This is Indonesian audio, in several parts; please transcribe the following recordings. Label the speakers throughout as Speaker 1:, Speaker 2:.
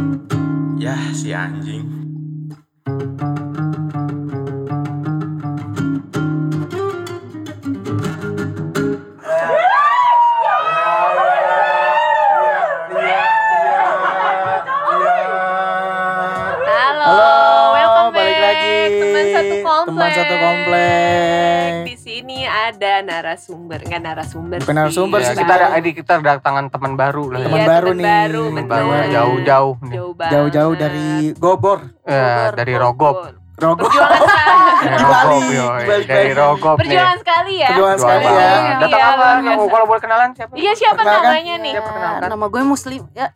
Speaker 1: Yah, si anjing.
Speaker 2: Teman satu komplek.
Speaker 3: Di sini ada narasumber, enggak narasumber.
Speaker 2: Bukan narasumber
Speaker 4: Iya,
Speaker 2: sih.
Speaker 4: kita kedatangan teman baru lah.
Speaker 2: Teman baru nih.
Speaker 4: Teman baru jauh-jauh nih.
Speaker 2: Jauh-jauh dari Gobor.
Speaker 4: Dari Rogop.
Speaker 3: Perjuangan
Speaker 4: Dari Rogop nih.
Speaker 3: Perjuangan sekali ya.
Speaker 2: Perjuangan sekali ya.
Speaker 4: Datang apa? Kalau boleh kenalan siapa?
Speaker 3: Iya, siapa namanya nih?
Speaker 5: Nama gue Muslim ya.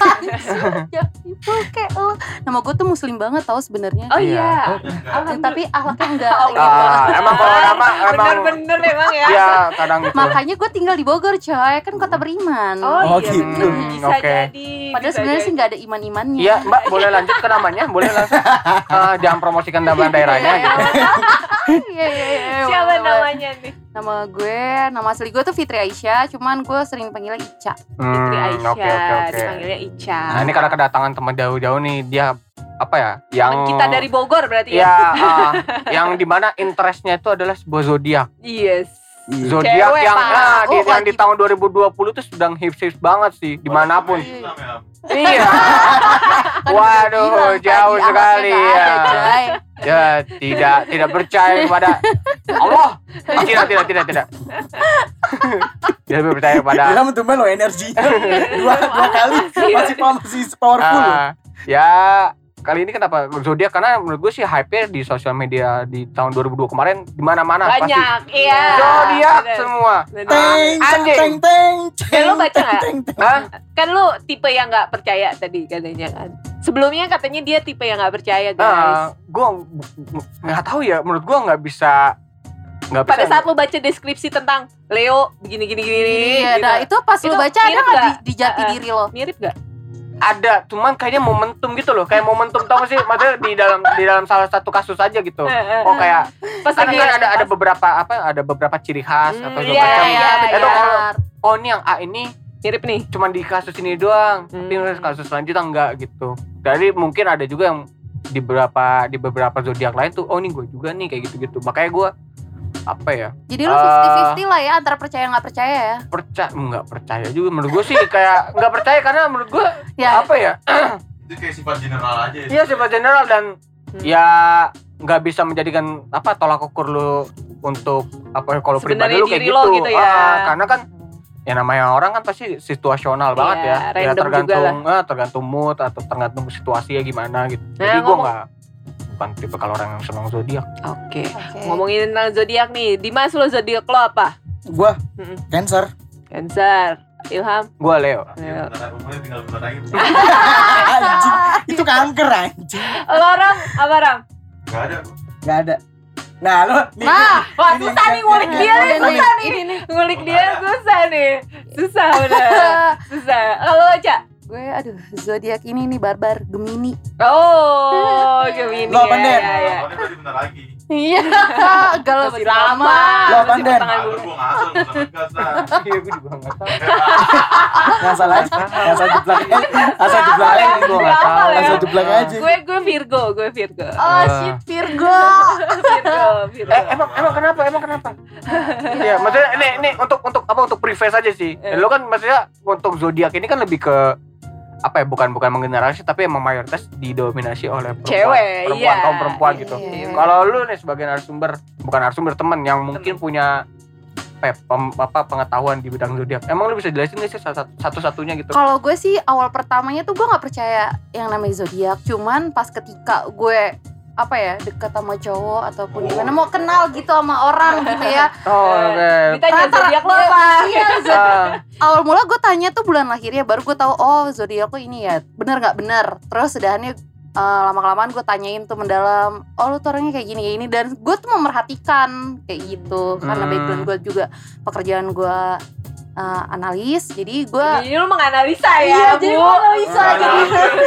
Speaker 5: Ya ibu kayak lo. Nama gue tuh Muslim banget tau sebenarnya.
Speaker 3: Oh iya.
Speaker 5: Tapi akhlaknya enggak.
Speaker 4: Emang kalau nama emang
Speaker 3: bener emang ya.
Speaker 4: Iya, kadang gitu.
Speaker 5: Makanya gue tinggal di Bogor coy, kan kota beriman.
Speaker 3: Oh iya,
Speaker 2: gitu.
Speaker 3: bisa
Speaker 4: Oke.
Speaker 3: jadi.
Speaker 5: Padahal sebenarnya sih nggak ada iman-imannya.
Speaker 4: Iya, Mbak, boleh lanjut ke namanya? Boleh langsung. Jangan promosikan nama daerahnya gitu.
Speaker 5: Iya.
Speaker 3: Siapa namanya nih?
Speaker 5: Nama asli gue tuh Fitri Aisyah, cuman gue sering panggilnya Ica.
Speaker 3: Fitri Aisyah.
Speaker 4: Oke.
Speaker 3: Dipanggilnya Ica.
Speaker 4: Nah, ini karena kedatangan teman jauh-jauh nih, dia apa ya? Yang
Speaker 3: kita dari Bogor berarti ya.
Speaker 4: Ya, yang dimana interestnya itu adalah sebuah zodiak.
Speaker 3: Yes.
Speaker 4: Zodiak
Speaker 3: Cewek,
Speaker 4: yang
Speaker 3: Pak.
Speaker 4: yang di tahun 2020 tuh sedang hits banget sih dimanapun. Iya. Waduh, jauh sekali ya. Ya, tidak percaya kepada Allah. Tidak. Dia percaya pada.
Speaker 2: Dia tumben lo energi. dua kali masih powerful.
Speaker 4: Ya, kali ini kenapa zodiak? Karena menurut gue sih hype-nya di sosial media di tahun 2002 kemarin di mana-mana pasti
Speaker 3: banyak, iya.
Speaker 4: zodiak semua.
Speaker 2: Teng.
Speaker 3: Kan lu baca nggak?
Speaker 4: Hah?
Speaker 3: Kan lu tipe yang nggak percaya tadi katanya kan. Sebelumnya katanya dia tipe yang nggak percaya guys.
Speaker 4: Gue nggak tahu ya. Menurut gue nggak bisa.
Speaker 3: Pada saat lu baca deskripsi tentang Leo begini.
Speaker 5: Iya, nah itu pas lu baca ada nggak di jati diri lo?
Speaker 3: Mirip nggak?
Speaker 4: Ada, cuman kayaknya momentum gitu loh. Kayak momentum tau gak sih? Maksudnya di dalam salah satu kasus aja gitu. Oh kayak
Speaker 3: pas
Speaker 4: kan ada beberapa ciri khas atau
Speaker 3: iya,
Speaker 4: macam.
Speaker 3: iya,
Speaker 4: Itu kalau
Speaker 5: benar.
Speaker 4: ini yang A ini
Speaker 3: mirip nih.
Speaker 4: cuman di kasus ini doang, tapi kasus selanjutnya enggak gitu. Jadi mungkin ada juga yang di beberapa zodiak lain tuh, oh ini gue juga nih kayak gitu-gitu. Makanya gue apa ya?
Speaker 5: Jadi lu 50-50 lah ya antara percaya nggak percaya ya?
Speaker 4: Nggak percaya juga menurut gue sih kayak nggak percaya karena menurut gue
Speaker 5: Ya.
Speaker 4: apa ya?
Speaker 1: Itu kayak sifat general aja ya.
Speaker 4: Iya sifat general dan ya nggak bisa menjadikan tolak ukur lu untuk kalau pribadi lu kayak gitu.
Speaker 3: Ya.
Speaker 4: Karena kan ya namanya orang kan pasti situasional banget ya. Ya tergantung mood atau tergantung situasi ya gimana gitu. Jadi gue bukan tipe kalau orang yang senang zodiak.
Speaker 3: Oke. Ngomongin tentang zodiak nih, Dimas lo zodiak lo apa?
Speaker 2: Gua Cancer.
Speaker 3: Ilham?
Speaker 4: Gua Leo.
Speaker 1: Umurnya tinggal bentar lagi.
Speaker 2: Anjing, itu kanker anjing.
Speaker 3: Lo Ram? Apa Ram?
Speaker 2: Gak ada. Nah, lo nih.
Speaker 3: Wah susah nih ngulik dia nih, susah nih. Ngulik dia susah nih. Susah udah. Susah. Kalau Ca?
Speaker 5: Gue zodiak ini nih barbar Gemini.
Speaker 3: Oh, Gemini.
Speaker 2: Lo apa, Den?
Speaker 3: Ya.
Speaker 1: Berarti bentar lagi.
Speaker 5: Iya, galau
Speaker 3: Masih lama.
Speaker 2: Lo apa, Den?
Speaker 1: Gue ngasal, gue ngegas lah.
Speaker 4: Iya gue juga nggak tahu.
Speaker 2: Ngasal aja. Asal jeblak aja.
Speaker 4: Gue nggak tahu.
Speaker 2: Asal jeblak aja.
Speaker 3: Gue Virgo.
Speaker 5: Oh shit, Virgo.
Speaker 3: Virgo.
Speaker 4: Emang kenapa? Iya, maksudnya ini untuk preface aja sih. Lo kan maksudnya untuk zodiak ini kan lebih ke bukan menggeneralisasi tapi emang mayoritas didominasi oleh kaum perempuan gitu.
Speaker 5: Iya.
Speaker 4: Kalau lu nih sebagai bukan narasumber teman yang mungkin punya pengetahuan di bidang zodiak. Emang lu bisa jelasin nggak sih satu-satunya gitu?
Speaker 5: Kalau gue sih awal pertamanya tuh gue nggak percaya yang namanya zodiak, cuman pas ketika gue dekat sama cowok ataupun gimana mau kenal gitu sama orang gitu ya.
Speaker 4: Oke.
Speaker 3: Ditanya zodiak lo apa?
Speaker 5: Iya, awal mula gue tanya tuh bulan lahirnya, baru gue tahu zodiak lo ini ya. Bener nggak bener? Terus udahannya lama-kelamaan gue tanyain tuh mendalam, lu tuh orangnya kayak gini dan gue tuh memerhatikan kayak gitu karena background gue juga pekerjaan gue analis, jadi gue
Speaker 3: lu menganalisa ya.
Speaker 5: Iya, jadi menganalisa jadi.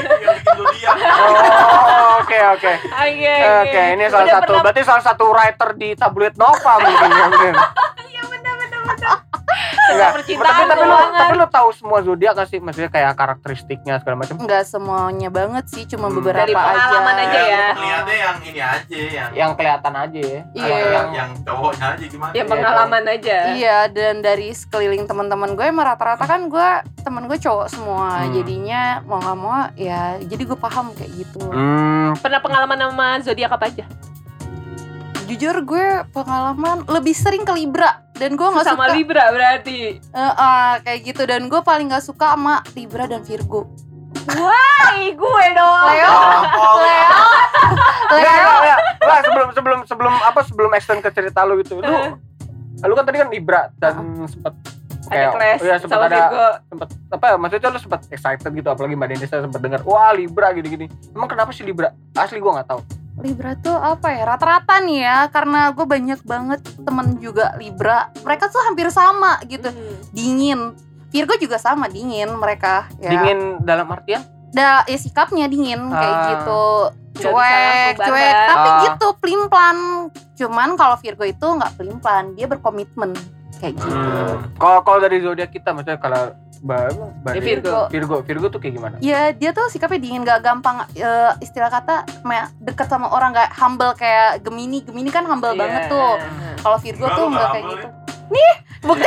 Speaker 4: Oke.
Speaker 3: Oke,
Speaker 4: Ini berarti salah satu writer di tabloid Nova mungkin.
Speaker 3: Iya benar.
Speaker 4: Enggak.
Speaker 3: percintaan,
Speaker 4: Tapi
Speaker 3: keuangan.
Speaker 4: lu tahu semua zodiak nggak sih? Maksudnya kayak karakteristiknya segala macam.
Speaker 5: Enggak semuanya banget sih, cuma beberapa
Speaker 3: Dari pengalaman aja ya.
Speaker 1: Lihatnya yang ini aja,
Speaker 4: Yang kelihatan aja ya.
Speaker 5: Iya.
Speaker 1: yang cowoknya aja gimana?
Speaker 3: Ya pengalaman aja.
Speaker 5: Iya, dan dari sekeliling teman-teman gue emang rata-rata kan temen gue cowok semua. Jadinya mau nggak mau ya, jadi gue paham kayak gitu.
Speaker 3: Pernah pengalaman sama zodiak apa aja?
Speaker 5: Jujur gue pengalaman lebih sering ke Libra dan gue nggak
Speaker 3: Sama
Speaker 5: suka
Speaker 3: Libra berarti.
Speaker 5: kayak gitu, dan gue paling nggak suka sama Libra dan Virgo.
Speaker 3: Hai, gue dong.
Speaker 5: Leo,
Speaker 4: Lah sebelum extend ke cerita lu gitu. Lu kan tadi kan Libra dan sempat
Speaker 3: Ada clash
Speaker 4: sempet
Speaker 3: sama Virgo.
Speaker 4: sempet apa ya, maksudnya lu sempet excited gitu, apalagi Mbak Denisa sempet dengar wah Libra gini-gini. Emang kenapa sih Libra? Asli gua nggak tahu.
Speaker 5: Libra tuh apa ya, rata-rata nih ya, karena gue banyak banget temen juga Libra, mereka tuh hampir sama gitu, dingin. Virgo juga sama, dingin mereka ya.
Speaker 4: Dingin dalam artian?
Speaker 5: Ya sikapnya dingin kayak gitu,
Speaker 3: Nggak bisa
Speaker 5: cuek,
Speaker 3: langsung
Speaker 5: tapi
Speaker 4: bandar.
Speaker 5: gitu pelin-pelan. Cuman kalau Virgo itu nggak pelin-pelan, dia berkomitmen kayak gitu.
Speaker 4: Kalau dari zodiak kita, maksudnya kalau Mbak
Speaker 3: Virgo.
Speaker 4: Virgo tuh kayak gimana?
Speaker 5: Ya dia tuh sikapnya dingin, gak gampang istilah kata deket sama orang, gak humble kayak Gemini. Gemini kan humble
Speaker 3: Iya.
Speaker 5: banget tuh. Kalau Virgo
Speaker 1: Enggak,
Speaker 5: tuh
Speaker 1: lu
Speaker 5: nggak
Speaker 1: nggak
Speaker 5: kayak
Speaker 1: humble
Speaker 5: gitu. Nih bukti.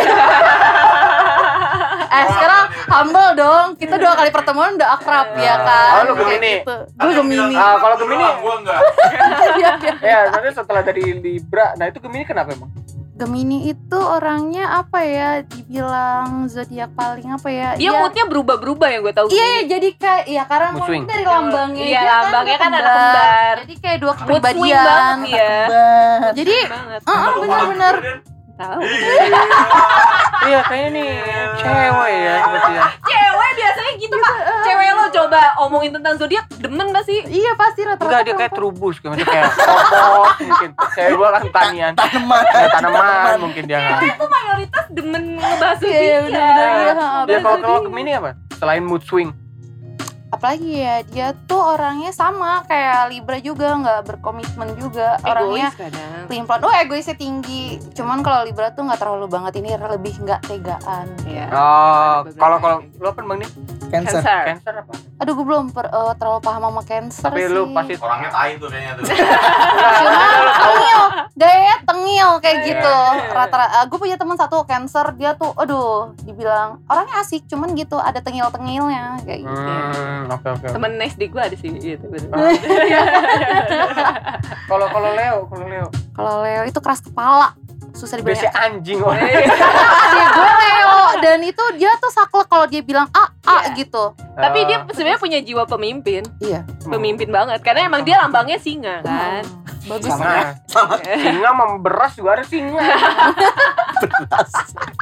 Speaker 5: Sekarang humble dong. Kita 2 kali pertemuan udah akrab ya kan.
Speaker 4: Oh, lu
Speaker 5: Kayak
Speaker 4: Gemini.
Speaker 5: gitu. Gue Gemini.
Speaker 4: Kalau Gemini,
Speaker 1: gua enggak.
Speaker 5: Iya, iya.
Speaker 4: ya maksudnya setelah dari Libra, nah itu Gemini kenapa emang?
Speaker 5: Gemini itu orangnya apa ya? Dibilang zodiak paling apa ya?
Speaker 3: Dia moodnya berubah-berubah yang gue tahu.
Speaker 5: Iya, jadi kayak ya karena
Speaker 4: Mood swing.
Speaker 5: mungkin dari lambangnya.
Speaker 3: Iya,
Speaker 5: dia
Speaker 3: lambangnya kan
Speaker 5: anak
Speaker 3: anak kembar.
Speaker 5: Jadi kayak 2
Speaker 3: Mood swing
Speaker 5: kepribadian.
Speaker 3: banget ya.
Speaker 2: Banget.
Speaker 5: Jadi
Speaker 3: Banget.
Speaker 5: benar-benar
Speaker 3: Tahu.
Speaker 4: Iya kayaknya nih cewek ya sepertinya.
Speaker 3: Cewek biasanya gitu, Pak. Cewek lo coba omongin tentang zodiak, demen gak sih?
Speaker 5: iya pasti rata-rata.
Speaker 4: Enggak, dia kayak terubus kayak kayak kompos mungkin. Cewek gua kan tanian.
Speaker 2: Tanaman.
Speaker 4: Ya, tanaman mungkin dia nggak.
Speaker 3: Cewek tuh mayoritas demen ngebahas
Speaker 5: Iya,
Speaker 3: zodiak.
Speaker 5: benar-benar. Iya,
Speaker 4: Ya kalau Gemini apa? Selain mood swing.
Speaker 5: apalagi ya, dia tuh orangnya sama kayak Libra juga, nggak berkomitmen juga. Orangnya
Speaker 3: Egois kadang.
Speaker 5: pelin-pelan. Egoisnya tinggi. Cuman kalau Libra tuh nggak terlalu banget, ini lebih nggak tegaan.
Speaker 3: Iya.
Speaker 4: Oh,
Speaker 3: Ada beberapa
Speaker 4: kalau
Speaker 3: yang gitu.
Speaker 4: lu apa Bang nih?
Speaker 2: Cancer.
Speaker 4: Cancer apa?
Speaker 5: Aduh, gue belum terlalu paham sama Cancer
Speaker 4: Tapi
Speaker 5: sih.
Speaker 4: lu pasti
Speaker 1: Orangnya tai tuh kayaknya tuh.
Speaker 5: Cuman tengil, gaya tengil kayak
Speaker 3: Iya.
Speaker 5: gitu. Rata-rata gue punya teman satu Cancer, dia tuh aduh dibilang orangnya asik, cuman gitu ada tengil-tengilnya kayak gitu.
Speaker 4: oke.
Speaker 3: Temen SD gue ada sih gitu.
Speaker 4: Kalau Leo,
Speaker 5: Kalau Leo itu keras kepala, susah dibilang.
Speaker 4: biasanya anjing wah.
Speaker 5: Dia gue Leo, dan itu dia tuh saklek kalau dia bilang
Speaker 3: Iya.
Speaker 5: gitu.
Speaker 3: Tapi dia sebenarnya punya jiwa pemimpin.
Speaker 5: Iya.
Speaker 3: Pemimpin banget. Karena emang dia lambangnya singa kan.
Speaker 5: Bagus.
Speaker 2: Sama ya. Sama
Speaker 4: Singa memberas juga ada singa.
Speaker 2: beras.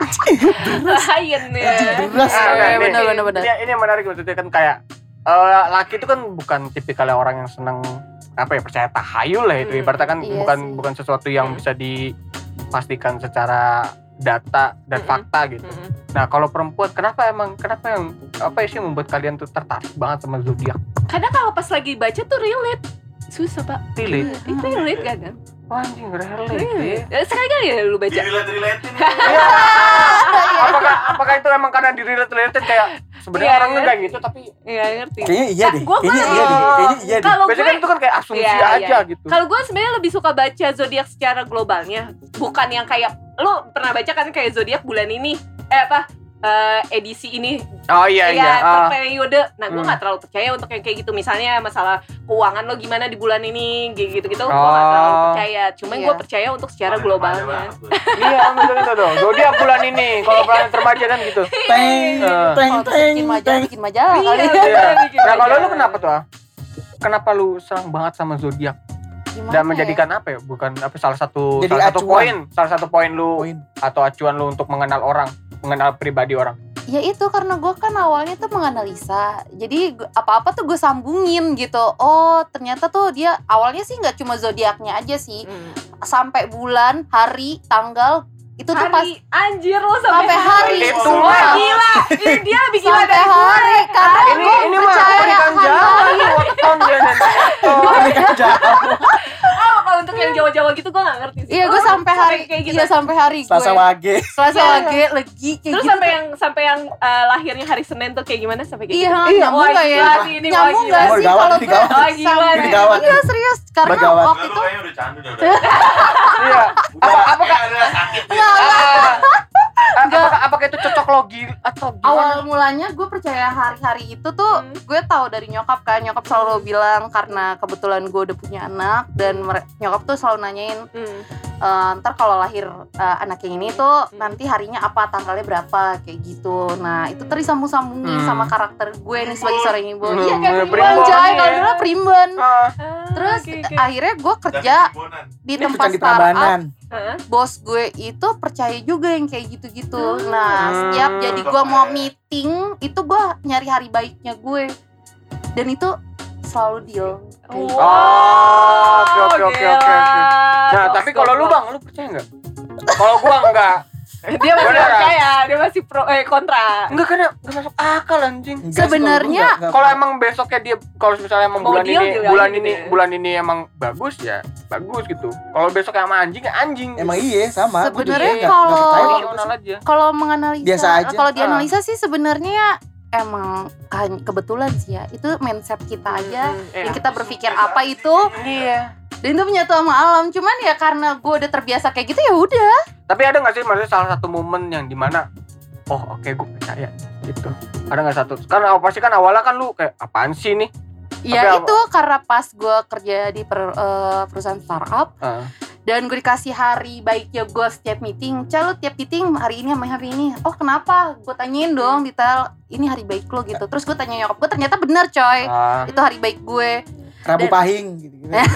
Speaker 3: Lion ya.
Speaker 2: Beras.
Speaker 5: Bener.
Speaker 4: Ini yang menarik maksudnya kan kayak laki itu kan bukan tipikalnya orang yang seneng apa ya, percaya tahayul lah itu. Ibaratnya kan
Speaker 5: Iya sih.
Speaker 4: bukan sesuatu yang bisa dipastikan secara data dan fakta gitu. Nah, kalau perempuan kenapa yang apa sih membuat kalian tuh tertarik banget sama zodiak?
Speaker 3: Kadang kalau pas lagi baca tuh relate. Susah, Pak.
Speaker 4: Relate.
Speaker 3: Itu relate kadang.
Speaker 4: Wah, anjing relate.
Speaker 3: Sekali-kali ya lu baca.
Speaker 1: Relate-relatein.
Speaker 4: Iya. Apakah itu emang karena di relate kayak sebenarnya
Speaker 3: Iya,
Speaker 4: orangnya
Speaker 3: iya.
Speaker 4: kayak gitu tapi
Speaker 3: Iya, ngerti.
Speaker 2: Kayaknya iya deh.
Speaker 3: Gua
Speaker 2: Kayaknya
Speaker 3: malah-
Speaker 2: iya deh. Kayaknya iya deh.
Speaker 3: Kalau
Speaker 4: biasanya kan itu kan kayak asumsi
Speaker 3: Iya,
Speaker 4: aja
Speaker 3: iya.
Speaker 4: gitu.
Speaker 3: Kalau gue sebenarnya lebih suka baca zodiak secara globalnya, bukan yang kayak lu pernah baca kan kayak zodiak bulan ini, edisi ini,
Speaker 4: Oh iya.
Speaker 3: per periode. Nah, gue
Speaker 4: Hmm.
Speaker 3: nggak terlalu percaya untuk yang kayak gitu. Misalnya masalah keuangan lo gimana di bulan ini, gitu-gitu. Gue nggak terlalu percaya. Cuma
Speaker 5: Iya.
Speaker 3: gue percaya untuk secara globalnya.
Speaker 4: Iya, betul itu dong. Zodiak bulan ini, kalau planet remaja kan gitu.
Speaker 2: Teng, teng,
Speaker 5: Kalau
Speaker 2: teng,
Speaker 5: bikin majalah
Speaker 3: Iya,
Speaker 5: kali.
Speaker 4: Iya.
Speaker 3: bikin
Speaker 4: Nah, kalau
Speaker 3: majalah.
Speaker 4: lu kenapa tuh? Kenapa lu senang banget sama zodiak
Speaker 5: Gimana
Speaker 4: dan
Speaker 5: ya?
Speaker 4: menjadikan apa ya? Bukan apa salah satu
Speaker 2: Jadi
Speaker 4: poin lu
Speaker 2: Poin.
Speaker 4: atau acuan lu untuk mengenal orang, mengenal pribadi orang.
Speaker 5: Ya itu karena gue kan awalnya tuh menganalisa, jadi apa-apa tuh gue sambungin gitu. Oh ternyata tuh dia awalnya sih nggak cuma zodiaknya aja sih, sampai bulan, hari, tanggal itu tuh pas
Speaker 3: Hari, anjir lo
Speaker 5: sampai hari.
Speaker 4: Itu
Speaker 3: Wah,
Speaker 4: mah.
Speaker 3: gila. Ini dia lebih gila
Speaker 5: Sampai
Speaker 3: dari gue.
Speaker 5: hari, karena
Speaker 4: Ini
Speaker 5: gue
Speaker 4: mah
Speaker 5: percaya
Speaker 4: pernikahan
Speaker 5: hari.
Speaker 4: jauh, weton dia dan
Speaker 2: Pernikahan jauh.
Speaker 3: Oh, kalau untuk yang Jawa-Jawa gitu gue gak ngerti sih.
Speaker 5: Iya, gue sampai hari
Speaker 3: kayak gitu.
Speaker 5: Iya, sampai hari gue.
Speaker 2: Selasa Wage.
Speaker 5: Selasa Wage, Legi kayak
Speaker 3: Terus
Speaker 5: gitu.
Speaker 3: sampai yang lahirnya hari Senin tuh kayak gimana sampai kayak
Speaker 5: Iya,
Speaker 3: gitu?
Speaker 5: nyambung
Speaker 3: Wah,
Speaker 5: gak ya?
Speaker 3: gila sih ini, wah,
Speaker 5: Nyambung
Speaker 3: gila.
Speaker 5: gak
Speaker 2: Oh,
Speaker 5: sih
Speaker 2: gawat,
Speaker 5: kalau
Speaker 2: ini
Speaker 5: gue
Speaker 2: gawat.
Speaker 3: Oh, gila
Speaker 5: sampai-
Speaker 2: Ini gawat.
Speaker 5: Iya, serius. Karena
Speaker 2: Bergawat.
Speaker 5: waktu
Speaker 1: Lu
Speaker 5: itu
Speaker 1: kayaknya udah candu dah.
Speaker 4: Iya. Apakah
Speaker 1: ada sakit?
Speaker 4: apakah itu cocok logi atau gimana?
Speaker 5: awal mulanya gue percaya hari-hari itu tuh gue tahu dari nyokap kan. Nyokap selalu bilang karena kebetulan gue udah punya anak dan nyokap tuh selalu nanyain ntar kalau lahir anak yang ini tuh nanti harinya apa, tanggalnya berapa kayak gitu. Nah itu terisambung-sambungin sama karakter gue nih sebagai seorang ibu. Iya kayak primbon, Jay, kalau dulu primbon. Terus akhirnya gue kerja di
Speaker 2: Ini
Speaker 5: tempat
Speaker 2: di
Speaker 5: startup.
Speaker 2: Prambanan.
Speaker 5: Bos gue itu percaya juga yang kayak gitu-gitu. Nah setiap jadi gue mau meeting itu gue nyari hari baiknya gue. Dan itu selalu deal.
Speaker 4: Oke. Nah, tapi kalau lu Bang, lu percaya enggak? Kalau gua enggak.
Speaker 3: Dia masih
Speaker 4: Beneran.
Speaker 3: percaya, dia masih kontra.
Speaker 4: Enggak karena enggak masuk akal anjing.
Speaker 2: Enggak sih,
Speaker 5: Sebenarnya,
Speaker 2: enggak.
Speaker 4: Kalau emang besoknya dia kalau misalnya emang
Speaker 3: Mau
Speaker 4: bulan
Speaker 3: deal
Speaker 4: ini
Speaker 3: gitu
Speaker 4: bulan
Speaker 3: aja
Speaker 4: ini
Speaker 3: gitu ya.
Speaker 4: bulan ini emang bagus ya bagus gitu. Kalau besoknya sama anjing ya anjing.
Speaker 2: Emang iya sama. Gua juga
Speaker 5: Sebenarnya
Speaker 2: nggak
Speaker 5: kalau-
Speaker 2: percaya gitu
Speaker 4: Rasional
Speaker 2: sih.
Speaker 4: aja.
Speaker 5: kalau menganalisa,
Speaker 2: Biasa aja.
Speaker 5: kalau dianalisa sih sebenarnya emang kan kebetulan sih ya. Itu mindset kita aja. Yang kita berpikir apa itu,
Speaker 4: Iya.
Speaker 5: dan itu menyatu sama alam. Cuman ya karena gue udah terbiasa kayak gitu ya udah.
Speaker 4: Tapi ada nggak sih maksudnya salah satu momen yang dimana oh oke gue percaya gitu. Ada nggak satu? Karena pasti kan awalnya kan lu kayak apaan sih nih?
Speaker 5: Ya
Speaker 4: Tapi
Speaker 5: itu karena pas gue kerja di perusahaan startup dan gue dikasih hari baiknya gue setiap meeting. Lu tiap meeting hari ini sama hari ini. Oh kenapa? Gue tanyain dong detail. Ini hari baik lo gitu. Terus gue tanya nyokap gue, ternyata benar coy.
Speaker 4: Ah.
Speaker 5: Itu hari baik gue.
Speaker 2: Rabu
Speaker 5: Dan-
Speaker 2: Pahing gitu.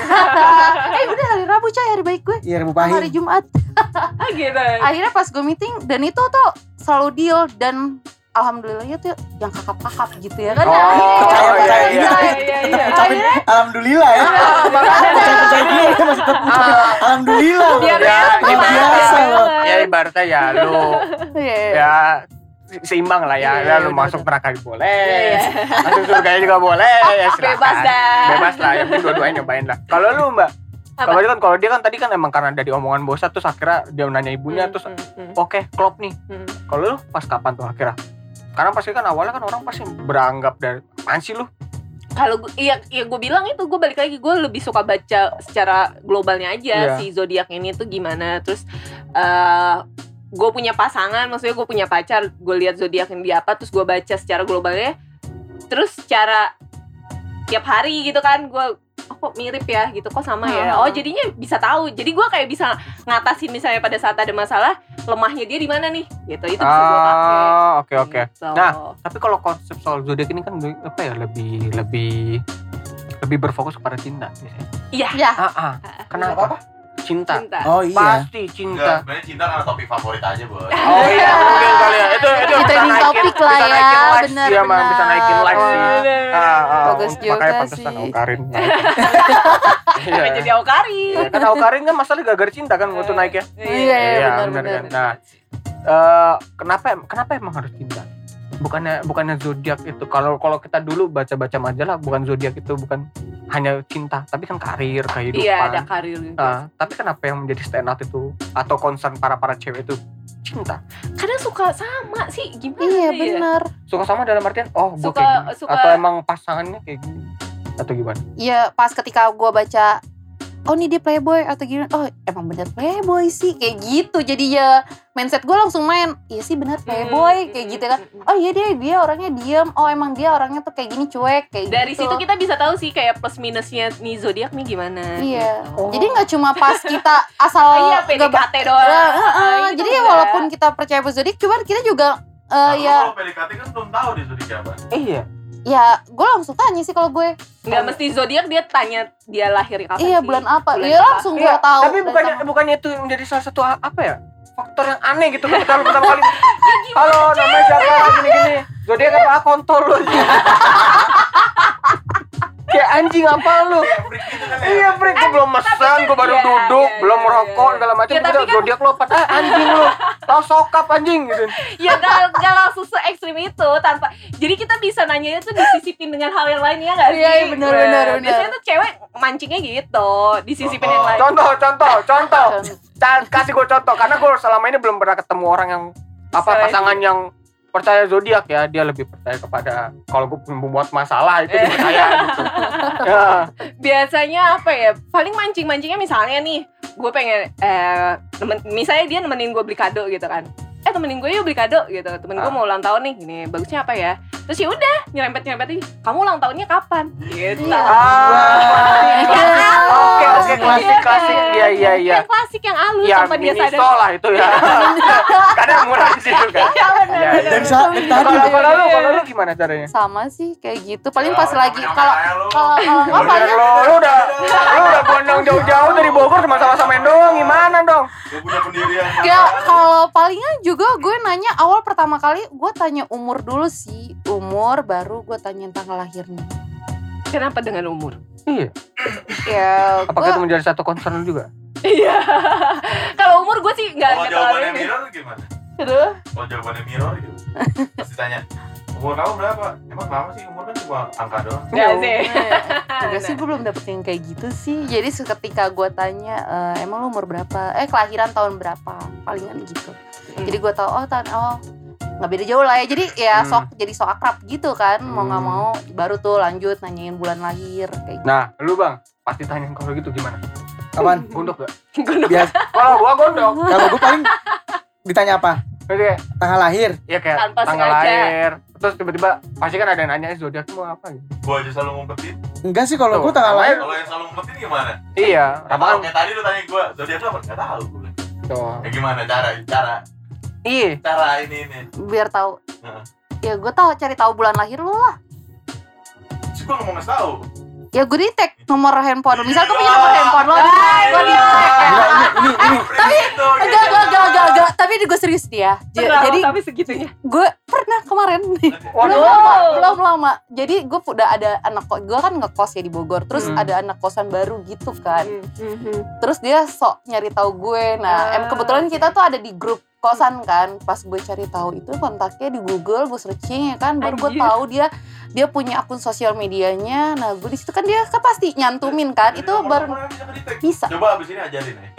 Speaker 5: Udah hari Rabu coy hari baik gue.
Speaker 2: Iya, Rabu
Speaker 5: Sama
Speaker 2: Pahing.
Speaker 5: hari Jumat.
Speaker 3: Gitu.
Speaker 5: Akhirnya pas gue meeting dan itu tuh selalu deal dan alhamdulillahnya tuh yang kakap-kakap gitu ya kan.
Speaker 2: Percaya.
Speaker 4: iya.
Speaker 3: Iya.
Speaker 2: Alhamdulillah ya. Percaya dia masih tetap ngucapin alhamdulillah.
Speaker 3: Biar
Speaker 4: Ya,
Speaker 2: ini biasa loh.
Speaker 4: Ya ibaratnya ya lu ya seimbang lah ya.
Speaker 5: Iya,
Speaker 4: Lu
Speaker 5: bener,
Speaker 4: masuk neraka boleh.
Speaker 3: Iya.
Speaker 4: Masuk surga juga boleh ya silakan.
Speaker 3: Bebas dah.
Speaker 4: Bebas lah, yang penting dua-duanya nyobain lah. Kalau lu Mbak,
Speaker 3: Apa?
Speaker 4: kalau dia kan tadi kan emang karena dari omongan bosnya terus akhirnya dia nanya ibunya terus oke klop nih. Kalau lu pas kapan tuh akhirnya? Karena pasti kan awalnya kan orang pasti beranggap dari apaan sih lu?
Speaker 3: Kalau iya gue bilang itu gue balik lagi gue lebih suka baca secara globalnya aja
Speaker 4: Iya.
Speaker 3: si zodiak ini tuh gimana. Terus gue punya pasangan, maksudnya gue punya pacar, gue lihat zodiak yang dia apa, terus gue baca secara globalnya, terus secara tiap hari gitu kan gue kok mirip ya gitu, kok sama ya. Oh jadinya bisa tahu. Jadi gue kayak bisa ngatasin misalnya pada saat ada masalah, lemahnya dia di mana nih gitu. Itu bisa gue pakai.
Speaker 4: Oke.
Speaker 3: Gitu.
Speaker 4: Nah, tapi kalau konsep soal zodiak ini kan apa ya lebih berfokus kepada cinta biasanya.
Speaker 3: Iya.
Speaker 5: Ya.
Speaker 4: Kenapa? Cinta.
Speaker 3: Cinta.
Speaker 2: Oh iya.
Speaker 4: Pasti
Speaker 1: Enggak,
Speaker 4: cinta.
Speaker 1: sebenarnya cinta karena topik favorit aja, Bos.
Speaker 4: Oh iya, mungkin kali ya. Itu
Speaker 5: Itu
Speaker 4: bisa
Speaker 5: trending
Speaker 4: naikin-
Speaker 5: topik lah
Speaker 4: bisa
Speaker 5: ya,
Speaker 4: naikin likes
Speaker 5: benar,
Speaker 4: dia mah, bisa naikin
Speaker 5: benar.
Speaker 4: likes sih.
Speaker 5: Bagus juga
Speaker 4: Makanya pantesan
Speaker 5: sih.
Speaker 4: Aukarin.
Speaker 3: Sampai jadi Aukari.
Speaker 4: Iya, kan Aukarin kan masalahnya gara-gara cinta kan waktu naik ya.
Speaker 5: Iya,
Speaker 4: benar
Speaker 5: benar.
Speaker 4: kan. Nah, kenapa emang harus cinta? Bukannya zodiak itu kalau kita dulu baca-baca majalah bukan zodiak itu bukan hanya cinta tapi kan karir kehidupan.
Speaker 3: Iya, ada karir gitu.
Speaker 4: Tapi kenapa yang menjadi stand out itu atau concern para cewek itu cinta?
Speaker 3: Kadang suka sama sih, gimana
Speaker 5: Iya
Speaker 3: ya?
Speaker 5: benar.
Speaker 4: Suka sama dalam artian oh gue
Speaker 3: Suka-
Speaker 4: kayak gini
Speaker 3: suka-
Speaker 4: atau emang pasangannya kayak gini atau gimana?
Speaker 5: Iya pas ketika gue baca oh nih dia playboy atau gimana, oh emang bener playboy sih kayak gitu. Jadi ya mindset gue langsung main, iya sih bener playboy kayak gitu kan. Oh iya dia orangnya diam, oh emang dia orangnya tuh kayak gini cuek kayak
Speaker 3: Dari
Speaker 5: gitu.
Speaker 3: situ kita bisa tahu sih kayak plus minusnya nih zodiak nih gimana.
Speaker 5: Iya.
Speaker 3: gitu.
Speaker 5: Jadi nggak cuma pas kita asal
Speaker 3: Iya, PDKT doang.
Speaker 5: Jadi
Speaker 3: Itu
Speaker 5: walaupun kita percaya zodiak, cuman kita juga ya
Speaker 1: Kalau PDKT kan belum tahu dia zodiak apa.
Speaker 4: Iya.
Speaker 5: ya gue langsung tanya sih kalau gue.
Speaker 3: nggak mesti zodiak, dia tanya dia lahir kapan
Speaker 5: Iya
Speaker 3: sih.
Speaker 5: bulan apa?
Speaker 3: Bulan
Speaker 5: Iya
Speaker 3: apa.
Speaker 5: langsung gue
Speaker 4: Iya,
Speaker 5: tahu.
Speaker 4: tapi bukannya itu menjadi salah satu apa ya? Faktor yang aneh gitu ketika lu pertama kali. Halo, namanya siapa? Gini-gini. Zodiak apa? Kontol lu. Kayak anjing apa lu?
Speaker 1: Kayak freak gitu kan ya.
Speaker 4: Iya, Brik, gue belum mesen, gue baru
Speaker 3: Iya,
Speaker 4: duduk,
Speaker 3: iya,
Speaker 4: belum
Speaker 3: iya,
Speaker 4: merokok,
Speaker 3: iya.
Speaker 4: segala macam.
Speaker 3: Ya, tapi
Speaker 4: Kita
Speaker 3: kan-
Speaker 4: zodiak lu apa? Anjing lu. tahu sokap anjing gitu.
Speaker 3: Ya nggak langsung se ekstrim itu tanpa. Jadi kita bisa nanyanya tuh disisipin dengan hal yang lainnya nggak sih?
Speaker 5: Iya, benar.
Speaker 3: Biasanya tuh cewek mancingnya gitu, disisipin yang lain.
Speaker 4: Contoh. Kasih gue contoh karena gue selama ini belum pernah ketemu orang yang pasangan yang percaya zodiak ya. Dia lebih percaya kepada kalau gue membuat masalah itu dia percaya gitu. Ya.
Speaker 3: Biasanya apa ya? Paling mancingnya misalnya nih, gue pengen misalnya dia nemenin gue beli kado gitu kan. Temenin gue yuk beli kado gitu. Temen gue mau ulang tahun nih, gini bagusnya apa ya? Terus ya udah nyerempet kamu ulang tahunnya kapan? Gitu.
Speaker 4: Oke, klasik. Iya.
Speaker 3: Yang klasik yang halus
Speaker 4: Ya,
Speaker 3: tanpa dia sadar.
Speaker 4: Miniso lah itu ya. Karena murah di situ kan.
Speaker 3: Iya benar.
Speaker 4: Iya.
Speaker 2: Dan tadi
Speaker 4: Kalau lu gimana caranya?
Speaker 5: Sama sih kayak gitu. Paling pas
Speaker 1: Ya,
Speaker 5: lagi
Speaker 1: nyampe
Speaker 5: kalau
Speaker 1: aja lu.
Speaker 5: enggak paling
Speaker 4: Lu udah bondong jauh-jauh dari Bogor cuma sama-sama main doang, gimana dong?
Speaker 1: Gak punya pendirian.
Speaker 5: ya kalau palingan juga gue nanya awal pertama kali gue tanya umur dulu sih. Umur baru gue tanyain tanggal lahirnya.
Speaker 3: Kenapa dengan umur?
Speaker 4: Iya.
Speaker 5: Ya
Speaker 4: Apakah itu
Speaker 5: gue
Speaker 4: menjadi satu concern juga?
Speaker 3: Iya. Kalau umur gue sih nggak
Speaker 1: Kalau
Speaker 3: terlalu
Speaker 1: jawabannya
Speaker 3: ini.
Speaker 1: mirror gimana?
Speaker 3: Aduh.
Speaker 1: Kalau jawabannya mirror gitu. Pasti tanya, umur kamu berapa? Emang kenapa sih umur kan cuma angka doang?
Speaker 3: Nggak sih.
Speaker 5: Enggak sih, gue belum dapet yang kayak gitu sih. Jadi seketika gue tanya, emang lu umur berapa? Kelahiran tahun berapa? Palingan gitu. Jadi gue tahu, nggak beda jauh lah ya. Jadi ya jadi sok akrab gitu kan. Mau nggak mau, baru tuh lanjut nanyain bulan lahir kayak gitu.
Speaker 4: Nah, lu bang, pasti tanyain kalau gitu gimana?
Speaker 2: Apaan?
Speaker 4: Gondok gak?
Speaker 2: Biasa.
Speaker 4: Kalau gua gondok.
Speaker 2: Kalau gue paling ditanya apa?
Speaker 4: Jadi kayak,
Speaker 2: Tanggal lahir.
Speaker 4: ya kayak
Speaker 3: Tanpa
Speaker 4: tanggal
Speaker 3: sengaja.
Speaker 4: lahir. Terus tiba-tiba pasti kan ada yang nanya zodiak mau apa gitu.
Speaker 1: Gua aja selalu ngumpetin.
Speaker 2: Enggak sih kalau
Speaker 4: Tuh,
Speaker 2: gue tanggal lahir.
Speaker 1: Kalau yang selalu ngumpetin gimana?
Speaker 4: Iya,
Speaker 1: Gak
Speaker 4: apa
Speaker 1: tau,
Speaker 4: kan?
Speaker 1: kayak tadi lu tanya gua, zodiak lu apa? Gak tau gue bilang.
Speaker 4: Tuh.
Speaker 1: Ya gimana cara
Speaker 4: Iya.
Speaker 1: ini.
Speaker 5: Biar tahu.
Speaker 1: Heeh.
Speaker 5: Ya gue cari tahu bulan lahir lu lah.
Speaker 1: Terus gua gak mau ngasih tau.
Speaker 5: Ya gue di tag nomor handphone lu. Misal gue punya nomor handphone lo, gue di tag.
Speaker 2: Gila, ini.
Speaker 1: Tapi
Speaker 5: Enggak. Tapi gue serius dia. Jadi
Speaker 3: tapi segitunya.
Speaker 5: gue pernah kemarin
Speaker 4: Waduh.
Speaker 5: belum lama. Jadi gue udah ada anak kos. Gue kan ngekos ya di Bogor. Terus ada anak kosan baru gitu kan. Terus dia sok nyari tahu gue. Nah, kebetulan kita tuh ada di grup kosan kan. Pas gue cari tahu itu kontaknya di Google, gue searching ya kan. Baru gue
Speaker 3: Anjir.
Speaker 5: tahu dia punya akun sosial medianya. Nah, gue di situ kan dia kan pasti nyantumin kan. Itu baru bisa.
Speaker 1: Coba abis ini ajarin ya.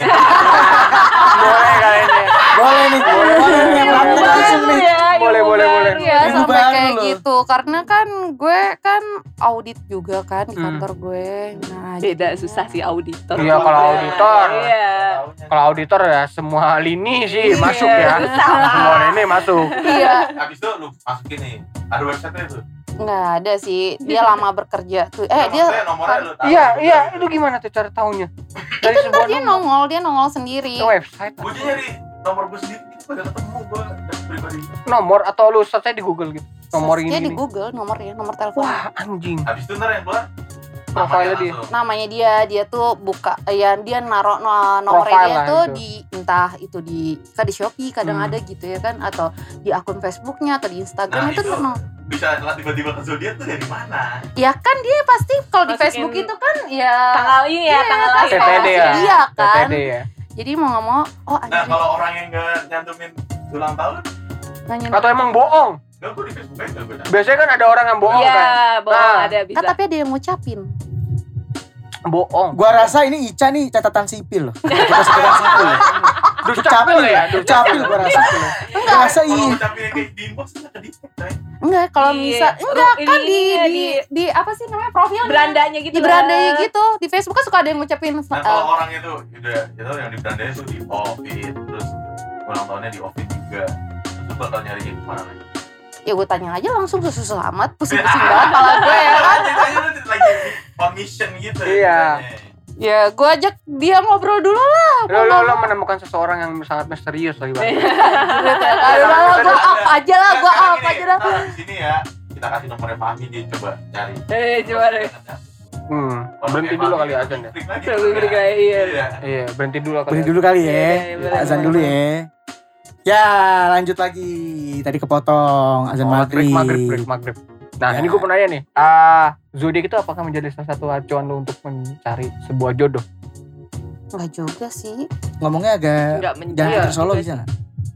Speaker 4: Boleh kayaknya.
Speaker 2: Boleh nih. Praktek langsung nih.
Speaker 4: Boleh.
Speaker 5: Iya,
Speaker 2: Minggu
Speaker 5: sampai
Speaker 2: baru
Speaker 5: kayak
Speaker 2: loh.
Speaker 5: gitu. Karena kan gue kan audit juga kan di kantor gue. Nah,
Speaker 3: Beda
Speaker 5: jadinya-
Speaker 3: susah sih auditor.
Speaker 4: Iya, kalau auditor.
Speaker 3: Iya.
Speaker 4: Kalau auditor ya semua lini sih masuk ya. Semua lini masuk.
Speaker 5: Iya,
Speaker 1: Abis itu lu masukin nih. Ada website-nya tuh.
Speaker 5: nggak ada sih. Dia lama bekerja tuh.
Speaker 1: Nah,
Speaker 5: Dia
Speaker 1: maksudnya nomornya lu tahu.
Speaker 4: Iya, itu gimana tuh cara taunya? Dari sebuah
Speaker 5: dia nongol sendiri.
Speaker 4: Itu website.
Speaker 1: Gua aja nyari nomor gua sendiri itu gak ketemu gua dan pribadi.
Speaker 4: Nomor atau lu search di Google gitu. Nomor
Speaker 5: Dia di
Speaker 4: ini.
Speaker 5: Google nomornya, nomor telepon.
Speaker 4: Wah, anjing.
Speaker 1: Abis itu ntar yang keluar
Speaker 4: Profilnya
Speaker 1: namanya
Speaker 4: dia.
Speaker 1: langsung.
Speaker 5: Namanya dia tuh buka ya dia naruh nomornya
Speaker 4: Profile
Speaker 5: dia
Speaker 4: lah
Speaker 5: tuh
Speaker 4: itu.
Speaker 5: di entah itu di Shopee kadang
Speaker 4: Hmm.
Speaker 5: ada gitu ya kan, atau di akun Facebooknya atau di Instagram
Speaker 1: Nah,
Speaker 5: itu
Speaker 1: itu
Speaker 5: memang
Speaker 1: bisa tiba-tiba ke zodiak tuh dari mana?
Speaker 5: ya kan dia pasti kalau di
Speaker 3: Masukin
Speaker 5: Facebook itu kan ya
Speaker 3: Tanggal ini ya,
Speaker 5: Iya,
Speaker 3: tanggal lahir.
Speaker 4: TTD
Speaker 5: pasti
Speaker 4: ya.
Speaker 5: dia kan.
Speaker 4: TTD ya.
Speaker 5: Jadi mau nggak mau
Speaker 1: Nah
Speaker 5: anjir
Speaker 1: kalau orang yang gak nyantumin ulang tahun,
Speaker 5: nanya
Speaker 4: Atau emang bohong?
Speaker 1: gak gua di Facebook aja gak beda.
Speaker 4: Biasanya kan ada orang yang bohong
Speaker 3: Iya,
Speaker 4: kan.
Speaker 3: bohong
Speaker 4: Nah.
Speaker 3: ada bisa.
Speaker 5: tapi ada yang ngucapin.
Speaker 4: Bohong.
Speaker 2: Gua rasa ini Ica nih catatan sipil loh. Kita catatan sipil.
Speaker 4: Dukcapil ya.
Speaker 2: Dukcapil gua rasa. Gua rasa
Speaker 1: Kalau
Speaker 2: iya.
Speaker 1: ucapinnya kayak di inbox nggak ke detect, coy.
Speaker 5: Enggak, kalau
Speaker 3: Di-
Speaker 5: misal enggak kan
Speaker 3: ini ya,
Speaker 5: di apa sih namanya profilnya?
Speaker 3: berandanya gitu.
Speaker 5: Di berandanya gitu. Di Facebook kan suka ada yang ngucapin
Speaker 1: Nah kalau orangnya tuh udah itu yang di berandanya tuh di off-it, terus ulang tahunnya di off-it juga. Terus lu bakal nyariin kemana lagi?
Speaker 5: ya gue tanya aja langsung susah amat, pusing-pusing banget kepala gue ya kan.
Speaker 1: Ceritanya lu lagi on mission gitu
Speaker 4: Iya.
Speaker 1: ceritanya.
Speaker 5: Ya gue ajak dia ngobrol dulu lah.
Speaker 4: Lo menemukan seseorang yang sangat misterius lagi bang.
Speaker 5: Gitu ya kan. Udah gue up aja lah, gue
Speaker 1: Sekarang
Speaker 5: up
Speaker 1: gini,
Speaker 5: aja lah.
Speaker 1: ntar di sini ya kita kasih nomornya Fahmi, dia coba cari.
Speaker 3: Coba deh.
Speaker 4: Berhenti dulu kali azan ya.
Speaker 3: Break lagi, iya.
Speaker 4: Iya, berhenti dulu kali.
Speaker 2: Beri dulu kali
Speaker 3: Iya,
Speaker 2: ya.
Speaker 3: iya, boleh,
Speaker 2: Azan
Speaker 3: boleh.
Speaker 2: dulu ya. Ya, lanjut lagi. Tadi kepotong azan maghrib.
Speaker 4: Maghrib. Nah,
Speaker 2: Ya.
Speaker 4: ini gue mau nanya nih. Zodiak itu apakah menjadi salah satu acuan lo untuk mencari sebuah jodoh?
Speaker 5: Enggak juga sih.
Speaker 2: Ngomongnya agak
Speaker 3: Enggak
Speaker 2: jangan
Speaker 3: menjadi.
Speaker 2: Peter Solo bisa nggak?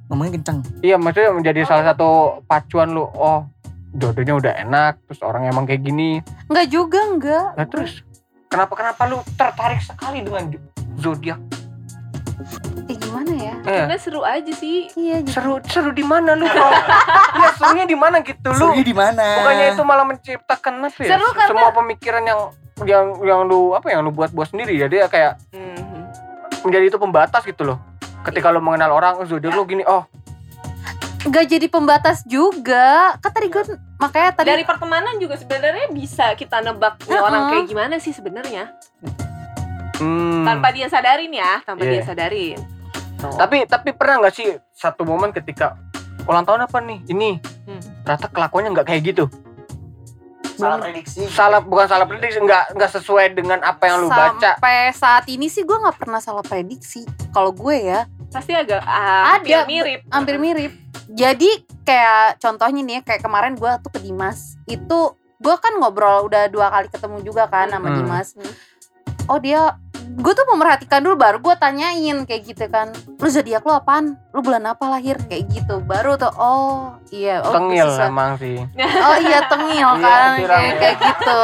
Speaker 2: ngomongnya kencang.
Speaker 4: Iya, maksudnya menjadi salah satu pacuan lu. Oh, jodohnya udah enak, terus orang emang kayak gini.
Speaker 5: Enggak juga, enggak.
Speaker 4: Nah terus kenapa lu tertarik sekali dengan zodiak?
Speaker 5: Gimana ya?
Speaker 3: Karena seru aja sih.
Speaker 5: Iya, gitu.
Speaker 4: Seru di mana lu? Ya serunya di mana gitu lu?
Speaker 2: Serunya di mana?
Speaker 4: Bukannya itu malah menciptakan apa ya?
Speaker 3: Seru karena-
Speaker 4: Semua pemikiran yang lu buat sendiri ya, dia kayak menjadi itu pembatas gitu loh. Ketika lu mengenal orang, zodiak lu gini, oh
Speaker 5: Enggak jadi pembatas juga. Kan tadi gue makanya tadi
Speaker 3: Dari pertemanan juga sebenarnya bisa kita nebak nih orang kayak gimana sih sebenarnya. Tanpa dia sadarin ya, dia sadarin. Tuh.
Speaker 4: Tapi pernah nggak sih satu momen ketika ulang tahun apa nih? Ini ternyata kelakuannya nggak kayak gitu.
Speaker 2: Salah prediksi.
Speaker 4: Bukan salah prediksi, nggak sesuai dengan apa yang lu baca.
Speaker 5: sampai saat ini sih gue nggak pernah salah prediksi. Kalau gue ya
Speaker 3: Pasti agak hampir mirip.
Speaker 5: hampir mirip. Jadi kayak contohnya nih, kayak kemarin gue tuh ke Dimas. Itu gue kan ngobrol udah 2 kali ketemu juga kan sama Dimas. Oh dia, gue tuh memerhatikan dulu baru gue tanyain kayak gitu kan. Lu zodiak lu apaan? Lu bulan apa lahir? Kayak gitu. Baru tuh oh iya. Oh,
Speaker 4: Tengil
Speaker 5: sesuai.
Speaker 4: emang sih.
Speaker 5: Oh iya tengil kan kayak gitu.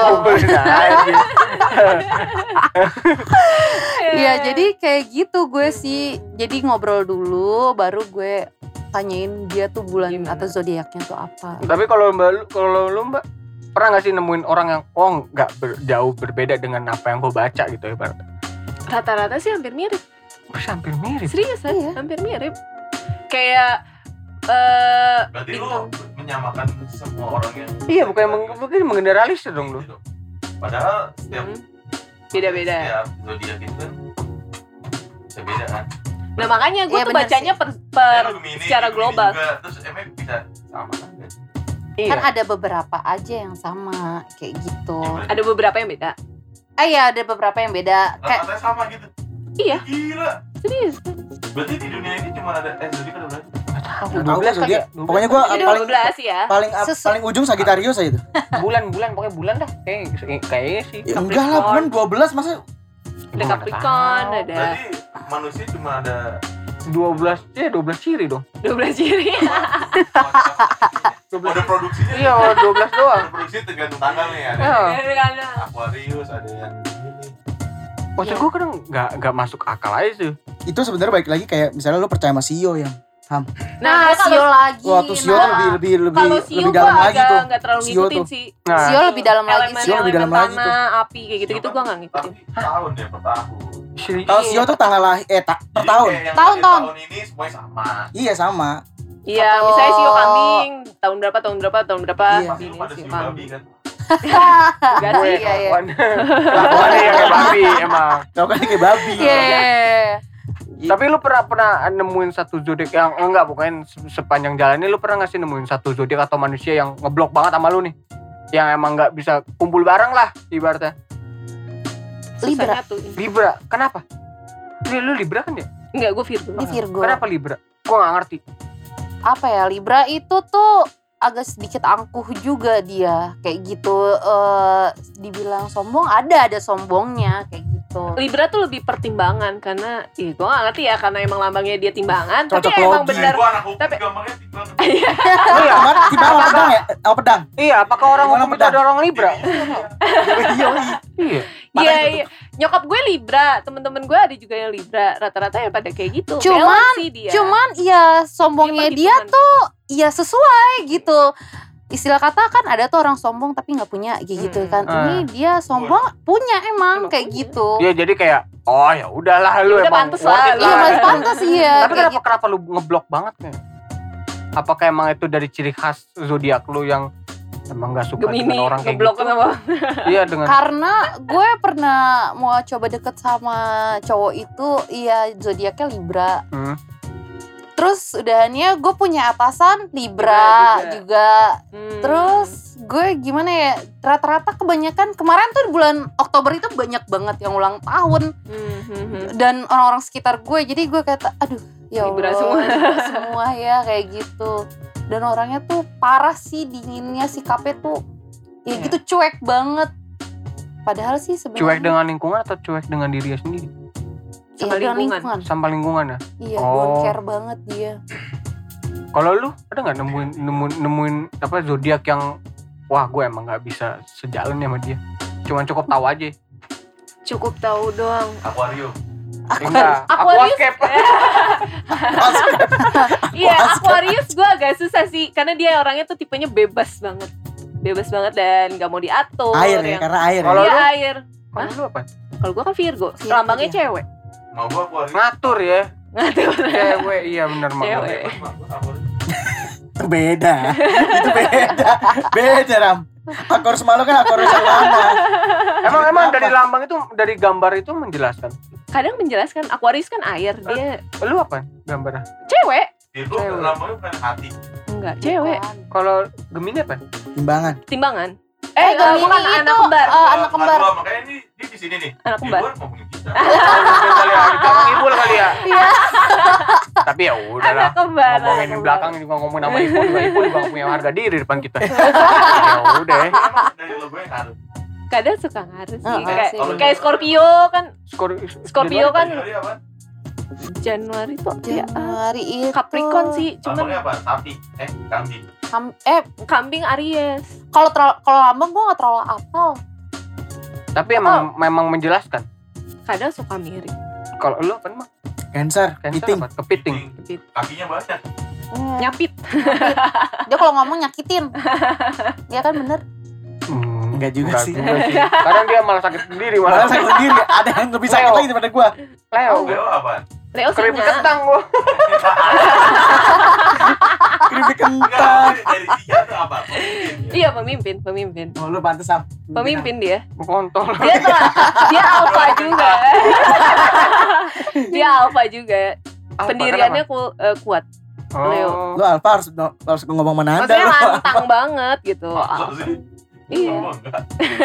Speaker 5: Iya jadi kayak gitu gue sih. Jadi ngobrol dulu baru gue tanyain dia tuh bulan atau zodiaknya tuh apa.
Speaker 4: Tapi kalau lu mbak pernah nggak sih nemuin orang yang nggak jauh berbeda dengan apa yang gue baca gitu ya Bart?
Speaker 3: Rata-rata sih hampir mirip.
Speaker 4: Masih hampir mirip.
Speaker 3: Serius kan?
Speaker 5: Iya.
Speaker 3: Hampir mirip. Kayak
Speaker 1: Berarti lu menyamakan semua orang yang
Speaker 4: Iya bukan menggeneralis dong lu.
Speaker 1: padahal setiap
Speaker 3: beda-beda.
Speaker 1: setiap zodiak itu kan bisa beda kan.
Speaker 3: Nah makanya gue
Speaker 5: Iya,
Speaker 3: tuh
Speaker 5: bener
Speaker 3: bacanya
Speaker 5: sih.
Speaker 1: Gemini,
Speaker 3: secara
Speaker 1: Gemini
Speaker 3: global.
Speaker 1: juga, terus emang bisa sama kan?
Speaker 4: Iya.
Speaker 5: Kan ada beberapa aja yang sama kayak gitu.
Speaker 3: Ada beberapa yang beda.
Speaker 5: Iya ada beberapa yang beda. Kayak
Speaker 1: Rata-rata sama gitu.
Speaker 3: Iya.
Speaker 1: Gila.
Speaker 3: Serius.
Speaker 1: Berarti di dunia ini cuma ada zodiak ada berapa?
Speaker 2: Nggak tahu gue zodiak. Pokoknya gue
Speaker 3: Jadi
Speaker 2: paling
Speaker 3: 12 ya.
Speaker 2: paling ujung Sagittarius aja itu.
Speaker 4: bulan pokoknya bulan dah kayaknya sih.
Speaker 2: Ya, enggak lah, bulan 12 masa
Speaker 3: Ada Capricorn, ada
Speaker 1: Berarti manusia cuma ada
Speaker 4: 12 ciri dong.
Speaker 3: 12 ciri.
Speaker 1: Ada produksinya.
Speaker 4: Iya 12 doang.
Speaker 1: Ada produksinya tergantung tanggal nih ada.
Speaker 4: Iya.
Speaker 1: Aquarius ada yang ini.
Speaker 4: Maksud gue kadang nggak masuk akal aja sih.
Speaker 2: itu sebenarnya balik lagi kayak misalnya lu percaya sama Sio yang
Speaker 5: nah
Speaker 3: gua
Speaker 5: Sio lagi.
Speaker 2: waktu Sio tuh lebih
Speaker 3: kalau Sio
Speaker 2: lebih
Speaker 3: gua
Speaker 2: dalam lagi tuh.
Speaker 3: nggak terlalu
Speaker 2: Sio
Speaker 3: ngikutin
Speaker 2: tuh.
Speaker 3: sih.
Speaker 4: Nah,
Speaker 5: Sio lebih dalam lagi.
Speaker 3: Elemen-
Speaker 2: Sio lebih dalam
Speaker 3: elemen
Speaker 2: lagi tuh.
Speaker 3: tanah, api kayak gitu-gitu gua nggak ngikutin.
Speaker 1: Tapi tahun ya per tahun.
Speaker 2: Kalau Sio tuh tanggal lahir per
Speaker 1: Jadi
Speaker 2: tahun.
Speaker 1: kayak yang
Speaker 5: Tahun.
Speaker 1: tahun ini semuanya sama.
Speaker 2: Iya sama.
Speaker 3: Iya,
Speaker 5: Atau-
Speaker 3: misalnya Sio kambing, tahun berapa.
Speaker 2: Iya.
Speaker 1: Pasti
Speaker 3: Ini
Speaker 1: lu pada
Speaker 3: Sio
Speaker 1: Sio
Speaker 3: kambing.
Speaker 1: babi kan.
Speaker 3: Enggak
Speaker 4: gue
Speaker 3: sih.
Speaker 5: iya, iya.
Speaker 4: kelakuannya yang kayak babi emang.
Speaker 2: Tau kan kayak babi.
Speaker 5: Iya.
Speaker 4: Tapi lu pernah nemuin satu zodiak yang enggak bukan sepanjang jalan ini lu pernah nggak sih nemuin satu zodiak atau manusia yang ngeblok banget sama lu nih? Yang emang nggak bisa kumpul bareng lah ibaratnya.
Speaker 5: Libra.
Speaker 3: Susahnya tuh.
Speaker 4: Libra, kenapa? Lu Libra kan ya?
Speaker 3: Enggak, gue Virgo.
Speaker 5: Ini Virgo.
Speaker 4: Kenapa Libra? Gua nggak ngerti.
Speaker 5: Apa ya Libra itu tuh agak sedikit angkuh juga dia kayak gitu. Dibilang sombong ada sombongnya kayak gitu.
Speaker 3: Libra tuh lebih pertimbangan karena gue gak ngerti ya karena emang lambangnya dia timbangan tapi
Speaker 2: Cocok
Speaker 3: emang
Speaker 2: logi.
Speaker 3: bener
Speaker 1: Gua anak hukum
Speaker 3: Tapi-
Speaker 1: gampangnya timbang.
Speaker 4: Iya.
Speaker 2: Kemarin tiba sama pedang ya? Sama pedang.
Speaker 4: Iya, apakah orang
Speaker 2: Gimana
Speaker 4: hukum itu
Speaker 2: pedang?
Speaker 4: ada orang Libra?
Speaker 2: Iya.
Speaker 4: Iya.
Speaker 3: iya nyokap gue Libra temen-temen gue ada juga yang Libra rata-rata ya pada kayak gitu
Speaker 5: Cuman-
Speaker 3: Balance sih dia.
Speaker 5: Cuman ya sombongnya dia tuh ya sesuai gitu. Istilah kata kan ada tuh orang sombong tapi nggak punya kayak gitu kan. Ini dia sombong punya emang
Speaker 3: Emang
Speaker 5: kayak
Speaker 3: punya.
Speaker 5: gitu.
Speaker 4: Dia jadi kayak oh ya udahlah lu
Speaker 3: Ya udah
Speaker 4: emang
Speaker 3: pantes
Speaker 4: worth
Speaker 3: lah,
Speaker 4: it
Speaker 3: lu.
Speaker 5: Iya masih pantas iya.
Speaker 4: Tapi
Speaker 5: kayak
Speaker 4: kenapa lu ngeblok banget nih? Apakah emang itu dari ciri khas zodiak lu yang emang gak suka
Speaker 3: Gemini
Speaker 4: dengan orang kayak
Speaker 3: ngeblok
Speaker 4: gitu?
Speaker 3: sama
Speaker 4: Iya dengan
Speaker 5: Karena gue pernah mau coba deket sama cowok itu, iya zodiaknya Libra. Terus udahannya gue punya atasan Libra
Speaker 3: Libra
Speaker 5: juga.
Speaker 3: Hmm.
Speaker 5: Terus gue gimana ya, rata-rata kebanyakan kemarin tuh bulan Oktober itu banyak banget yang ulang tahun. Dan orang-orang sekitar gue, jadi gue kata aduh ya
Speaker 3: Libra
Speaker 5: Allah,
Speaker 3: semua.
Speaker 5: Libra semua ya kayak gitu. Dan orangnya tuh parah sih dinginnya, sikapnya tuh ya gitu cuek banget. Padahal sih sebenarnya
Speaker 4: cuek dengan lingkungan atau cuek dengan dirinya sendiri?
Speaker 3: Sama
Speaker 5: dengan
Speaker 3: lingkungan.
Speaker 4: Sama lingkungan ya?
Speaker 5: Iya,
Speaker 4: Oh.
Speaker 5: don't care banget dia.
Speaker 4: Kalau lu ada nggak nemuin apa zodiak yang wah gue emang nggak bisa sejalan sama dia, cuman cukup tahu aja.
Speaker 3: Cukup tahu doang.
Speaker 1: Aquarium.
Speaker 4: Enggak,
Speaker 3: Aquarius.
Speaker 4: Aquascape.
Speaker 3: Iya, Aquarius gue agak susah sih karena dia orangnya tuh tipenya bebas banget dan nggak mau diatur.
Speaker 2: Air ya,
Speaker 3: yang-
Speaker 2: karena air.
Speaker 4: Kalau
Speaker 3: Iya
Speaker 4: lu?
Speaker 3: air.
Speaker 4: Kalau lu apa?
Speaker 3: Kalau gue kan Virgo,
Speaker 5: Virgo
Speaker 3: lambangnya
Speaker 5: dia.
Speaker 3: cewek.
Speaker 1: Mau gua Aquarium.
Speaker 4: Ngatur ya.
Speaker 3: Ngatur.
Speaker 4: Cewek, iya benar mak.
Speaker 3: Cewek.
Speaker 2: Itu beda. Itu beda. Beda, Ram. Aquarius malu kan Aquarius yang mana?
Speaker 4: Emang
Speaker 2: Apa?
Speaker 4: dari lambang itu, dari gambar itu menjelaskan.
Speaker 3: Kadang menjelaskan Aquarius kan air, dia
Speaker 4: Lu apa gambarnya?
Speaker 3: cewek.
Speaker 1: Itu lambangnya bukan hati.
Speaker 3: Enggak, cewek.
Speaker 5: Bukan.
Speaker 4: Kalau Gemini apa?
Speaker 2: Timbangan.
Speaker 3: Timbangan.
Speaker 5: Gemini
Speaker 3: bukan
Speaker 5: itu,
Speaker 3: anak kembar.
Speaker 5: anak kembar.
Speaker 1: Dua, makanya ini dia di sini nih.
Speaker 3: Anak
Speaker 1: Di
Speaker 3: kembar.
Speaker 1: luar ngomongin kita.
Speaker 4: Kali ya, di belakang ibu lah kali ya.
Speaker 5: Iya.
Speaker 4: Tapi ya udahlah.
Speaker 3: Anak kembar.
Speaker 4: Ngomongin
Speaker 3: anak
Speaker 4: di
Speaker 3: kembar.
Speaker 4: belakang juga ngomongin nama ibu juga gak punya harga diri depan kita. Ya udah.
Speaker 1: Emang dari logonya harus.
Speaker 3: Kadang suka ngaruh sih.
Speaker 5: Heeh,
Speaker 3: Kayak,
Speaker 5: sih.
Speaker 3: kayak Scorpio kan. Scorpio kan
Speaker 1: Januari apa?
Speaker 3: Januari tuh ya
Speaker 5: Januari itu
Speaker 3: Capricorn sih, cuman
Speaker 1: Lambangnya apa? Sapi. Kambing.
Speaker 3: kambing Aries.
Speaker 5: Kalau lambang gue nggak terlalu apal.
Speaker 4: Tapi memang menjelaskan.
Speaker 3: Kadang suka mirip.
Speaker 4: Kalau lu apa emang?
Speaker 2: Cancer,
Speaker 4: Cancer
Speaker 2: meeting.
Speaker 4: apa? Kepiting.
Speaker 1: Kakinya banyak.
Speaker 3: Nyapit.
Speaker 5: Dia kalau ngomong nyakitin. Dia kan bener.
Speaker 2: Enggak juga sih.
Speaker 4: Kadang dia malah sakit sendiri
Speaker 2: Malah
Speaker 4: malah.
Speaker 2: saya sendiri, ada yang lebih sakit
Speaker 4: Leo.
Speaker 2: lagi daripada gua.
Speaker 4: Leo.
Speaker 1: Leo apa?
Speaker 3: Leo
Speaker 4: Keripik
Speaker 3: singa.
Speaker 4: kentang gua.
Speaker 2: Keripik
Speaker 1: Enggak,
Speaker 2: kentang.
Speaker 1: dari dia tuh apa? Pemimpin, ya?
Speaker 3: Iya, pemimpin.
Speaker 2: Oh, lu pantes Sam.
Speaker 3: Pemimpin dia.
Speaker 4: Kontol.
Speaker 3: Dia alpha juga. Dia alpha juga. Pendiriannya kuat. Leo.
Speaker 2: Lu Alfa harus ngomong menanda
Speaker 3: Maksudnya
Speaker 2: lu.
Speaker 3: lantang banget gitu.
Speaker 1: Masa sih?
Speaker 3: Iya.
Speaker 1: Gua enggak.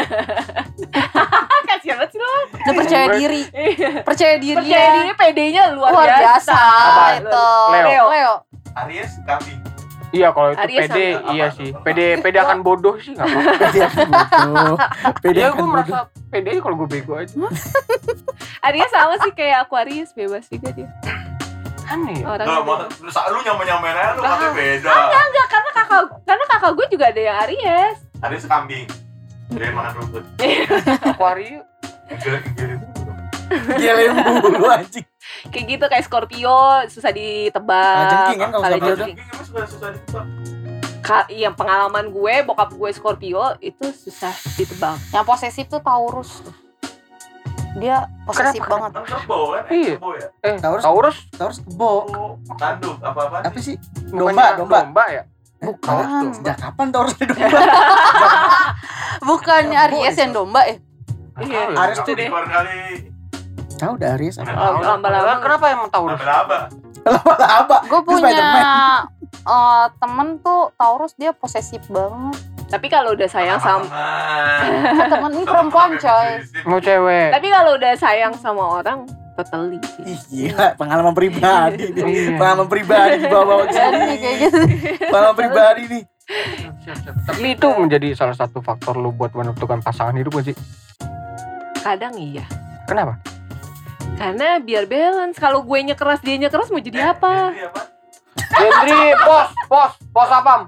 Speaker 3: Kasian banget sih lo.
Speaker 5: Dia percaya diri. Percaya diri.
Speaker 3: Percaya diri PD-nya luar biasa.
Speaker 5: Apa itu?
Speaker 3: Leo.
Speaker 1: Aries kambing.
Speaker 4: Iya kalau itu
Speaker 3: Aries
Speaker 4: PD
Speaker 1: sama-
Speaker 4: iya sih. PD akan bodoh sih enggak apa-apa.
Speaker 2: Pede akan bodoh. Pede
Speaker 4: Iya
Speaker 2: akan
Speaker 4: gue
Speaker 2: bodoh.
Speaker 4: merasa PD kalau gue bego aja.
Speaker 3: Aries sama sih kayak Aquarius, bebas juga dia.
Speaker 4: Aneh ya.
Speaker 3: Orangnya
Speaker 1: Enggak,
Speaker 3: bebas.
Speaker 1: lu nyamain aja lu katanya beda.
Speaker 3: Enggak, karena kakak gue juga ada yang Aries.
Speaker 1: Aries kambing. Dia makan rumput.
Speaker 4: Aquarius.
Speaker 1: Gilir-gilir.
Speaker 2: Dia lembu anjing.
Speaker 3: Kayak gitu kayak Scorpio susah ditebak.
Speaker 2: Jengking kan kalau
Speaker 3: Kali
Speaker 2: Scorpio
Speaker 3: jengking.
Speaker 1: Kambing emang susah ditebak.
Speaker 3: Yang pengalaman gue, bokap gue Scorpio itu susah ditebak.
Speaker 5: Yang posesif tuh Taurus tuh. Dia posesif banget.
Speaker 1: Kebo kan?
Speaker 4: Iya.
Speaker 1: Kebo ya?
Speaker 2: Taurus
Speaker 4: Taurus
Speaker 2: kebo.
Speaker 1: Kebo, tanduk, apa-apa?
Speaker 2: Apa sih?
Speaker 4: bukannya
Speaker 2: Domba.
Speaker 4: ya?
Speaker 5: Bukan.
Speaker 2: Sejak kapan Taurus jadi domba?
Speaker 5: Bukannya Aries yang domba ya?
Speaker 3: Iya.
Speaker 2: Aries tuh
Speaker 3: deh.
Speaker 1: Keluar kali.
Speaker 2: Tahu udah Aries apa?
Speaker 3: Lamba-lamba.
Speaker 4: Kenapa emang Taurus?
Speaker 1: Laba-laba.
Speaker 2: Laba-laba.
Speaker 5: Gue
Speaker 2: Itu Spiderman.
Speaker 5: punya temen tuh Taurus, dia posesif banget.
Speaker 3: Tapi kalau udah sayang sama
Speaker 5: Temen ini perempuan coy.
Speaker 4: Mau cewek.
Speaker 3: Tapi kalau udah sayang sama orang totally sih.
Speaker 2: Ih gila, pengalaman pribadi nih.
Speaker 4: Iya.
Speaker 2: Pengalaman pribadi dibawa-bawa ke
Speaker 5: Jadi
Speaker 2: sini.
Speaker 5: kayak gitu.
Speaker 2: Pengalaman pribadi nih.
Speaker 4: Tapi itu menjadi salah satu faktor lu buat menentukan pasangan hidup gak sih?
Speaker 3: Kadang iya.
Speaker 4: Kenapa?
Speaker 3: Karena biar balance. Kalau gue keras, dia keras mau jadi apa?
Speaker 1: Jadi apa?
Speaker 4: Gendri, pos apam.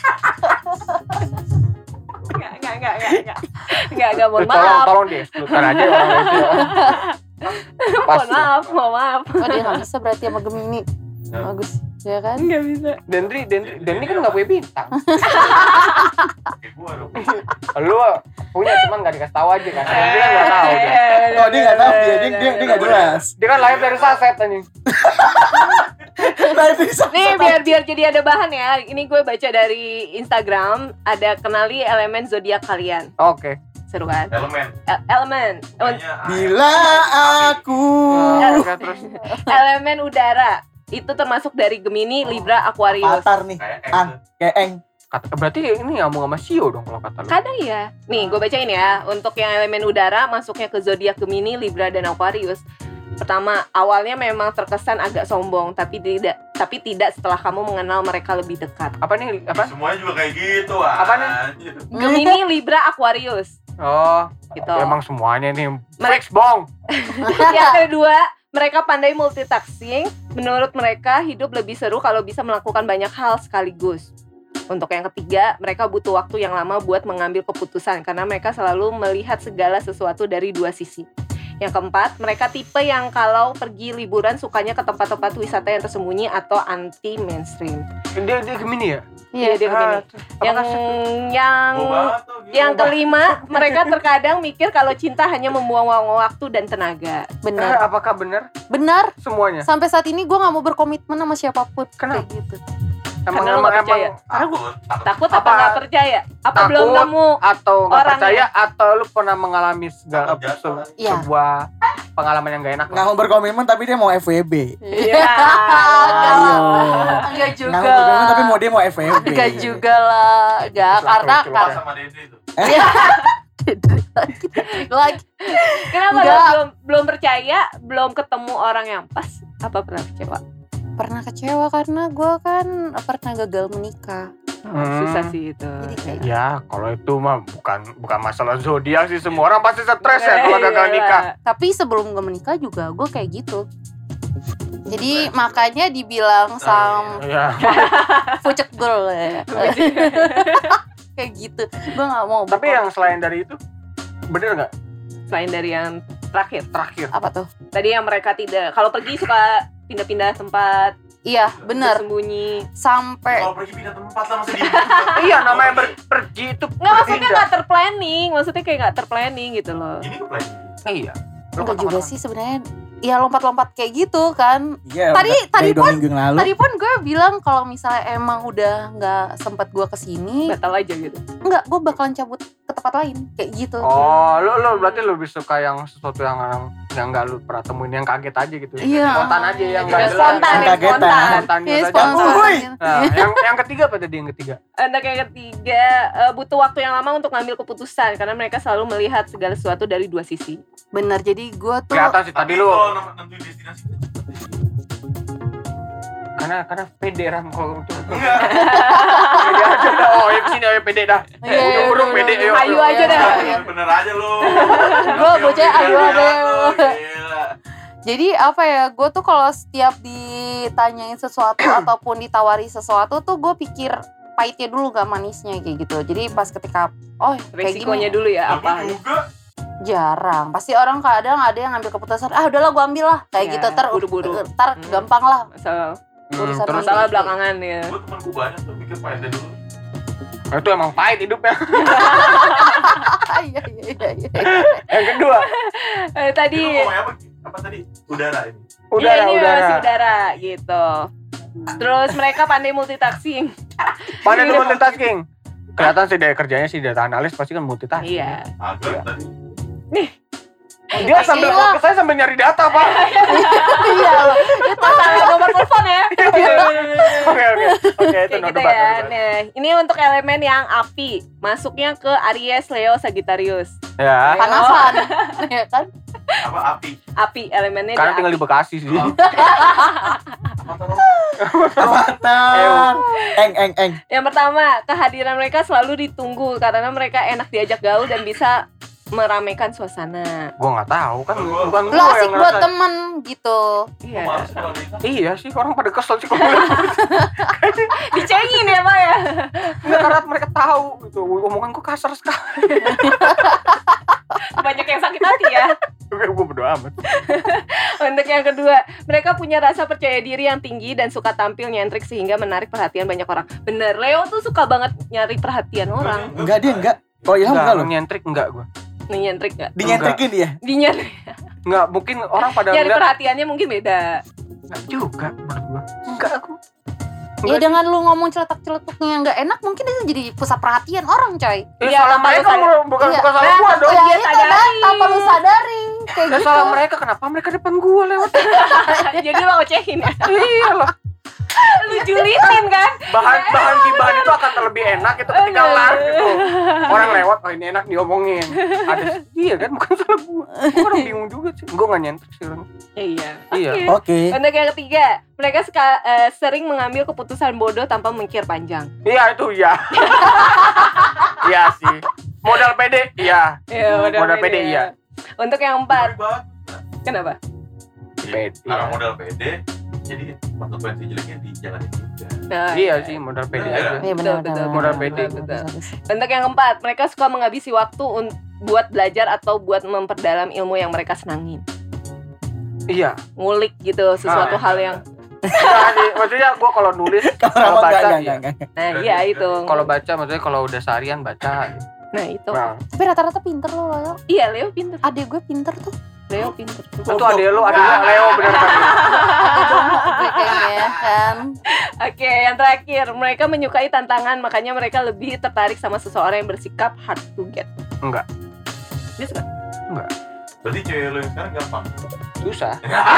Speaker 3: Enggak, mohon maaf.
Speaker 4: Tolong deh, explore aja orang itu. Pas.
Speaker 3: Mohon maaf.
Speaker 5: Oh dia gak bisa berarti sama Gemini.
Speaker 1: Ya.
Speaker 5: Bagus. Ya kan?
Speaker 3: Enggak bisa.
Speaker 4: Dendri kan gak punya bintang.
Speaker 1: Kayak gua dong.
Speaker 4: Lu punya cuman gak dikasih tahu aja kan. Dendri kan gak tahu dia.
Speaker 2: Oh dia nggak tahu dia nggak jelas.
Speaker 4: Dia kan lahir dari saset anjing.
Speaker 2: Nah itu bisa.
Speaker 3: Nih biar jadi ada bahan ya. Ini gue baca dari Instagram, ada kenali elemen zodiak kalian.
Speaker 4: Oke.
Speaker 3: Seru kan?
Speaker 1: Elemen.
Speaker 3: Elemen.
Speaker 1: Kayaknya
Speaker 2: Bila aku
Speaker 4: Oke, terus
Speaker 3: Elemen udara. Itu termasuk dari Gemini, Libra, Aquarius.
Speaker 2: Avatar nih.
Speaker 1: kayak
Speaker 2: Ang. Kayak Eng.
Speaker 4: berarti ini nyambung sama Sio dong kalau kata lu.
Speaker 3: Kadang ya. Nih, gue bacain ya. Untuk yang elemen udara masuknya ke zodiak Gemini, Libra, dan Aquarius. Pertama, awalnya memang terkesan agak sombong, tapi tidak setelah kamu mengenal mereka lebih dekat.
Speaker 4: Apa nih? Apa?
Speaker 1: semuanya juga kayak gitu ah.
Speaker 4: Apa nih?
Speaker 3: Gemini, Libra, Aquarius.
Speaker 4: Oh,
Speaker 3: Gitu.
Speaker 4: emang semuanya nih freaks bong.
Speaker 3: Yang kedua, mereka pandai multitasking. Menurut mereka, hidup lebih seru kalau bisa melakukan banyak hal sekaligus. Untuk yang ketiga, mereka butuh waktu yang lama buat mengambil keputusan karena mereka selalu melihat segala sesuatu dari dua sisi. Yang keempat, mereka tipe yang kalau pergi liburan sukanya ke tempat-tempat wisata yang tersembunyi atau anti mainstream.
Speaker 4: Dia Gemini ya?
Speaker 3: Iya, dia begini.
Speaker 4: Apakah
Speaker 3: Yang kelima, mereka terkadang mikir kalau cinta hanya membuang waktu dan tenaga.
Speaker 5: Benar.
Speaker 4: apakah benar
Speaker 5: Benar.
Speaker 4: semuanya?
Speaker 5: Sampai saat ini gue nggak mau berkomitmen sama siapapun.
Speaker 4: Kenapa?
Speaker 5: Kayak gitu.
Speaker 3: Karena lu nggak percaya. Takut apa
Speaker 4: Apa-
Speaker 3: nggak percaya? Apa
Speaker 4: takut
Speaker 3: belum nemu?
Speaker 4: atau nggak
Speaker 3: Orangnya.
Speaker 4: percaya atau lu pernah mengalami segala
Speaker 1: Takut jatuh.
Speaker 5: Iya.
Speaker 4: sebuah pengalaman yang gak enak?
Speaker 2: Nggak mau berkomitmen tapi dia mau FWB.
Speaker 3: Iya.
Speaker 2: Ayo.
Speaker 5: Enggak juga.
Speaker 2: Nggak mau berkomitmen tapi mau dia mau FWB.
Speaker 5: Enggak juga lah. Enggak, karena
Speaker 1: Pas sama Dede itu.
Speaker 5: lagi.
Speaker 3: Kenapa
Speaker 5: Enggak.
Speaker 3: lo belum percaya, belum ketemu orang yang pas? Apa pernah kecewa?
Speaker 5: Pernah kecewa karena gue kan pernah gagal menikah.
Speaker 3: Susah sih itu.
Speaker 5: Jadi kayak
Speaker 4: Ya, kalau itu mah bukan masalah zodiak sih, semua orang pasti stres ya kalau gagal nikah.
Speaker 5: tapi sebelum gue menikah juga gue kayak gitu. Jadi makanya dibilang sama
Speaker 4: Ya,
Speaker 5: pucet girl ya. Kayak gitu. Gue nggak mau.
Speaker 4: tapi yang selain dari itu bener nggak
Speaker 3: Selain dari yang terakhir.
Speaker 4: terakhir?
Speaker 5: apa tuh?
Speaker 3: Tadi yang mereka tidak, kalau pergi suka pindah-pindah tempat,
Speaker 5: Iya bener.
Speaker 3: bersembunyi.
Speaker 5: Sampai
Speaker 1: Kalau pergi pindah tempat lah masih di.
Speaker 4: Iya, namanya pergi itu
Speaker 3: Nggak, maksudnya
Speaker 4: berpindah.
Speaker 3: nggak terplanning, maksudnya kayak nggak terplanning gitu loh.
Speaker 1: Ini ke plan.
Speaker 4: Iya. Lu
Speaker 5: enggak juga
Speaker 4: kemana-mana.
Speaker 5: sih sebenarnya. Ya lompat-lompat kayak gitu kan.
Speaker 2: Iya.
Speaker 5: Tadi
Speaker 2: dari 2
Speaker 5: pun-
Speaker 2: minggu yang lalu.
Speaker 5: Tadi pun gue bilang kalau misalnya emang udah nggak sempet gue kesini,
Speaker 3: Batal aja gitu.
Speaker 5: enggak, gue bakalan cabut ke tempat lain kayak gitu.
Speaker 4: Oh, lu berarti lu lebih suka yang sesuatu yang nggak lu pernah temuin, yang kaget aja gitu.
Speaker 5: Iya.
Speaker 4: Spontan aja yang
Speaker 3: Udah
Speaker 4: nggak jelas.
Speaker 3: spontan,
Speaker 2: Yang
Speaker 3: ya,
Speaker 2: kagetan.
Speaker 3: spontan.
Speaker 4: Spontan
Speaker 5: Iya,
Speaker 4: aja.
Speaker 5: spontan.
Speaker 2: Woi.
Speaker 4: Nah, yang ketiga apa tadi yang ketiga?
Speaker 3: Untuk yang ketiga, butuh waktu yang lama untuk ngambil keputusan karena mereka selalu melihat segala sesuatu dari dua sisi.
Speaker 5: Bener, jadi gue tuh
Speaker 4: Kelihatan sih tadi
Speaker 1: Tapi
Speaker 4: lu
Speaker 1: kalau nentuin destinasi
Speaker 4: karena pede Ram kalau itu.
Speaker 1: enggak.
Speaker 4: Pede aja dah. Oh, ya kesini ayo pede dah.
Speaker 5: Iya,
Speaker 4: Burung
Speaker 5: iya,
Speaker 4: pede
Speaker 5: iya.
Speaker 4: yuk.
Speaker 3: Ayo aja dah.
Speaker 1: Bener aja lu.
Speaker 5: Gua bocah ayo aja.
Speaker 1: Gila.
Speaker 5: Jadi apa ya, gue tuh kalau setiap ditanyain sesuatu ataupun ditawari sesuatu tuh gue pikir pahitnya dulu gak manisnya kayak gitu. Jadi pas ketika kayak
Speaker 3: Resikonya
Speaker 5: gini
Speaker 3: dulu ya
Speaker 1: Tapi
Speaker 3: apa?
Speaker 1: juga
Speaker 5: jarang. Pasti orang kadang ada yang ngambil keputusan, udahlah gue ambil lah kayak
Speaker 3: Ya,
Speaker 5: gitu.
Speaker 3: buru-buru.
Speaker 5: Ntar
Speaker 3: Hmm.
Speaker 5: gampang lah.
Speaker 3: Masalah,
Speaker 4: Terus
Speaker 3: masalah belakangan ya.
Speaker 1: gue temanku banyak tuh mikir pahitnya dulu.
Speaker 4: itu emang pahit hidupnya.
Speaker 5: Iya.
Speaker 4: Yang kedua,
Speaker 3: Tadi
Speaker 1: Itu ngomongnya apa? Apa tadi? Udara ini.
Speaker 3: iya, ini
Speaker 4: udara.
Speaker 3: masih udara gitu. Terus mereka pandai multitasking.
Speaker 4: Mana tuh multitasking? Kelihatan sih dari kerjanya sih data analis pasti kan multitasking.
Speaker 3: Iya.
Speaker 1: Agak tadi.
Speaker 4: Dia sambil
Speaker 5: Iya.
Speaker 4: saya sambil nyari data, Pak.
Speaker 5: Iya.
Speaker 3: Masalah nomor telepon ya.
Speaker 4: Oke, itu
Speaker 3: Kayak
Speaker 4: no
Speaker 3: gitu
Speaker 4: debat.
Speaker 3: ya. Nah, ini untuk elemen yang api, masuknya ke Aries, Leo, Sagittarius.
Speaker 4: Ya,
Speaker 5: Panasan. Ya kan?
Speaker 1: Apa api?
Speaker 3: Api elemennya
Speaker 4: karena
Speaker 3: di
Speaker 4: tinggal di
Speaker 3: api.
Speaker 4: Bekasi sih.
Speaker 1: Apa tuh?
Speaker 2: Avatar. Eng.
Speaker 3: Yang pertama, kehadiran mereka selalu ditunggu karena mereka enak diajak gaul dan bisa meramaikan suasana.
Speaker 4: Gua nggak tahu kan bukan
Speaker 5: Lo
Speaker 4: gua
Speaker 5: asik
Speaker 4: yang
Speaker 5: buat
Speaker 4: ngerasain.
Speaker 5: temen gitu.
Speaker 3: Iya.
Speaker 1: Males kalau nikah.
Speaker 4: Iya sih, orang pada kesel sih kalau ngeliat.
Speaker 3: Dicengin ya, Pak ya.
Speaker 4: Nggak, karena mereka tahu gitu. Omongan gua kasar sekali.
Speaker 3: Banyak yang sakit hati ya.
Speaker 4: Gua berdoa amat.
Speaker 3: Untuk yang kedua, mereka punya rasa percaya diri yang tinggi dan suka tampil nyentrik sehingga menarik perhatian banyak orang. Bener, Leo tuh suka banget nyari perhatian orang.
Speaker 2: Enggak dia enggak. Oh iya enggak loh.
Speaker 4: Nyentrik enggak gua.
Speaker 3: Nih nyentrik gak?
Speaker 2: Dinyentrikin dia.
Speaker 3: Dinyentrik.
Speaker 4: Enggak, mungkin orang pada
Speaker 3: Nyari
Speaker 4: ngeliat
Speaker 3: perhatiannya mungkin beda.
Speaker 4: enggak juga menurut gua. Enggak aku.
Speaker 5: Ya dengan lu ngomong celetuk-celetuknya yang gak enak, mungkin itu jadi pusat perhatian orang, coy.
Speaker 3: Iya,
Speaker 4: Salah
Speaker 3: tanpa
Speaker 4: mereka
Speaker 3: lu
Speaker 4: bukan
Speaker 5: Iya.
Speaker 4: bukan salah gua dong.
Speaker 3: Dia
Speaker 5: Ya itu
Speaker 3: sadari.
Speaker 5: dah, tanpa lu sadari. Kayak
Speaker 4: Ya
Speaker 5: gitu.
Speaker 4: salah mereka, kenapa mereka depan gua lewat?
Speaker 3: Jadi lo ocehin ya.
Speaker 4: Iya loh.
Speaker 3: Lu julitin kan?
Speaker 4: Bahan gibahan itu akan lebih enak itu ketika live gitu. Orang lewat, oh ini enak diomongin. Ada iya kan, bukan salah gua. Gua orang bingung juga sih. Gua enggak nyentrik sih orang.
Speaker 3: Iya.
Speaker 4: Iya.
Speaker 2: Oke.
Speaker 3: Untuk yang ketiga, mereka sering mengambil keputusan bodoh tanpa mikir panjang.
Speaker 4: Iya itu iya. Iya sih. Modal pede iya.
Speaker 3: Iya,
Speaker 4: Modal pede, iya.
Speaker 3: Untuk yang keempat,
Speaker 1: Bagus.
Speaker 3: kenapa?
Speaker 4: Pede.
Speaker 1: Karena modal pede, jadi konsekuensi jeleknya dijalanin juga.
Speaker 3: Nah,
Speaker 4: Iya sih, modal pede aja.
Speaker 5: Iya benar
Speaker 3: Betul,
Speaker 4: modal pede.
Speaker 3: Untuk yang keempat, mereka suka menghabisi waktu buat belajar atau buat memperdalam ilmu yang mereka senangin.
Speaker 4: Iya.
Speaker 3: Ngulik gitu sesuatu hal yang
Speaker 4: Nah, maksudnya gue kalau nulis, kalau
Speaker 2: Kalau
Speaker 4: baca,
Speaker 2: enggak.
Speaker 3: nah iya itu.
Speaker 4: kalau baca maksudnya kalau udah seharian baca.
Speaker 3: Nah itu.
Speaker 4: Nah,
Speaker 5: Tapi rata-rata pinter loh Leo.
Speaker 3: Iya Leo pinter.
Speaker 5: Adek gue pinter tuh.
Speaker 3: Leo pinter.
Speaker 4: itu adek lu Leo bener kan?
Speaker 5: Gue kayaknya kan.
Speaker 3: Oke, yang terakhir, mereka menyukai tantangan, makanya mereka lebih tertarik sama seseorang yang bersikap hard to get.
Speaker 4: Enggak.
Speaker 3: Dia suka.
Speaker 1: Berarti cewek lo yang sekarang gampang.
Speaker 4: Susah.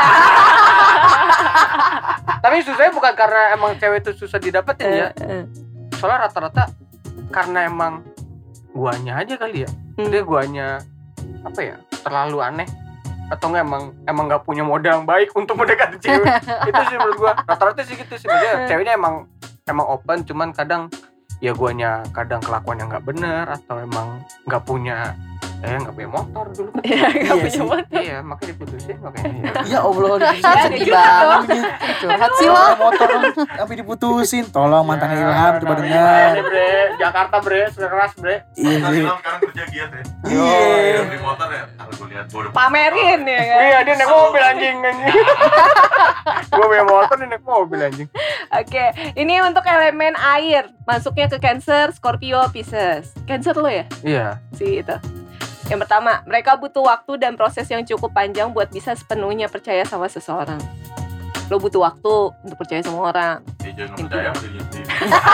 Speaker 4: Tapi susahnya bukan karena emang cewek itu susah didapetin ya. Soalnya rata-rata karena emang guanya aja kali ya. Dia guanya apa ya? Terlalu aneh atau enggak emang nggak punya modal yang baik untuk mendekati cewek. Itu sih menurut gua. Rata-rata sih gitu sih. Maksudnya ceweknya emang open, cuman kadang ya guanya kadang kelakuan yang nggak bener atau emang nggak punya motor dulu kan.
Speaker 3: Iya,
Speaker 2: Iya
Speaker 3: punya
Speaker 2: sih.
Speaker 3: motor.
Speaker 4: Iya, makanya diputusin makanya.
Speaker 2: Ya Allah,
Speaker 3: Sedih
Speaker 2: banget.
Speaker 5: Curhat sih lo.
Speaker 2: Motor tapi diputusin. Tolong mantannya Ilham coba
Speaker 4: Ini
Speaker 2: dengar.
Speaker 4: bre, Jakarta bre, keras bre.
Speaker 2: Iya
Speaker 1: Nah,
Speaker 2: sih.
Speaker 1: Ilham sekarang kerja giat ya.
Speaker 2: Iya.
Speaker 1: Beli motor ya. Kalau gue lihat gue udah
Speaker 3: Pamerin ya kan.
Speaker 4: Iya, dia naik mobil anjing. Gua punya motor, dia naik mobil anjing.
Speaker 3: Oke, ini untuk elemen air. Masuknya ke Cancer, Scorpio, Pisces. Cancer lo ya?
Speaker 4: Iya.
Speaker 3: Si itu. Yang pertama, mereka butuh waktu dan proses yang cukup panjang buat bisa sepenuhnya percaya sama seseorang. Lo butuh waktu untuk percaya sama orang.
Speaker 1: dia jangan percaya sama diri sendiri.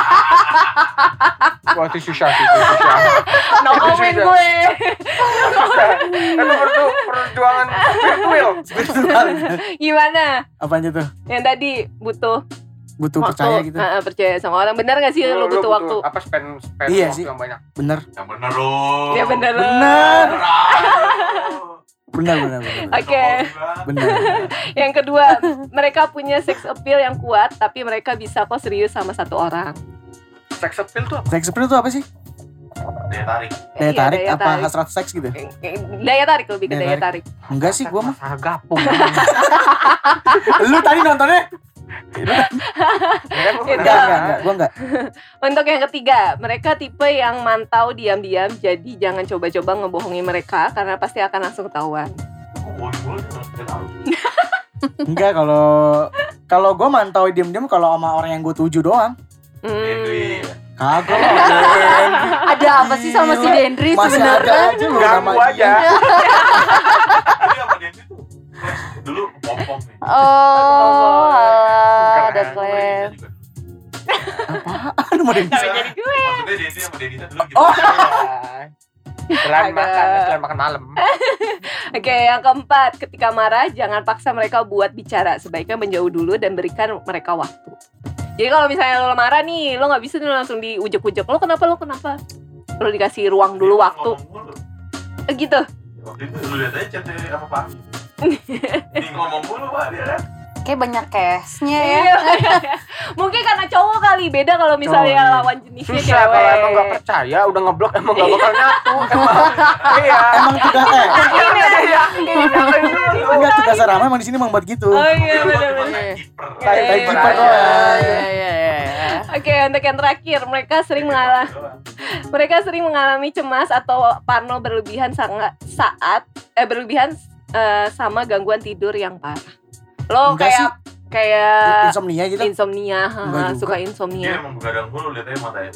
Speaker 4: Wah, itu susah sih, itu susah.
Speaker 3: No comment gue.
Speaker 4: Itu perjuangan spiritual.
Speaker 3: Gimana?
Speaker 2: Apaan itu?
Speaker 3: Yang tadi butuh
Speaker 2: Butuh
Speaker 3: waktu,
Speaker 2: percaya gitu.
Speaker 3: percaya sama orang. Benar gak sih lo butuh waktu?
Speaker 4: Apa spend
Speaker 2: Iya
Speaker 4: waktu
Speaker 2: sih.
Speaker 4: yang banyak.
Speaker 2: Bener.
Speaker 1: Yang bener loh.
Speaker 3: Ya benar.
Speaker 2: Bener.
Speaker 1: Bener.
Speaker 2: Bener.
Speaker 3: Oke.
Speaker 2: Bener.
Speaker 3: Yang kedua, mereka punya sex appeal yang kuat, tapi mereka bisa kok serius sama satu orang.
Speaker 4: Sex appeal tuh apa?
Speaker 2: Sex appeal itu apa sih?
Speaker 1: Daya tarik.
Speaker 2: Daya
Speaker 3: Iya,
Speaker 2: tarik
Speaker 3: daya
Speaker 2: apa
Speaker 3: tarik.
Speaker 2: hasrat seks gitu?
Speaker 3: Daya tarik, lebih ke
Speaker 2: Daya
Speaker 3: daya tarik.
Speaker 2: Enggak sih, gua mah.
Speaker 4: Masalah gapung.
Speaker 2: Lu tadi nontonnya? Enggak. Gua enggak.
Speaker 3: Untuk yang ketiga, mereka tipe yang mantau diam-diam, jadi jangan coba-coba ngebohongi mereka karena pasti akan langsung ketahuan.
Speaker 1: Kok bohong mulu sih? Nggak tahu.
Speaker 2: Enggak, kalau gua mantau diam-diam kalau sama orang yang gua tuju doang.
Speaker 1: Dendri.
Speaker 2: Kagak lah.
Speaker 5: Ada apa sih sama si Dendri
Speaker 2: Masih ada
Speaker 5: sebenarnya?
Speaker 2: aja lu
Speaker 4: Ganggu
Speaker 2: nama
Speaker 4: aja.
Speaker 2: dia.
Speaker 1: Tapi sama Dendri tuh dulu pom-pom nih.
Speaker 5: Oh, alah, ada
Speaker 4: Keren.
Speaker 5: klaim.
Speaker 2: Apaan mau dia?
Speaker 3: Tapi jadi gue.
Speaker 1: Maksudnya Dendri sama Denisa dulu gitu.
Speaker 2: Oh.
Speaker 4: Selain makan malam.
Speaker 3: Oke, yang keempat, ketika marah jangan paksa mereka buat bicara. Sebaiknya menjauh dulu dan berikan mereka waktu. Jadi kalau misalnya lo marah nih, lo nggak bisa nih langsung diujuk-ujuk. Lo kenapa? Lo dikasih ruang dulu waktu.
Speaker 1: Ngomong mulu.
Speaker 3: Gitu.
Speaker 1: Waktu itu lu lihat aja chat sama Pak. Ini ngomong mulu Pak dia kan.
Speaker 5: Kayak banyak case-nya ya.
Speaker 3: Iya. Mungkin karena cowok kali, beda kalau misalnya
Speaker 2: Cowok, iya.
Speaker 3: lawan jenisnya
Speaker 4: Susah
Speaker 3: cewek.
Speaker 4: kalau emang nggak percaya, udah ngeblok emang nggak bakal nyatu. Emang iya.
Speaker 2: Emang tugas
Speaker 4: Iya.
Speaker 2: enggak tugas Rama emang di sini emang buat gitu.
Speaker 3: Oh iya
Speaker 1: Lu
Speaker 3: benar.
Speaker 1: cuma
Speaker 5: Iya.
Speaker 1: kiper.
Speaker 2: Kayak kiper
Speaker 4: Iya.
Speaker 2: doang.
Speaker 5: Iya.
Speaker 3: Oke, untuk yang terakhir, mereka sering mengalami cemas atau parno berlebihan sama gangguan tidur yang parah. Lo
Speaker 2: Enggak sih.
Speaker 3: kayak
Speaker 2: Insomnia gitu.
Speaker 3: insomnia,
Speaker 2: Enggak juga.
Speaker 3: suka
Speaker 1: Dia
Speaker 3: insomnia.
Speaker 1: emang begadang mulu lihat aja matanya.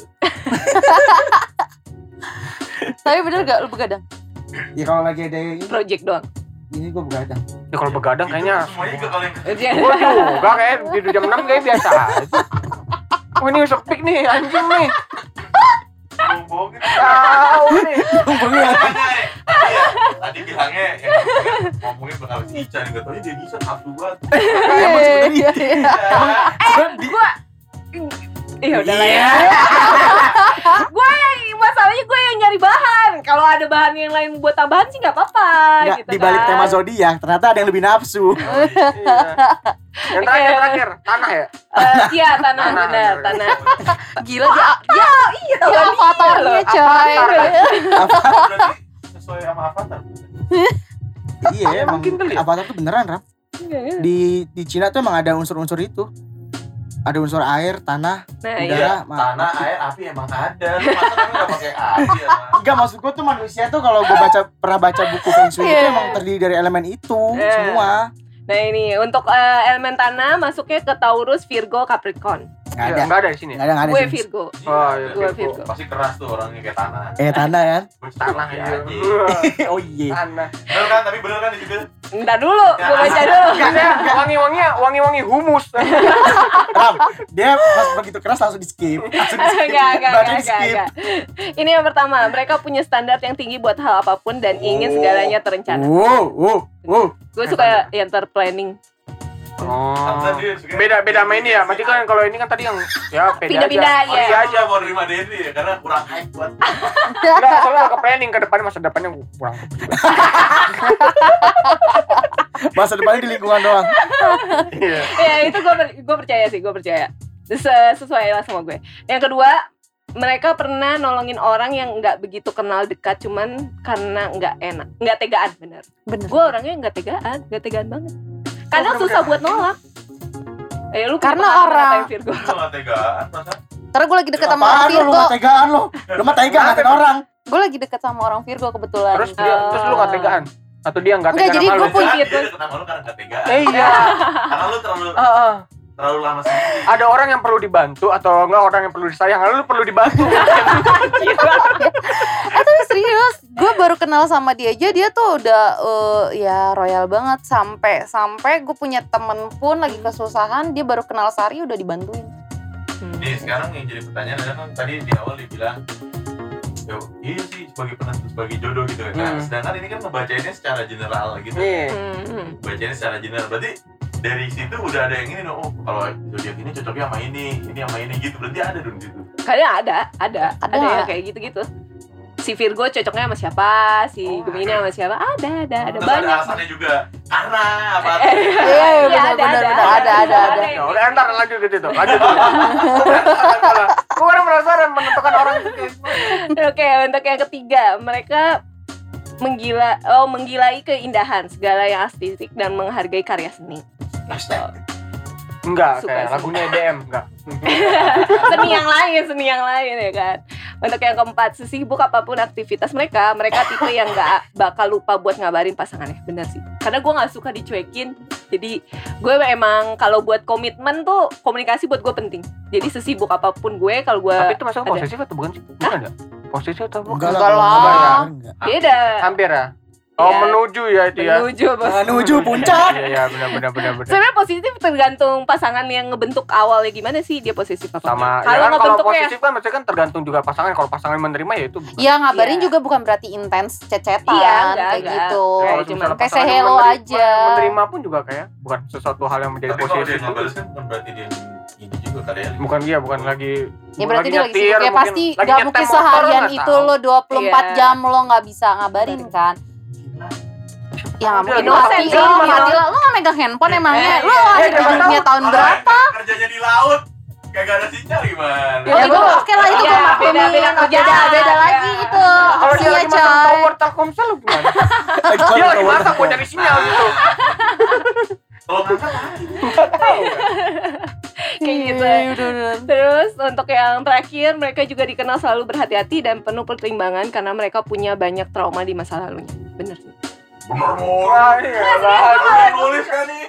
Speaker 5: Tapi bener gak lu begadang?
Speaker 2: Ya kalau lagi ada ini
Speaker 3: Project doang.
Speaker 2: gua begadang.
Speaker 4: Ya kalau begadang kayaknya.
Speaker 1: Semuanya juga kalau yang
Speaker 4: Gua juga kayak tidur jam 6 kayak biasa. Oh ini sepik nih anjing nih.
Speaker 1: bohongin.
Speaker 4: Tahu nih.
Speaker 1: Tadi bilangnya yang ngomongin bakal si Ica nih, gak tau dia bisa nafsu banget.
Speaker 2: Emang sebenarnya
Speaker 3: Iya udah lah ya. Masalahnya gue yang nyari bahan. Kalau ada bahan yang lain buat tambahan sih nggak apa-apa.
Speaker 2: enggak
Speaker 3: Gitu
Speaker 2: di balik
Speaker 3: kan.
Speaker 2: tema zodiak ternyata ada yang lebih nafsu.
Speaker 4: Iya. Yang terakhir tanah ya.
Speaker 3: Iya tanah
Speaker 4: Tanah,
Speaker 3: benar
Speaker 4: benar.
Speaker 3: tanah.
Speaker 5: Gila dia.
Speaker 3: Iya tahu
Speaker 5: Dia avatarnya coy.
Speaker 1: Berarti sesuai sama Avatar.
Speaker 2: Iya
Speaker 4: Ya,
Speaker 2: emang
Speaker 4: mungkin kali ya.
Speaker 2: Avatar tuh beneran Ram. Di Cina tuh emang ada unsur-unsur itu. Ada unsur air, tanah,
Speaker 3: Nah,
Speaker 2: udara.
Speaker 1: Tanah, air, api emang ada. Lu masa kamu gak pakai aja?
Speaker 2: Enggak, maksud gue tuh manusia tuh kalau gue pernah baca buku Feng Shui itu emang terdiri dari elemen itu semua.
Speaker 3: Nah ini untuk elemen tanah masuknya ke Taurus, Virgo, Capricorn.
Speaker 2: Nggak
Speaker 4: Enggak ada di sini.
Speaker 2: ada nggak ada
Speaker 3: Gue
Speaker 2: sini.
Speaker 3: Virgo.
Speaker 4: Oh, iya.
Speaker 3: Gue Virgo.
Speaker 1: Pasti keras tuh orangnya kayak tanah.
Speaker 2: Tanah kan?
Speaker 4: Tanah
Speaker 1: ya
Speaker 4: aja.
Speaker 2: Oh iya.
Speaker 4: Tanah.
Speaker 1: Bener kan? Tapi bener kan di situ?
Speaker 3: Ntar dulu, gue baca dulu.
Speaker 4: Wangi-wangi humus.
Speaker 2: Ram, dia pas begitu keras langsung di skip. Baca di skip.
Speaker 3: Ini yang pertama, mereka punya standar yang tinggi buat hal apapun dan ingin segalanya terencana. Gue suka yang terplanning.
Speaker 4: Beda main ya. Masih kan kalau ini kan tadi yang ya pede
Speaker 3: Pindah-pindah,
Speaker 4: aja.
Speaker 3: ya.
Speaker 1: Iya aja mau nerima Denny ya karena kurang hype buat.
Speaker 4: Enggak, soalnya ke planning ke depan masa depannya kurang.
Speaker 2: Masa depannya di lingkungan doang.
Speaker 4: Iya.
Speaker 3: Ya itu gue percaya sih, gue percaya. Sesuai lah sama gue. Yang kedua, mereka pernah nolongin orang yang nggak begitu kenal dekat, cuman karena nggak tegaan, bener. Gue orangnya nggak tegaan banget. Karena susah buat nolak. Lu
Speaker 5: Karena
Speaker 3: punya pengalaman
Speaker 5: orang-
Speaker 3: apa yang Virgo?
Speaker 1: Lu gak tegaan masa?
Speaker 5: Karena gue lagi deket sama orang
Speaker 2: Apaan lu
Speaker 5: Virgo.
Speaker 2: mah tegaan lu? Lu mah tega ngatain orang.
Speaker 5: Gue lagi deket sama orang Virgo kebetulan.
Speaker 4: Terus lu enggak tegaan? Atau dia enggak
Speaker 5: Enggak,
Speaker 4: tegaan
Speaker 5: jadi
Speaker 4: sama
Speaker 5: gue
Speaker 4: lu?
Speaker 5: punya-
Speaker 1: Dia deket sama lu karena gak tegaan.
Speaker 4: Iya.
Speaker 1: Karena lu terlalu lama sendiri.
Speaker 4: Ada orang yang perlu dibantu atau enggak orang yang perlu disayang, lalu lu perlu dibantu.
Speaker 5: Tapi serius, gue baru kenal sama dia aja, dia tuh udah ya royal banget. Sampai gue punya temen pun lagi kesusahan, dia baru kenal sehari udah dibantuin.
Speaker 1: Nih sekarang yang jadi pertanyaan adalah kan tadi di awal dibilang iya sih sebagai penentu, sebagai jodoh gitu kan. Nah, sedangkan ini kan ngebacainnya secara general gitu.
Speaker 4: Nih.
Speaker 1: Bacainnya secara general. Berarti dari situ udah ada yang ini dong. Oh, kalau zodiak ini cocoknya sama ini sama ini gitu. Berarti ada dong di situ.
Speaker 3: Kayaknya ada yang kayak gitu-gitu. Si Virgo cocoknya sama siapa, si Gemini sama siapa, ada
Speaker 1: Terus
Speaker 3: banyak.
Speaker 1: ada alasannya juga. Karena apa?
Speaker 5: Iya, benar ada.
Speaker 4: Ya udah entar lanjut gitu tuh. Lanjut. Gue orang penasaran menentukan orang itu kayak gimana.
Speaker 3: Oke, untuk yang ketiga, mereka menggilai keindahan segala yang estetik dan menghargai karya seni.
Speaker 4: Enggak,
Speaker 3: Suka
Speaker 4: kayak
Speaker 3: sih.
Speaker 4: lagunya EDM enggak.
Speaker 3: seni yang lain ya kan. Untuk yang keempat, sesibuk apapun aktivitas mereka tipe yang gak bakal lupa buat ngabarin pasangannya. Bener sih, karena gue gak suka dicuekin. Jadi gue emang kalau buat komitmen tuh komunikasi buat gue penting. Jadi sesibuk apapun gue, kalau gue
Speaker 4: Tapi itu masuk
Speaker 3: ada.
Speaker 4: posesif atau bukan sih? Bukan ya? Posesif atau bukan?
Speaker 2: Enggak
Speaker 5: Enggak
Speaker 2: lah.
Speaker 5: lah.
Speaker 2: Enggak.
Speaker 3: beda.
Speaker 4: Hampir ya. Oh,
Speaker 3: Iya.
Speaker 4: menuju ya itu ya.
Speaker 3: Menuju bos.
Speaker 2: Menuju puncak.
Speaker 4: Iya, benar.
Speaker 3: Sebenarnya positif tergantung pasangan yang ngebentuk awalnya gimana sih dia posesif apa
Speaker 4: Sama
Speaker 3: enggak.
Speaker 4: ya kan kalau
Speaker 3: ngebentuknya
Speaker 4: posesif kan maksudnya kan tergantung juga pasangan. Kalau pasangan menerima ya itu bukan.
Speaker 5: Ya ngabarin
Speaker 3: Iya.
Speaker 5: juga bukan berarti intens cecetan
Speaker 3: Iya, enggak.
Speaker 5: kayak gitu.
Speaker 3: Kayak
Speaker 4: Kalau
Speaker 3: cuman
Speaker 4: misalnya
Speaker 5: kayak
Speaker 4: pasangan
Speaker 5: say hello
Speaker 4: menerima-
Speaker 5: aja.
Speaker 4: Menerima pun juga kayak bukan sesuatu hal yang menjadi
Speaker 1: Tapi kalau dia
Speaker 4: posesif.
Speaker 1: ngebales kan bukan berarti dia ini juga kali ya.
Speaker 4: Bukan dia, bukan lagi.
Speaker 5: Ya berarti dia lagi
Speaker 4: nyetir,
Speaker 5: sibuk ya
Speaker 4: mungkin
Speaker 5: pasti
Speaker 4: lagi
Speaker 5: gak
Speaker 4: nyetem
Speaker 5: mungkin
Speaker 4: motor,
Speaker 5: seharian
Speaker 4: nggak
Speaker 5: itu
Speaker 4: tahu.
Speaker 5: lo 24
Speaker 3: Iya.
Speaker 5: jam lo gak bisa ngabarin kan. Ya gak mungkin lo
Speaker 3: Innocent
Speaker 5: mati
Speaker 3: sih,
Speaker 5: lo
Speaker 3: innocent.
Speaker 5: mati lo gak megang handphone emangnya. Lo
Speaker 3: iya.
Speaker 5: lahir di dunia tahun berapa?
Speaker 1: Kerjanya di laut. Kagak ada sinyal gimana?
Speaker 5: Ya gue oke lah itu
Speaker 3: Ya,
Speaker 5: gue maklumin.
Speaker 3: beda kerjaan.
Speaker 5: Beda lagi
Speaker 3: Ya.
Speaker 5: itu.
Speaker 4: Kalau dia
Speaker 5: Sia
Speaker 4: lagi masang
Speaker 5: coy.
Speaker 4: tower Telkomsel lu gimana? Dia lagi masak buat nyari sinyal gitu.
Speaker 1: Kalau ngangkat
Speaker 4: Enggak tahu.
Speaker 3: Kayak gitu.
Speaker 5: Iya, udah.
Speaker 3: Terus untuk yang terakhir, mereka juga dikenal selalu berhati-hati dan penuh pertimbangan karena mereka punya banyak trauma di masa lalunya. Bener sih.
Speaker 1: bener
Speaker 4: Wah, iya lah.
Speaker 1: Dia nulis kan nih.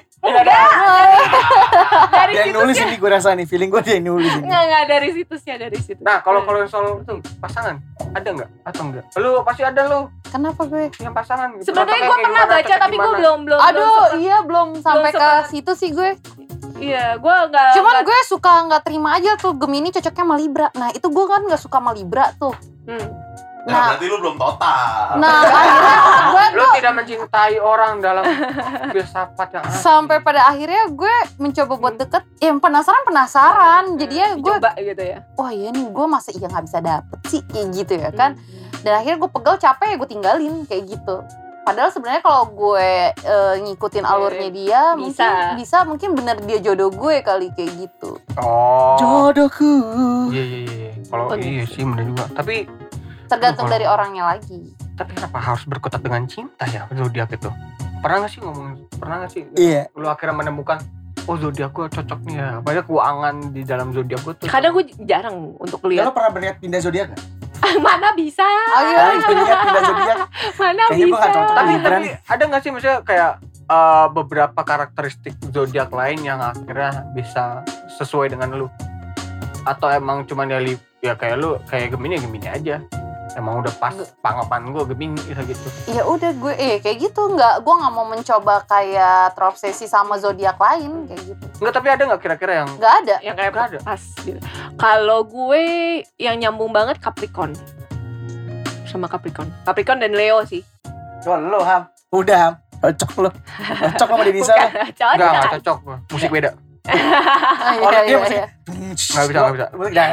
Speaker 3: Dari
Speaker 2: Dia yang nulis
Speaker 3: situsnya.
Speaker 2: ini gue rasa nih, feeling gue dia yang nulis ini.
Speaker 3: Enggak dari situsnya, dari situ.
Speaker 4: Nah, kalau soal itu pasangan ada nggak atau enggak? Lu pasti ada lu
Speaker 5: Kenapa gue?
Speaker 4: yang pasangan. Gitu.
Speaker 3: Sebenarnya gue
Speaker 4: Contohnya
Speaker 3: pernah
Speaker 4: kayak
Speaker 3: baca
Speaker 4: gimana,
Speaker 3: tapi gue
Speaker 4: gimana?
Speaker 3: belum
Speaker 5: Aduh, iya belum sampai ke
Speaker 3: sepakat.
Speaker 5: situ sih gue.
Speaker 3: Iya, gue enggak.
Speaker 5: Cuman gue suka nggak terima aja tuh Gemini cocoknya sama Libra. Nah itu gue kan nggak suka sama Libra tuh.
Speaker 1: Nah, berarti lu belum total.
Speaker 5: Nah akhirnya gue
Speaker 4: Lu
Speaker 5: tuh
Speaker 4: tidak mencintai orang dalam filsafat yang asli.
Speaker 5: sampai pada akhirnya gue mencoba buat deket. Ya penasaran. Jadinya gue,
Speaker 3: coba gitu ya.
Speaker 5: wah iya nih gue masa iya nggak bisa dapet sih kayak gitu ya kan. Dan akhirnya gue pegel capek ya gue tinggalin kayak gitu. Padahal sebenarnya kalau gue ngikutin alurnya dia mungkin bener dia jodoh gue kali kayak gitu.
Speaker 4: Oh.
Speaker 2: Jodohku.
Speaker 4: Iya. Kalau
Speaker 3: Oh,
Speaker 4: iya
Speaker 3: gitu.
Speaker 4: sih bener juga. Tapi
Speaker 5: Tergantung
Speaker 4: Kalau-
Speaker 5: dari orangnya lagi.
Speaker 4: kenapa harus berkutat dengan cinta ya zodiak itu? Pernah nggak sih
Speaker 2: Iya.
Speaker 4: lu akhirnya menemukan oh zodiak gue cocok nih ya, banyak keuangan di dalam zodiak gue tuh.
Speaker 3: Kadang gue jarang untuk
Speaker 2: Ya,
Speaker 3: lihat.
Speaker 2: lo pernah berniat pindah zodiak nggak?
Speaker 3: Mana bisa?
Speaker 2: Kali berniat pindah zodiak.
Speaker 3: Mana
Speaker 2: Kayaknya gue
Speaker 3: bisa?
Speaker 2: nggak cocok.
Speaker 4: tapi
Speaker 2: Libra
Speaker 4: ada nggak sih maksudnya kayak beberapa karakteristik zodiak lain yang akhirnya bisa sesuai dengan lu, atau emang cuman ya kayak lu kayak Gemini aja, emang udah pas panggapan gue Gemini gitu.
Speaker 5: Ya udah gue kayak gitu, gue nggak mau mencoba kayak terobsesi sama zodiak lain kayak gitu.
Speaker 4: Enggak, tapi ada nggak kira-kira yang
Speaker 5: Nggak ada.
Speaker 3: Yang kayak
Speaker 4: Nggak ada.
Speaker 3: pas gitu. Kalau gue yang nyambung banget Capricorn. Sama Capricorn dan Leo sih.
Speaker 2: Oh, lo Ham. Udah Ham. Cocok lo. Cocok sama Denisa lo.
Speaker 3: Bukan, cocok.
Speaker 4: nggak cocok, musik beda.
Speaker 2: Oh, dia mesti
Speaker 5: Iya.
Speaker 2: nggak
Speaker 4: bisa.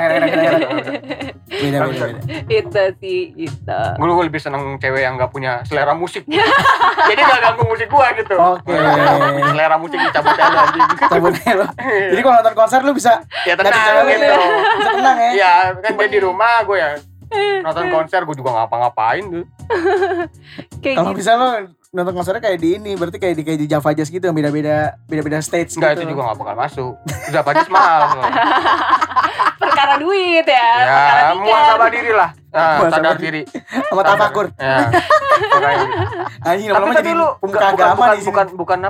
Speaker 2: Beda.
Speaker 3: Itu sih itu.
Speaker 4: Gue lebih seneng cewek yang nggak punya selera musik. Jadi nggak ganggu musik gue gitu.
Speaker 2: Oke.
Speaker 4: Selera musik dicabut aja anjing.
Speaker 2: Cabutnya lo. Jadi kalau nonton konser lu bisa
Speaker 4: Ya
Speaker 2: ganti
Speaker 4: tenang
Speaker 2: cewek
Speaker 4: gitu.
Speaker 2: bisa tenang ya.
Speaker 4: Iya, kan dia di rumah, gue ya nonton konser, gue juga ngapa-ngapain tuh.
Speaker 3: Kayak
Speaker 2: Kalau
Speaker 3: gitu.
Speaker 2: bisa lo nonton konsernya kayak di ini, berarti kayak di Java Jazz gitu, yang beda-beda stage
Speaker 4: Enggak,
Speaker 2: gitu.
Speaker 4: itu juga gak bakal masuk. Udah pada mahal.
Speaker 3: Perkara duit ya.
Speaker 4: Ya,
Speaker 3: Perkara tiket.
Speaker 4: muhasabah diri lah. Nah,
Speaker 2: Muhasabah
Speaker 4: sadar
Speaker 2: diri.
Speaker 4: diri.
Speaker 2: Sama tafakur.
Speaker 4: Ya. Makanya.
Speaker 2: Anjing
Speaker 4: Tapi
Speaker 2: lama-lama jadi
Speaker 4: lu
Speaker 2: pemuka agama di sini.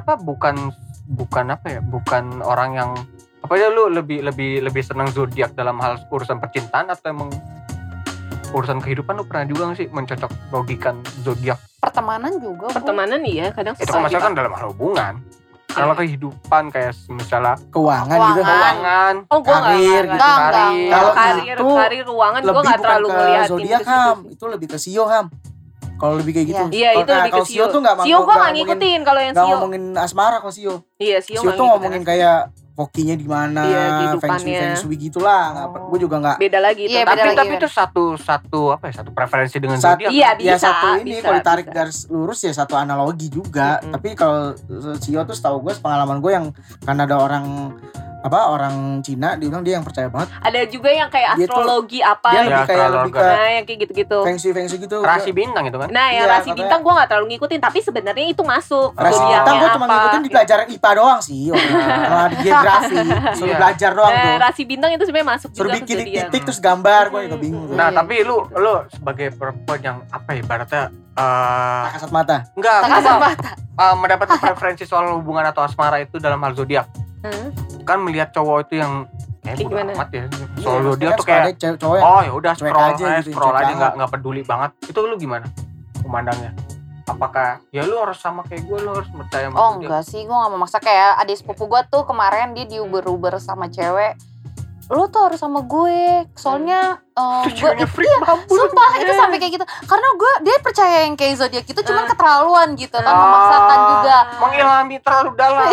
Speaker 4: bukan orang yang apa ya, lu lebih senang zodiak dalam hal urusan percintaan atau emang urusan kehidupan? Lu pernah juga gak sih mencocok logikan zodiak?
Speaker 5: Pertemanan juga. Bu.
Speaker 3: Pertemanan iya kadang
Speaker 4: Itu kan masalah kan dalam hal hubungan. Kalau kehidupan kayak misalnya
Speaker 2: Keuangan gitu.
Speaker 4: keuangan,
Speaker 3: Oh gue
Speaker 2: Karir
Speaker 3: nggak
Speaker 2: gitu.
Speaker 4: karir.
Speaker 2: Kalau
Speaker 3: karir ruangan gue
Speaker 2: Lebih
Speaker 3: nggak
Speaker 2: bukan
Speaker 3: terlalu
Speaker 2: ke
Speaker 3: ngeliatin
Speaker 2: zodiak
Speaker 3: ke
Speaker 2: Ham,
Speaker 3: situ.
Speaker 2: itu lebih ke Sio Ham. Kalau lebih kayak gitu.
Speaker 3: Iya itu lebih ke
Speaker 2: kalau
Speaker 3: Sio.
Speaker 2: tuh nggak
Speaker 3: Sio gue nggak ngikutin kalau yang
Speaker 2: Nggak
Speaker 3: Sio.
Speaker 2: ngomongin asmara kalau Sio.
Speaker 3: Iya Sio
Speaker 2: Sio
Speaker 3: nggak
Speaker 2: tuh
Speaker 3: ngikutin
Speaker 2: ngomongin
Speaker 3: asmara.
Speaker 2: kayak hokinya di mana,
Speaker 3: Iya,
Speaker 2: feng
Speaker 3: kehidupannya.
Speaker 2: shui gitulah. Gue juga nggak.
Speaker 3: Beda lagi itu.
Speaker 5: Iya, beda
Speaker 4: tapi
Speaker 5: lagi.
Speaker 4: itu satu preferensi dengan
Speaker 2: Satu-
Speaker 4: zodiak.
Speaker 3: Iya
Speaker 2: Ya
Speaker 3: bisa.
Speaker 2: satu ini
Speaker 3: bisa,
Speaker 2: kalau ditarik
Speaker 3: bisa.
Speaker 2: garis lurus ya satu analogi juga.
Speaker 3: Mm-mm.
Speaker 2: Tapi kalau Sio tuh setahu gue pengalaman gue yang karena ada orang Cina dia bilang dia yang percaya banget.
Speaker 3: Ada juga yang kayak
Speaker 2: Dia tuh-
Speaker 3: astrologi apa.
Speaker 2: Dia
Speaker 3: gitu.
Speaker 2: lebih kayak lebih ke
Speaker 3: Nah yang kayak gitu-gitu.
Speaker 2: feng shui gitu.
Speaker 4: Rasi bintang itu kan.
Speaker 3: Nah yang
Speaker 2: Iya,
Speaker 3: rasi
Speaker 2: katanya-
Speaker 3: bintang gue nggak terlalu ngikutin. Tapi sebenarnya itu masuk.
Speaker 2: Rasi
Speaker 4: Oh.
Speaker 2: bintang gue
Speaker 3: Zodiaknya
Speaker 2: cuma
Speaker 3: apa.
Speaker 2: ngikutin di pelajaran IPA doang sih. Sama di geografi suruh
Speaker 4: Iya.
Speaker 2: belajar doang tuh.
Speaker 3: Rasi bintang itu sebenarnya masuk
Speaker 2: Suruh
Speaker 3: juga
Speaker 2: bikin
Speaker 3: ke zodiak.
Speaker 2: titik terus gambar gue juga bingung. tuh.
Speaker 4: Nah,
Speaker 5: Iya.
Speaker 4: tapi lu sebagai perempuan yang apa ya ibaratnya
Speaker 2: Tak kasat mata.
Speaker 4: enggak
Speaker 5: Tak kasat mata.
Speaker 4: mendapatkan preferensi soal hubungan atau asmara itu dalam hal zodiak.
Speaker 3: Hmm.
Speaker 4: Kan melihat cowok itu yang
Speaker 3: Kayak
Speaker 4: bodo
Speaker 3: gimana?
Speaker 4: amat ya.
Speaker 2: Iya,
Speaker 4: Soal
Speaker 2: maksudnya
Speaker 4: zodiak
Speaker 2: kan
Speaker 4: tuh
Speaker 2: suka ada
Speaker 4: kayak
Speaker 2: cowok yang
Speaker 4: oh ya udah
Speaker 2: cuek
Speaker 4: scroll
Speaker 2: aja gitu,
Speaker 4: scroll
Speaker 2: cuek
Speaker 4: aja
Speaker 2: banget.
Speaker 4: nggak peduli banget. Itu lu gimana memandangnya? Apakah ya lu harus sama kayak gue, lu harus percaya sama
Speaker 5: Oh
Speaker 4: zodiak?
Speaker 5: enggak sih, gue gak mau maksa. Kayak adik sepupu gue tuh kemarin dia diuber-uber sama cewek. Lu tuh harus sama gue, soalnya
Speaker 4: Itu
Speaker 5: gue
Speaker 4: ceweknya freak mampus.
Speaker 5: sumpah itu sampai kayak gitu. Karena dia percaya yang kayak zodiak itu cuman
Speaker 3: Ah.
Speaker 5: keterlaluan gitu kan,
Speaker 4: Ah.
Speaker 5: memaksakan juga.
Speaker 4: Mengilhami terlalu dalam.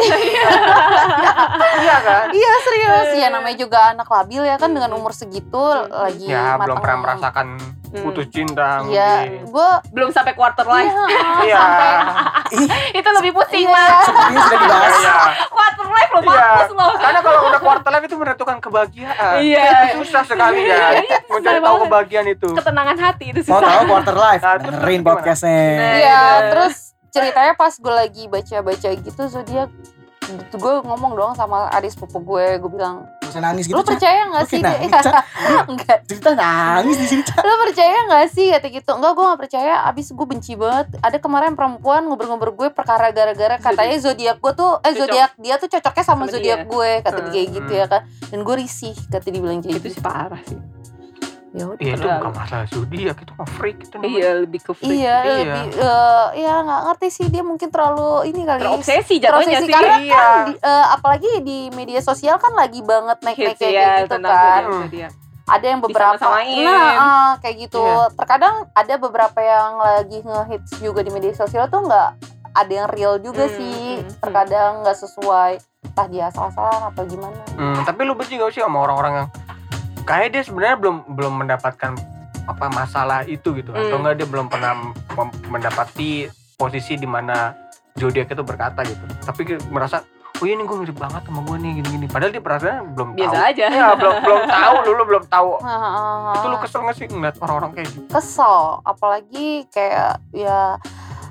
Speaker 4: Iya kan?
Speaker 5: Iya serius, ya namanya juga anak labil ya kan dengan umur segitu lagi
Speaker 4: Ya belum
Speaker 5: mateng.
Speaker 4: pernah merasakan putus cinta.
Speaker 5: Iya,
Speaker 4: mungkin.
Speaker 5: gue
Speaker 3: Belum sampai quarter life.
Speaker 4: Iya.
Speaker 3: Itu lebih pusing
Speaker 5: Iya.
Speaker 3: lah.
Speaker 2: Sepertinya sudah dibahas.
Speaker 4: Iya.
Speaker 3: Quarter life lo
Speaker 4: Iya.
Speaker 3: mampus lo.
Speaker 4: Karena kalau udah quarter life itu menentukan kebahagiaan.
Speaker 3: Iya.
Speaker 4: Itu susah sekali ya. Mencari tahu
Speaker 3: banget.
Speaker 4: kebahagiaan itu.
Speaker 3: Ketenangan hati itu
Speaker 2: Mau
Speaker 3: susah.
Speaker 2: tahu quarter life?
Speaker 4: Nah, terus
Speaker 2: Dengerin
Speaker 4: gimana?
Speaker 2: podcastnya.
Speaker 3: Nah,
Speaker 5: Iya,
Speaker 3: bener.
Speaker 5: terus ceritanya pas gue lagi baca-baca gitu zodiak, gue ngomong dong sama adik sepupu gue bilang,
Speaker 2: Gak usah nangis gitu.
Speaker 5: lu
Speaker 2: Ca.
Speaker 5: percaya nggak
Speaker 2: Lu
Speaker 5: sih?
Speaker 2: kayak
Speaker 5: Dek?"
Speaker 2: nangis, Ca.
Speaker 5: Enggak,
Speaker 2: Cerita nangis di sini, Ca.
Speaker 5: lu percaya nggak sih kata gitu? Enggak, gue nggak percaya. Abis gue benci banget. Ada kemarin perempuan ngobrol-ngobrol gue perkara gara-gara katanya zodiak gue tuh, zodiak dia tuh cocoknya sama
Speaker 3: Sama
Speaker 5: zodiak
Speaker 3: dia.
Speaker 5: gue, kata dia kayak gitu
Speaker 4: Hmm.
Speaker 5: ya kan. Dan gue risih, kata dia bilang kayak
Speaker 3: Itu
Speaker 5: gitu.
Speaker 3: sih parah sih.
Speaker 5: Ya udah.
Speaker 4: Iya itu bukan masalah zodiak, itu mah freak itu namanya.
Speaker 3: Iya lebih ke freak.
Speaker 5: Iya,
Speaker 4: Iya.
Speaker 5: lebih ya nggak ngerti sih, dia mungkin terlalu ini kali.
Speaker 3: Terobsesi jatuhnya
Speaker 5: Terobsesi,
Speaker 3: sih.
Speaker 5: karena
Speaker 4: Iya.
Speaker 5: kan apalagi di media sosial kan lagi banget naik-naik
Speaker 3: Hits
Speaker 5: kayak
Speaker 3: ya
Speaker 5: gitu
Speaker 3: tentang
Speaker 5: kan.
Speaker 3: zodiak.
Speaker 5: Ada yang beberapa,
Speaker 3: Disama-samain.
Speaker 5: kayak gitu.
Speaker 4: Iya.
Speaker 5: Terkadang ada beberapa yang lagi ngehits juga di media sosial tuh nggak ada yang real juga sih. Terkadang nggak sesuai, entah dia asal-asalan atau gimana.
Speaker 4: Tapi lu benci gak sih sama orang-orang yang kayak dia sebenarnya belum mendapatkan apa masalah itu gitu, atau enggak dia belum pernah mendapati posisi di mana zodiak itu berkata gitu, tapi merasa oh ini gue mirip banget sama gue nih gini-gini, padahal dia perasaan belum
Speaker 3: Biasa
Speaker 4: tahu.
Speaker 3: aja.
Speaker 4: Ya belum tahu, lu belum tahu. Itu lu
Speaker 5: Kesel.
Speaker 4: kesel gak sih ngeliat orang-orang kayak gitu?
Speaker 5: Apalagi kayak ya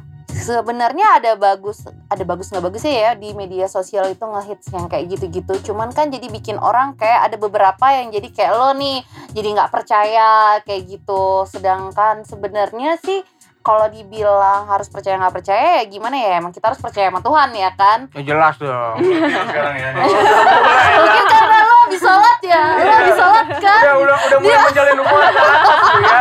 Speaker 5: sebenarnya ada bagus nggak bagusnya ya di media sosial itu ngehits yang kayak gitu-gitu. Cuman kan jadi bikin orang kayak ada beberapa yang jadi kayak lo nih jadi nggak percaya kayak gitu. Sedangkan sebenarnya sih kalau dibilang harus percaya nggak percaya ya gimana ya, emang kita harus percaya sama Tuhan ya kan.
Speaker 4: Ya jelas dong.
Speaker 1: Sekarang ya.
Speaker 5: Mungkin karena lo habis sholat ya, lo habis sholat kan.
Speaker 4: Udah mulai menjalin hubungan ke atas tuh ya.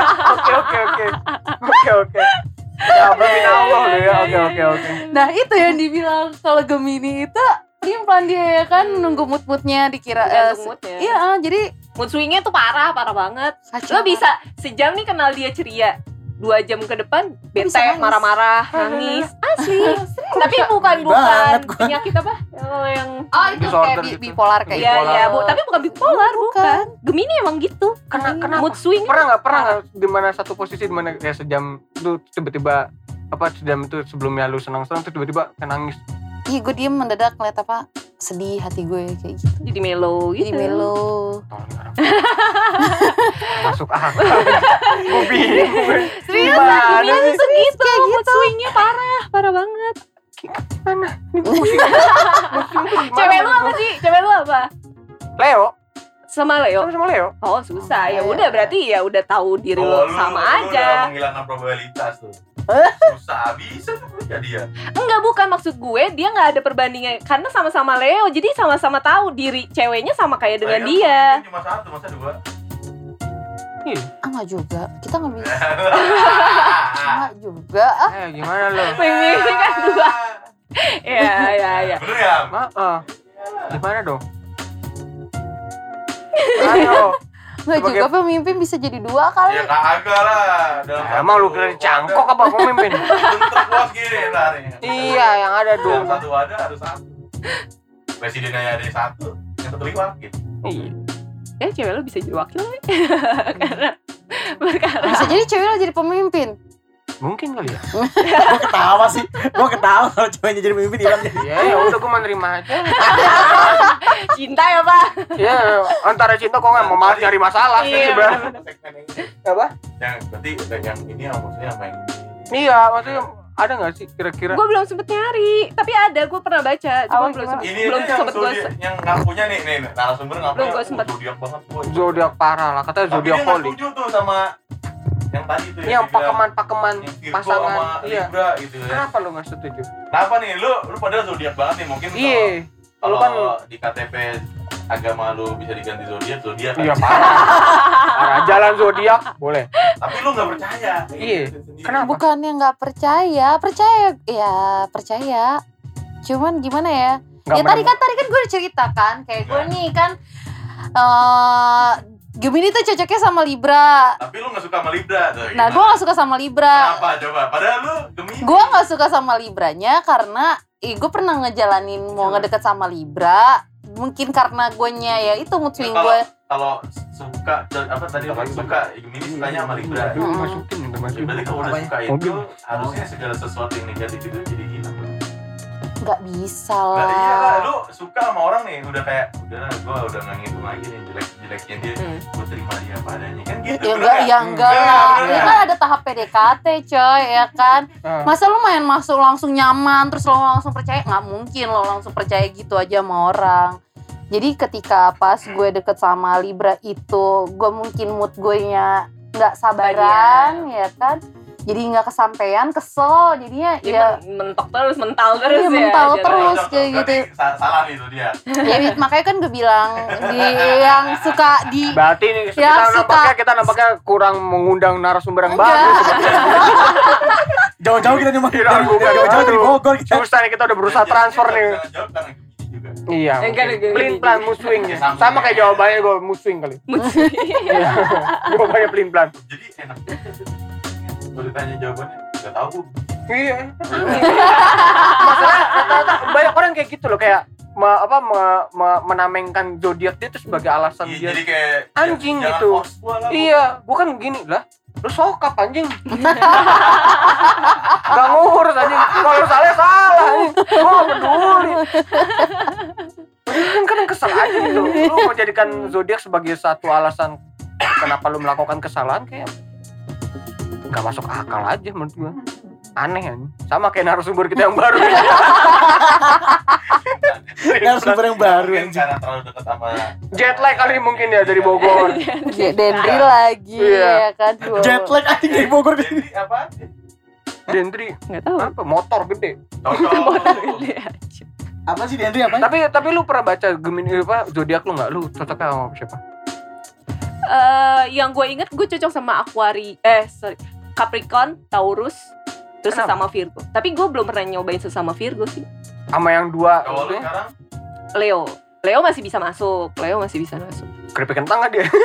Speaker 4: Oke. Ya bermin Allah lu ya. Oke.
Speaker 5: Nah itu yang dibilang kalau Gemini itu pelin-pelan dia ya kan nunggu mood-moodnya dikira
Speaker 3: Tergantung moodnya.
Speaker 5: iya jadi
Speaker 3: Mood swingnya tuh parah banget.
Speaker 5: kacau.
Speaker 3: Lo bisa sejam nih kenal dia ceria, 2 jam ke depan bete,
Speaker 5: bisa nangis.
Speaker 3: marah-marah, nangis. Asli. Tapi bukan
Speaker 2: banget gua.
Speaker 3: penyakit apa? Yang
Speaker 5: Oh itu
Speaker 4: Disorder
Speaker 5: kayak
Speaker 4: gitu.
Speaker 5: bipolar kayak
Speaker 3: Iya,
Speaker 5: gitu.
Speaker 3: iya, Bu. Tapi bukan bipolar, bukan. Gemini emang gitu.
Speaker 4: Kenapa?
Speaker 3: Mood swing.
Speaker 4: Pernah nggak di mana satu posisi di mana ya sejam lu tiba-tiba sejam itu sebelumnya lu senang-senang tuh tiba-tiba kayak nangis.
Speaker 5: Ih gue diem mendadak ngeliat apa sedih hati gue kayak gitu.
Speaker 3: Jadi mellow gitu.
Speaker 5: Jadi melo.
Speaker 4: Masuk akal. Gue bingung.
Speaker 3: Serius,
Speaker 4: Gimana
Speaker 3: Gemini
Speaker 4: sih?
Speaker 3: tuh gitu. Mood swingnya parah banget.
Speaker 4: Mana? Ini pusing tuh gimana?
Speaker 3: Cewek lu apa sih? Cewek lu apa?
Speaker 4: Leo.
Speaker 3: Sama Leo.
Speaker 4: Sama Leo.
Speaker 3: Oh susah, ya
Speaker 5: Iya.
Speaker 3: udah berarti ya udah tahu diri lo sama
Speaker 1: Lu udah
Speaker 3: aja.
Speaker 1: menghilangkan probabilitas tuh. Susah bisa tuh jadi ya.
Speaker 3: Enggak, bukan maksud gue dia nggak ada perbandingan karena sama-sama Leo, jadi sama-sama tahu diri ceweknya sama kayak dengan
Speaker 1: Lagi kan
Speaker 3: dia.
Speaker 1: pemimpin cuma satu, masa dua.
Speaker 4: Iya.
Speaker 5: Ah nggak juga, kita nggak bisa. Nggak juga. Ah
Speaker 4: Gimana lo?
Speaker 3: Pemimpin kan 2. Iya.
Speaker 1: Bener ya?
Speaker 4: Gimana dong? Ayo.
Speaker 5: nggak
Speaker 4: Sebagai-
Speaker 5: juga pemimpin bisa jadi 2 kali.
Speaker 1: Ya kagak lah. Dalam satu
Speaker 4: Emang lu kira cangkok apa pemimpin?
Speaker 1: Bentuk bos gini ntar ya.
Speaker 4: Iya, yang ada
Speaker 1: Dalam
Speaker 4: dong.
Speaker 1: satu wadah harus satu. Presidennya ada satu, yang satu liwat gitu.
Speaker 4: Iya.
Speaker 3: Cewek lo bisa jadi wakil karena perkara.
Speaker 5: Bisa jadi cewek lo jadi pemimpin.
Speaker 4: Mungkin kali ya.
Speaker 2: Gue ketawa sih. Gue ketawa kalau ceweknya jadi pemimpin Ilham jadi.
Speaker 4: Ya udah gue menerima aja.
Speaker 3: Cinta ya Pak.
Speaker 4: Ya antara cinta kok nggak mau malah nyari masalah sih
Speaker 3: Iya,
Speaker 4: sebenarnya.
Speaker 1: Segmen yang ini.
Speaker 4: Apa?
Speaker 1: Yang berarti yang ini maksudnya apa yang ini?
Speaker 4: Iya, maksudnya ada nggak sih kira-kira?
Speaker 3: Gue belum sempet nyari, tapi ada, gue pernah baca, cuma
Speaker 5: Oh,
Speaker 3: belum
Speaker 5: gimana?
Speaker 3: sempet,
Speaker 1: Ini
Speaker 3: belum
Speaker 1: aja yang
Speaker 3: sempet gue.
Speaker 1: yang ngakunya nih narasumber ngakunya.
Speaker 3: Belum gua sempet.
Speaker 1: Zodiak banget boy.
Speaker 4: Zodiak parah lah, katanya
Speaker 1: Tapi dia
Speaker 4: zodiak
Speaker 1: nggak
Speaker 4: holy.
Speaker 1: setuju tuh sama yang tadi tuh
Speaker 4: Ini yang
Speaker 1: dibilang
Speaker 4: pakeman
Speaker 1: yang Virgo
Speaker 4: pasangan.
Speaker 1: sama
Speaker 4: Iya.
Speaker 1: Libra gitu ya.
Speaker 4: Kenapa lu nggak setuju?
Speaker 1: Kenapa nih lu padahal zodiak banget nih mungkin
Speaker 4: Iya.
Speaker 1: kalau
Speaker 4: Lu kan
Speaker 1: di KTP agama lu bisa diganti zodiak kan.
Speaker 4: iya parah. Parah jalan zodiak boleh.
Speaker 1: Tapi lu nggak percaya.
Speaker 4: Iya.
Speaker 1: Sendiri.
Speaker 4: Kenapa?
Speaker 5: Bukannya nggak percaya ya percaya. Cuman gimana ya?
Speaker 4: Nggak
Speaker 5: Ya tadi kan gue udah cerita kan kayak gue nih kan Gemini tuh cocoknya sama Libra.
Speaker 1: Tapi lu nggak suka sama Libra tuh.
Speaker 5: Nah, gue gak suka sama Libra.
Speaker 1: Kenapa coba? Padahal lu Gemini.
Speaker 5: Gue gak suka sama Libranya karena gue pernah ngejalanin mau ngedeket sama Libra. Mungkin karena guenya ya itu mood swing gue.
Speaker 1: Kalau suka apa tadi apa suka Gemini sukanya sama Libra.
Speaker 4: Aduh, masukin udah
Speaker 1: Ya,
Speaker 4: masukin.
Speaker 1: berarti kalau udah
Speaker 2: Apanya?
Speaker 1: suka itu
Speaker 4: Mobil.
Speaker 1: harusnya segala sesuatu yang negatif itu jadi hilang.
Speaker 5: Gak bisa
Speaker 1: Nah,
Speaker 5: lah.
Speaker 1: iya lah, lu suka sama orang nih udah kayak udah gue udah nggak ngitung lagi nih jelek-jeleknya dia, gue terima dia apa adanya kan gitu.
Speaker 5: Ya
Speaker 1: bener
Speaker 5: enggak,
Speaker 1: nggak?
Speaker 5: ya enggak
Speaker 1: Bener,
Speaker 5: lah.
Speaker 1: bener
Speaker 5: Ini
Speaker 1: nggak?
Speaker 5: kan ada tahap PDKT coy, ya kan.
Speaker 4: Ah.
Speaker 5: Masa lu main masuk langsung nyaman terus lo langsung percaya? Nggak mungkin lo langsung percaya gitu aja sama orang. Jadi ketika pas gue deket sama Libra itu, gue mungkin mood gue nya nggak sabaran, ya kan. Jadi nggak kesampaian, kesel, jadinya ya.
Speaker 3: mentok terus, mental terus
Speaker 5: Iya,
Speaker 3: ya.
Speaker 5: mental
Speaker 3: jatuhnya.
Speaker 5: terus.
Speaker 1: Cocok,
Speaker 5: kayak
Speaker 1: berarti
Speaker 5: gitu.
Speaker 1: Salah nih tuh dia.
Speaker 5: Ya makanya kan gue bilang yang suka di
Speaker 4: Berarti nih
Speaker 5: Ya,
Speaker 4: kita nampaknya kurang mengundang narasumber yang
Speaker 5: Enggak.
Speaker 4: bagus sepertinya.
Speaker 2: Jauh-jauh kita nih Mas.
Speaker 4: Jauh-jauh
Speaker 2: Jauh-jauh dari Bogor kita.
Speaker 4: Susah nih kita udah berusaha transfer nih.
Speaker 1: Bisa jawab karena Gemini juga.
Speaker 4: Iya.
Speaker 3: Enggak,
Speaker 4: mungkin.
Speaker 3: enggak,
Speaker 4: Pelin plan mood swing.
Speaker 1: Sama.
Speaker 4: Sama kayak jawabannya gue mood swing kali. Iya. Jawabannya pelin plan.
Speaker 1: Jadi enak juga tuh. Kalau ditanya jawabannya nggak tahu.
Speaker 4: Iya. Masalah rata-rata banyak orang kayak gitu loh kayak menamengkan zodiak dia itu sebagai alasan
Speaker 1: Iya,
Speaker 4: dia.
Speaker 1: jadi kayak
Speaker 4: Anjing
Speaker 1: jangan
Speaker 4: gitu.
Speaker 1: force gua lah,
Speaker 4: Iya, bukan gini lah. Lu sokap anjing. Gak ngurus anjing. Kalau salah salah anjing. Gua gak peduli. Kan kadang kesel aja gitu. Lu menjadikan zodiak sebagai satu alasan kenapa lu melakukan kesalahan kayak gak masuk akal aja menurut gua. Aneh kan? Sama kayak narasumber kita yang baru.
Speaker 2: Narasumber yang baru
Speaker 1: Mungkin
Speaker 2: anjing.
Speaker 1: karena terlalu dekat sama
Speaker 4: Jet lag kali mungkin ya dari Bogor.
Speaker 5: Dendri lagi
Speaker 4: Iya.
Speaker 5: ya kan.
Speaker 2: Jet lag anjing dari Bogor ke sini.
Speaker 1: Jadi apa?
Speaker 4: Dendri
Speaker 3: Nggak tahu.
Speaker 4: apa? Motor gede.
Speaker 1: Cocok.
Speaker 2: Apa sih Dendri apa?
Speaker 4: Tapi lu pernah baca Gemini apa zodiak lu nggak? Lu cocoknya sama siapa?
Speaker 3: Yang gue inget gue cocok sama Capricorn, Taurus, terus
Speaker 4: Kenapa?
Speaker 3: sesama Virgo. Tapi gue belum pernah nyobain sesama Virgo sih.
Speaker 4: Sama yang dua
Speaker 1: Kalau lu
Speaker 4: itu
Speaker 1: sekarang
Speaker 3: Leo masih bisa masuk.
Speaker 4: keripik kentang nggak dia?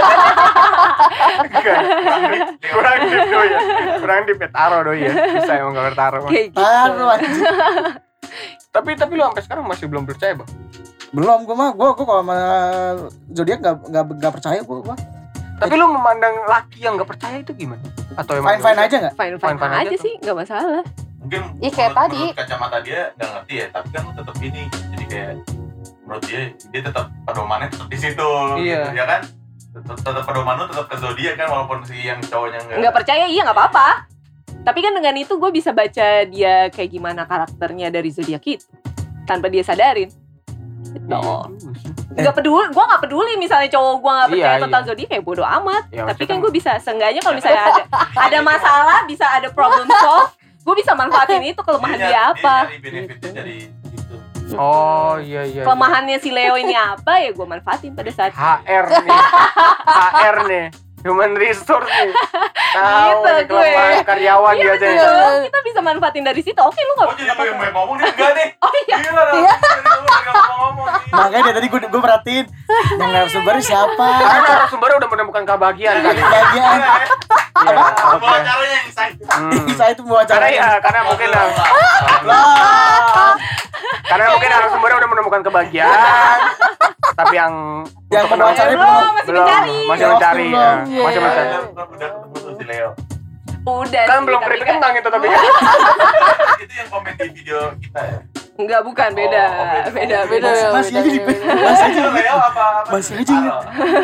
Speaker 1: kurang
Speaker 4: Kurang dip doi ya. Kurang dip ya taro doi ya. Bisa emang gak bertaro.
Speaker 3: Kayak gitu.
Speaker 2: Taruh anjing.
Speaker 4: Tapi lu sampai sekarang masih belum percaya bang?
Speaker 2: Belum gua kalau sama zodiak enggak percaya gua.
Speaker 4: Tapi lu memandang laki yang gak percaya itu gimana? Atau emang
Speaker 2: Fine aja enggak?
Speaker 3: Fine
Speaker 4: Fine-fine
Speaker 3: aja
Speaker 4: aja tuh.
Speaker 3: sih, nggak masalah.
Speaker 1: mungkin
Speaker 5: Iya, kayak tadi.
Speaker 1: menurut kacamata dia nggak ngerti ya, tapi kan tetap ini, jadi kayak menurut dia tetap pedomannya tetap di situ,
Speaker 4: Iya.
Speaker 1: gitu, ya kan? Tetap pedoman lu tetap ke zodiak kan, walaupun si yang cowoknya
Speaker 3: Nggak percaya, iya nggak apa-apa. Tapi kan dengan itu gue bisa baca dia kayak gimana karakternya dari zodiak itu tanpa dia sadarin. Gitu. Nggak peduli, gue nggak peduli misalnya cowok gue nggak percaya
Speaker 4: Iya,
Speaker 3: tentang
Speaker 4: iya.
Speaker 3: zodiak kayak bodo amat.
Speaker 4: Ya,
Speaker 3: Tapi
Speaker 4: maksudnya
Speaker 3: kan
Speaker 4: kan-
Speaker 3: gue bisa, seenggaknya kalau misalnya ada masalah, bisa ada problem solve, gue bisa manfaatin itu kelemahan dia apa.
Speaker 1: Dia nyari benefitnya dari itu.
Speaker 4: Oh iya.
Speaker 3: Kelemahannya si Leo ini apa ya gue manfaatin pada saat
Speaker 4: HR nih. HR nih. Human resource nih. Tahu
Speaker 3: Gitu,
Speaker 4: nih kelemahan
Speaker 3: gue.
Speaker 4: karyawan
Speaker 3: Iya
Speaker 4: dia aja.
Speaker 3: betul, kita bisa manfaatin dari situ. Oke, lu nggak
Speaker 1: Oh jadi lu yang banyak ngomong dia enggak nih?
Speaker 3: Oh iya.
Speaker 1: Gila dah. Dari ngomong nih.
Speaker 2: Makanya dari tadi gua perhatiin yang narasumber siapa?
Speaker 4: Karena narasumbernya udah menemukan kebahagiaan kali.
Speaker 2: Bagian
Speaker 4: Iya, oke.
Speaker 1: Bawa caranya yang saya.
Speaker 2: saya itu mau
Speaker 4: Karena
Speaker 2: acara.
Speaker 4: ya, karena mungkin
Speaker 2: Lah,
Speaker 4: karena mungkin narasumbernya udah menemukan kebahagiaan. Tapi yang
Speaker 2: yang
Speaker 4: untuk
Speaker 2: mau
Speaker 4: menemukan-
Speaker 2: acara
Speaker 3: belum, masih mencari.
Speaker 4: masih
Speaker 2: Ya,
Speaker 4: mencari
Speaker 2: waktu
Speaker 4: ya.
Speaker 2: belum.
Speaker 4: Masih
Speaker 5: Iya.
Speaker 4: mencari.
Speaker 1: Udah ketemu tuh si Leo.
Speaker 3: Udah
Speaker 4: Kan
Speaker 3: sih,
Speaker 4: belum
Speaker 3: tapi
Speaker 4: keripik
Speaker 3: kan-
Speaker 4: kentang itu tapi.
Speaker 1: Itu yang komen di video kita ya.
Speaker 3: Enggak, bukan, beda.
Speaker 1: Oh,
Speaker 3: beda.
Speaker 2: Masih aja di
Speaker 5: beda.
Speaker 2: masih aja
Speaker 1: Itu Leo apa?
Speaker 2: Masih aja ingat.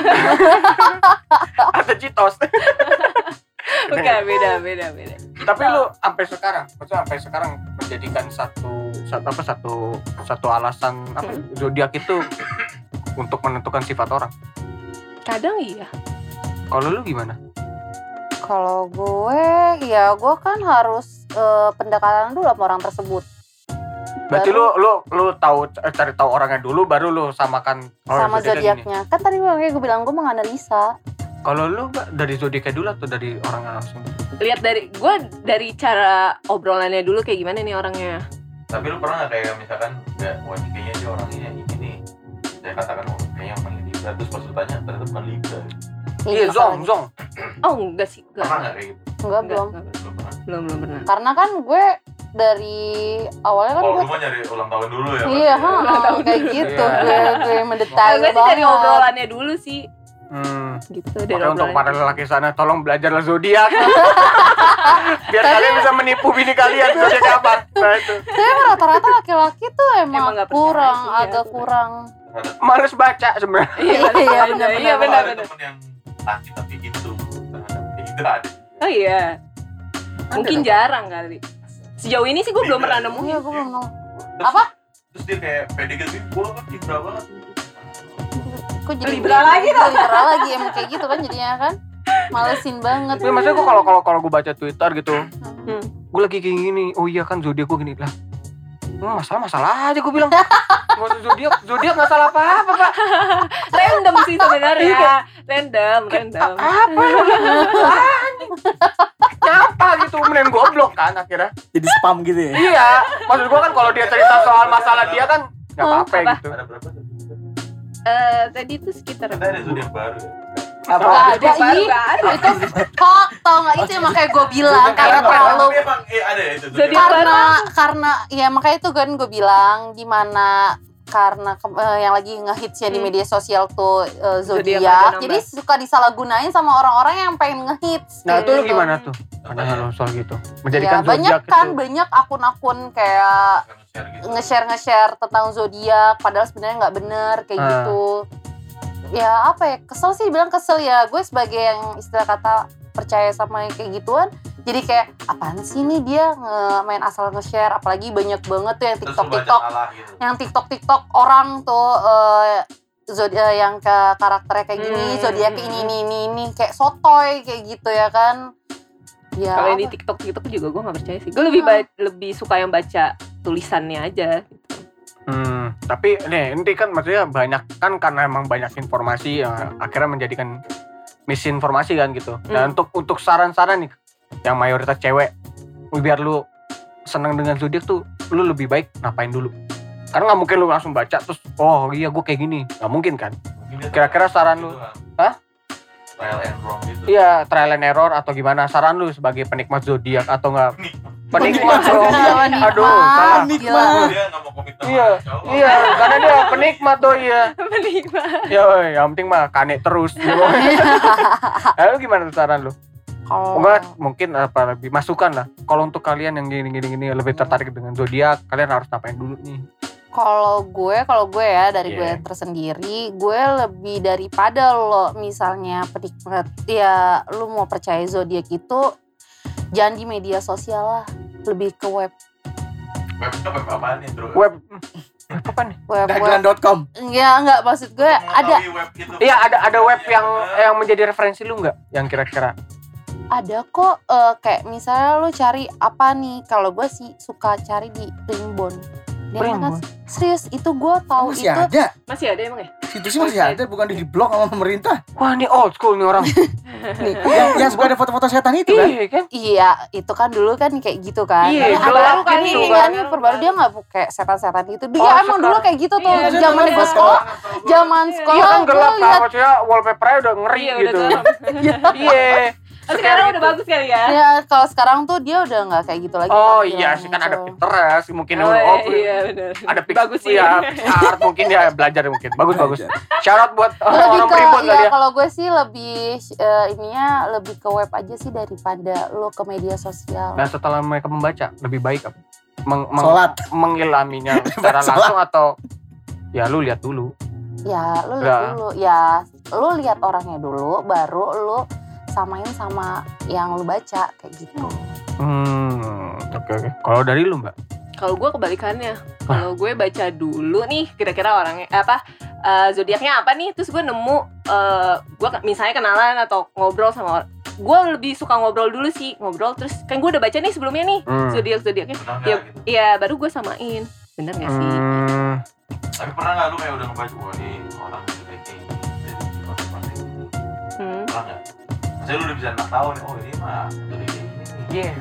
Speaker 4: Ada citos.
Speaker 3: Bukan, beda.
Speaker 4: Tapi lu sampai sekarang, maksudnya sampai sekarang menjadikan satu alasan apa zodiak itu untuk menentukan sifat orang.
Speaker 3: Kadang iya.
Speaker 4: Kalau lu gimana?
Speaker 5: Kalau gue, ya gue kan harus pendekatan dulu sama orang tersebut.
Speaker 4: Berarti lu tahu cari tahu orangnya dulu baru lu samakan
Speaker 5: Sama
Speaker 4: zodiaknya gini.
Speaker 5: zodiaknya. Kan tadi gue bilang gue menganalisa.
Speaker 4: Kalau lu Mbak, dari zodiaknya dulu atau dari orangnya langsung?
Speaker 3: Lihat dari cara obrolannya dulu kayak gimana nih orangnya.
Speaker 1: Tapi lu pernah nggak kayak misalkan nggak, wah ini kayaknya dia orangnya ini nih, saya katakan oh kayaknya orang Libra, terus pas lu tanya ternyata bukan Libra.
Speaker 4: Iya, zong.
Speaker 3: Oh, enggak sih,
Speaker 1: Pernah
Speaker 3: enggak.
Speaker 1: nggak kayak gitu?
Speaker 5: Enggak, belum.
Speaker 1: Belum pernah.
Speaker 3: Belum pernah.
Speaker 5: Karena kan gue dari awalnya kan
Speaker 1: Oh
Speaker 5: gue
Speaker 1: lu mau nyari ulang tahun dulu ya?
Speaker 5: iya,
Speaker 1: berarti ya?
Speaker 5: kayak gitu.
Speaker 4: Iya.
Speaker 5: Gue mendetail
Speaker 3: Gue sih dari
Speaker 5: banget.
Speaker 3: obrolannya dulu sih.
Speaker 4: Makanya
Speaker 3: Gitu, dari
Speaker 4: untuk
Speaker 3: obrolannya.
Speaker 4: para lelaki sana tolong belajarlah zodiak. Biar kalian bisa menipu bini kalian zodiak apa. Nah itu.
Speaker 5: Tapi rata-rata laki-laki tuh
Speaker 3: Emang
Speaker 5: emang
Speaker 3: nggak percaya
Speaker 5: kurang,
Speaker 3: sih, ya,
Speaker 5: agak
Speaker 3: bener.
Speaker 5: kurang.
Speaker 1: Terhadap
Speaker 4: Males baca sebenarnya.
Speaker 3: Iya,
Speaker 5: Iya,
Speaker 3: benar.
Speaker 5: benar,
Speaker 3: Iya,
Speaker 1: kalau
Speaker 3: benar.
Speaker 1: ada temen yang laki tapi gitu terhadap kayak gitu ada.
Speaker 3: Oh iya. Mungkin jarang kali. Sejauh ini sih gue belum pernah
Speaker 5: Iya,
Speaker 3: nemuin.
Speaker 5: gue belum nemu.
Speaker 1: Terus-
Speaker 5: Apa?
Speaker 1: Terus dia kayak pede gitu, gue kan Libra banget.
Speaker 5: Kok jadi
Speaker 3: Libra lagi
Speaker 5: tuh? Libra lagi emang kayak gitu kan jadinya kan. Malesin banget.
Speaker 4: Tapi maksudnya gue kalau gue baca Twitter gitu, gue lagi kayak gini. Oh iya kan zodiak gue gini lah. Masalah aja gue bilang. Gak usah zodiak nggak salah apa-apa pak.
Speaker 3: Random sih sebenarnya. Random.
Speaker 4: Apa? Nyapa gitu, mending goblok kan akhirnya.
Speaker 2: jadi spam gitu ya.
Speaker 4: Iya, maksud gue kan kalau dia cerita soal masalah dia kan nggak apa-apa
Speaker 3: Apa?
Speaker 4: gitu.
Speaker 1: Ada berapa tuh?
Speaker 3: Tadi itu sekitar
Speaker 1: Kita ada zodiak baru ya.
Speaker 2: Apa?
Speaker 5: Nggak ada,
Speaker 3: baru
Speaker 5: ih.
Speaker 3: nggak ada.
Speaker 5: Itu kok tau nggak itu yang makanya gue bilang karena
Speaker 2: Zodiak
Speaker 5: terlalu
Speaker 1: Tapi emang ada ya itu
Speaker 3: Zodiak
Speaker 1: zodiak.
Speaker 5: karena ya makanya itu kan gue bilang gimana karena yang lagi ngehitsnya di media sosial tuh
Speaker 3: Zodiak ada
Speaker 5: zodiak,
Speaker 3: nambah.
Speaker 5: jadi suka disalahgunain sama orang-orang yang pengen ngehits.
Speaker 4: Nah
Speaker 5: kayak
Speaker 4: itu lu
Speaker 5: gitu.
Speaker 4: gimana tuh? Pandangan lo soal gitu.
Speaker 5: Ya,
Speaker 4: Menjadikan
Speaker 5: banyak
Speaker 4: zodiak
Speaker 5: kan
Speaker 4: itu.
Speaker 5: banyak akun-akun kayak nge-share tentang zodiak padahal sebenarnya nggak bener kayak
Speaker 4: Ah.
Speaker 5: gitu. Ya apa ya, kesel sih bilang kesel ya, gue sebagai yang istilah kata percaya sama yang kayak gituan Jadi kayak apaan sih nih dia main asal nge-share, apalagi banyak banget tuh yang
Speaker 1: Terus lu baca
Speaker 5: TikTok
Speaker 1: salah gitu.
Speaker 5: yang TikTok orang tuh yang ke karakternya kayak gini, zodiak ini kayak sotoy kayak gitu ya kan. Ya.
Speaker 3: Kalau yang di TikTok juga gue nggak percaya sih. Gue lebih suka yang baca tulisannya aja.
Speaker 4: Tapi nih ini kan maksudnya banyak kan karena emang banyak informasi yang akhirnya menjadikan misinformasi kan gitu. Nah untuk saran-saran nih yang mayoritas cewek biar lu seneng dengan zodiak tuh lu lebih baik ngapain dulu? Karena nggak mungkin lu langsung baca terus oh iya gue kayak gini, nggak mungkin kan? Kira-kira saran lu? Hah?
Speaker 1: Trial and wrong gitu.
Speaker 4: Iya trial and error atau gimana? Saran lu sebagai penikmat zodiak atau nggak? Penikmat dong. Aduh, salah.
Speaker 2: Penikmat.
Speaker 1: Dia nggak mau komit sama
Speaker 4: Iya,
Speaker 1: cowok.
Speaker 4: iya, karena dia penikmat tuh iya.
Speaker 3: Penikmat.
Speaker 4: Ya, yang penting mah kane terus. Lalu gimana tuh saran lu?
Speaker 5: Kalau
Speaker 4: Enggak, mungkin apa lebih masukan lah. Kalau untuk kalian yang gini lebih tertarik dengan zodiak, kalian harus ngapain dulu nih?
Speaker 5: Kalau gue ya dari
Speaker 4: Yeah.
Speaker 5: gue tersendiri, gue lebih daripada lo misalnya penikmat ya lu mau percaya zodiak itu jangan di media sosial lah, lebih ke web
Speaker 1: Web apaan nih, Bro?
Speaker 4: Web apa nih?
Speaker 2: Dagelan.com.
Speaker 5: enggak maksud gue ada
Speaker 1: Web gitu.
Speaker 4: Iya, ada web yang menjadi referensi lu enggak? Yang kira-kira
Speaker 5: kok kayak misalnya lu cari apa nih, kalau gue sih suka cari di Primbon.
Speaker 4: Primbon?
Speaker 5: Serius itu gue tahu
Speaker 2: Masih
Speaker 5: itu
Speaker 2: ada.
Speaker 3: Masih ada emang ya?
Speaker 2: Situsnya masih ada, bukan di blok sama pemerintah.
Speaker 4: wah ini old school nih orang.
Speaker 2: Yang suka ada foto-foto setan itu kan.
Speaker 4: Iya kan?
Speaker 5: Iya, itu kan dulu kan kayak gitu kan.
Speaker 4: Iya,
Speaker 5: Nah,
Speaker 4: gelap
Speaker 5: baru kan
Speaker 4: gitu
Speaker 5: ini
Speaker 4: kan.
Speaker 5: kan perbaru dia nggak kayak setan-setan itu. Dia
Speaker 4: Oh,
Speaker 5: emang
Speaker 4: sekarang.
Speaker 5: dulu kayak gitu tuh.
Speaker 3: Iya,
Speaker 5: Zaman
Speaker 2: dulu
Speaker 5: gue
Speaker 2: foto.
Speaker 5: sekolah, zaman sekolah
Speaker 4: Iya kan
Speaker 5: gue
Speaker 4: gelap
Speaker 5: lihat.
Speaker 4: maksudnya wallpaper-nya udah ngeri
Speaker 3: Iya,
Speaker 4: gitu.
Speaker 3: udah gelap.
Speaker 4: Iya.
Speaker 3: Sekarang
Speaker 4: Scary
Speaker 3: udah
Speaker 4: gitu.
Speaker 3: bagus kali ya?
Speaker 5: Ya kalau sekarang tuh dia udah nggak kayak gitu lagi.
Speaker 4: Oh
Speaker 5: tampilannya
Speaker 4: iya sih kan ada
Speaker 5: tuh.
Speaker 4: Pinterest mungkin
Speaker 3: iya benar.
Speaker 4: ada
Speaker 3: Bagus sih.
Speaker 4: ya art mungkin ya belajar mungkin bagus. Syarat buat
Speaker 5: Lebih
Speaker 4: orang
Speaker 5: ke
Speaker 4: Primbon kali
Speaker 5: ya
Speaker 4: ya.
Speaker 5: kalau gue sih lebih ininya lebih ke web aja sih daripada lo ke media sosial.
Speaker 4: Nah setelah mereka membaca lebih baik apa?
Speaker 2: Sholat.
Speaker 4: Mengilaminya secara
Speaker 2: Sholat.
Speaker 4: langsung atau ya lu lihat dulu.
Speaker 5: Ya lu lihat
Speaker 4: Lah.
Speaker 5: dulu. Ya lu lihat orangnya dulu, baru lu samain sama yang lu baca kayak gitu.
Speaker 4: Oke. Kalau dari lu Mbak?
Speaker 3: Kalau gue kebalikannya. Kalau gue baca dulu nih kira-kira orangnya zodiaknya apa nih, terus gue nemu gue misalnya kenalan atau ngobrol sama orang. Gue lebih suka ngobrol dulu sih, ngobrol terus kan gue udah baca nih sebelumnya nih zodiaknya.
Speaker 1: Benar nggak
Speaker 3: Ya,
Speaker 1: gitu?
Speaker 3: iya baru gue samain. Bener gak sih?
Speaker 1: Tapi pernah nggak lu kayak udah ngebaca wah nih orang kayak gini, jadi sifat-sifatnya gini. Pernah nggak? Maksudnya lu udah bisa tahu nih, oh ini mah jadi kayak gini.
Speaker 4: Iya.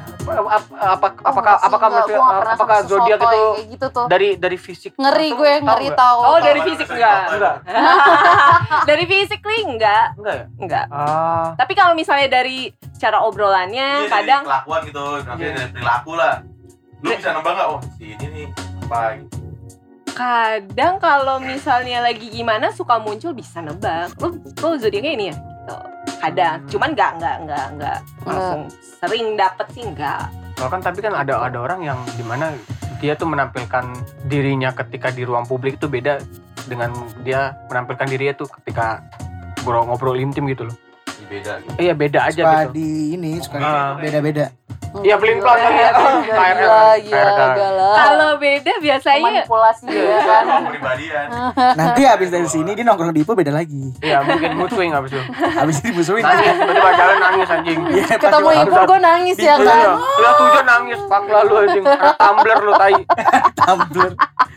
Speaker 4: Apakah zodiak itu
Speaker 5: kayak gitu tuh.
Speaker 4: dari fisik?
Speaker 5: Ngeri
Speaker 4: langsung
Speaker 5: gue
Speaker 4: tahu
Speaker 5: ngeri
Speaker 4: nggak?
Speaker 5: tahu.
Speaker 3: Oh, dari
Speaker 1: Tahu
Speaker 3: fisik
Speaker 1: kan,
Speaker 3: enggak?
Speaker 1: dari
Speaker 4: Enggak.
Speaker 3: Dari fisik nih enggak.
Speaker 4: Enggak ya?
Speaker 3: Enggak.
Speaker 4: Ah.
Speaker 3: Tapi kalau misalnya dari cara obrolannya
Speaker 1: Iya, dari
Speaker 3: kadang
Speaker 1: kelakuan gitu, nanti
Speaker 4: Iya.
Speaker 1: dari perilaku lah. Lu bisa nembak nggak? Oh si ini nih apa gitu.
Speaker 3: kadang kalau misalnya lagi gimana suka muncul bisa nebak. Lu zodiaknya ini ya? Gitu. Kadang, cuman enggak langsung sering dapet sih enggak.
Speaker 4: Kalau kan tapi kan ada orang yang dimana dia tuh menampilkan dirinya ketika di ruang publik itu beda dengan dia menampilkan dirinya tuh ketika ngobrol intim gitu loh.
Speaker 1: Ini beda gitu.
Speaker 4: Iya beda aja
Speaker 2: Suka
Speaker 4: gitu.
Speaker 2: di ini, suka
Speaker 4: Ah.
Speaker 2: beda-beda.
Speaker 4: Iya pelin-pelan kali ya. KRK.
Speaker 3: Kalau beda biasanya
Speaker 5: manipulasi ya kan.
Speaker 1: Kepribadian.
Speaker 2: Nanti habis dari sini dia nongkrong di Ipo beda lagi.
Speaker 4: Iya mungkin mood swing abis itu.
Speaker 2: Habis ini dimusuhin.
Speaker 4: Nangis, tiba-tiba jalan nangis anjing.
Speaker 2: Iya, pas
Speaker 5: Ketemu
Speaker 2: harus
Speaker 5: ibu gue nangis ya
Speaker 4: Iya,
Speaker 5: kan.
Speaker 4: lihat hujan nangis, pak lalu anjing. Ada tumbler lu tai.
Speaker 2: Tumblr.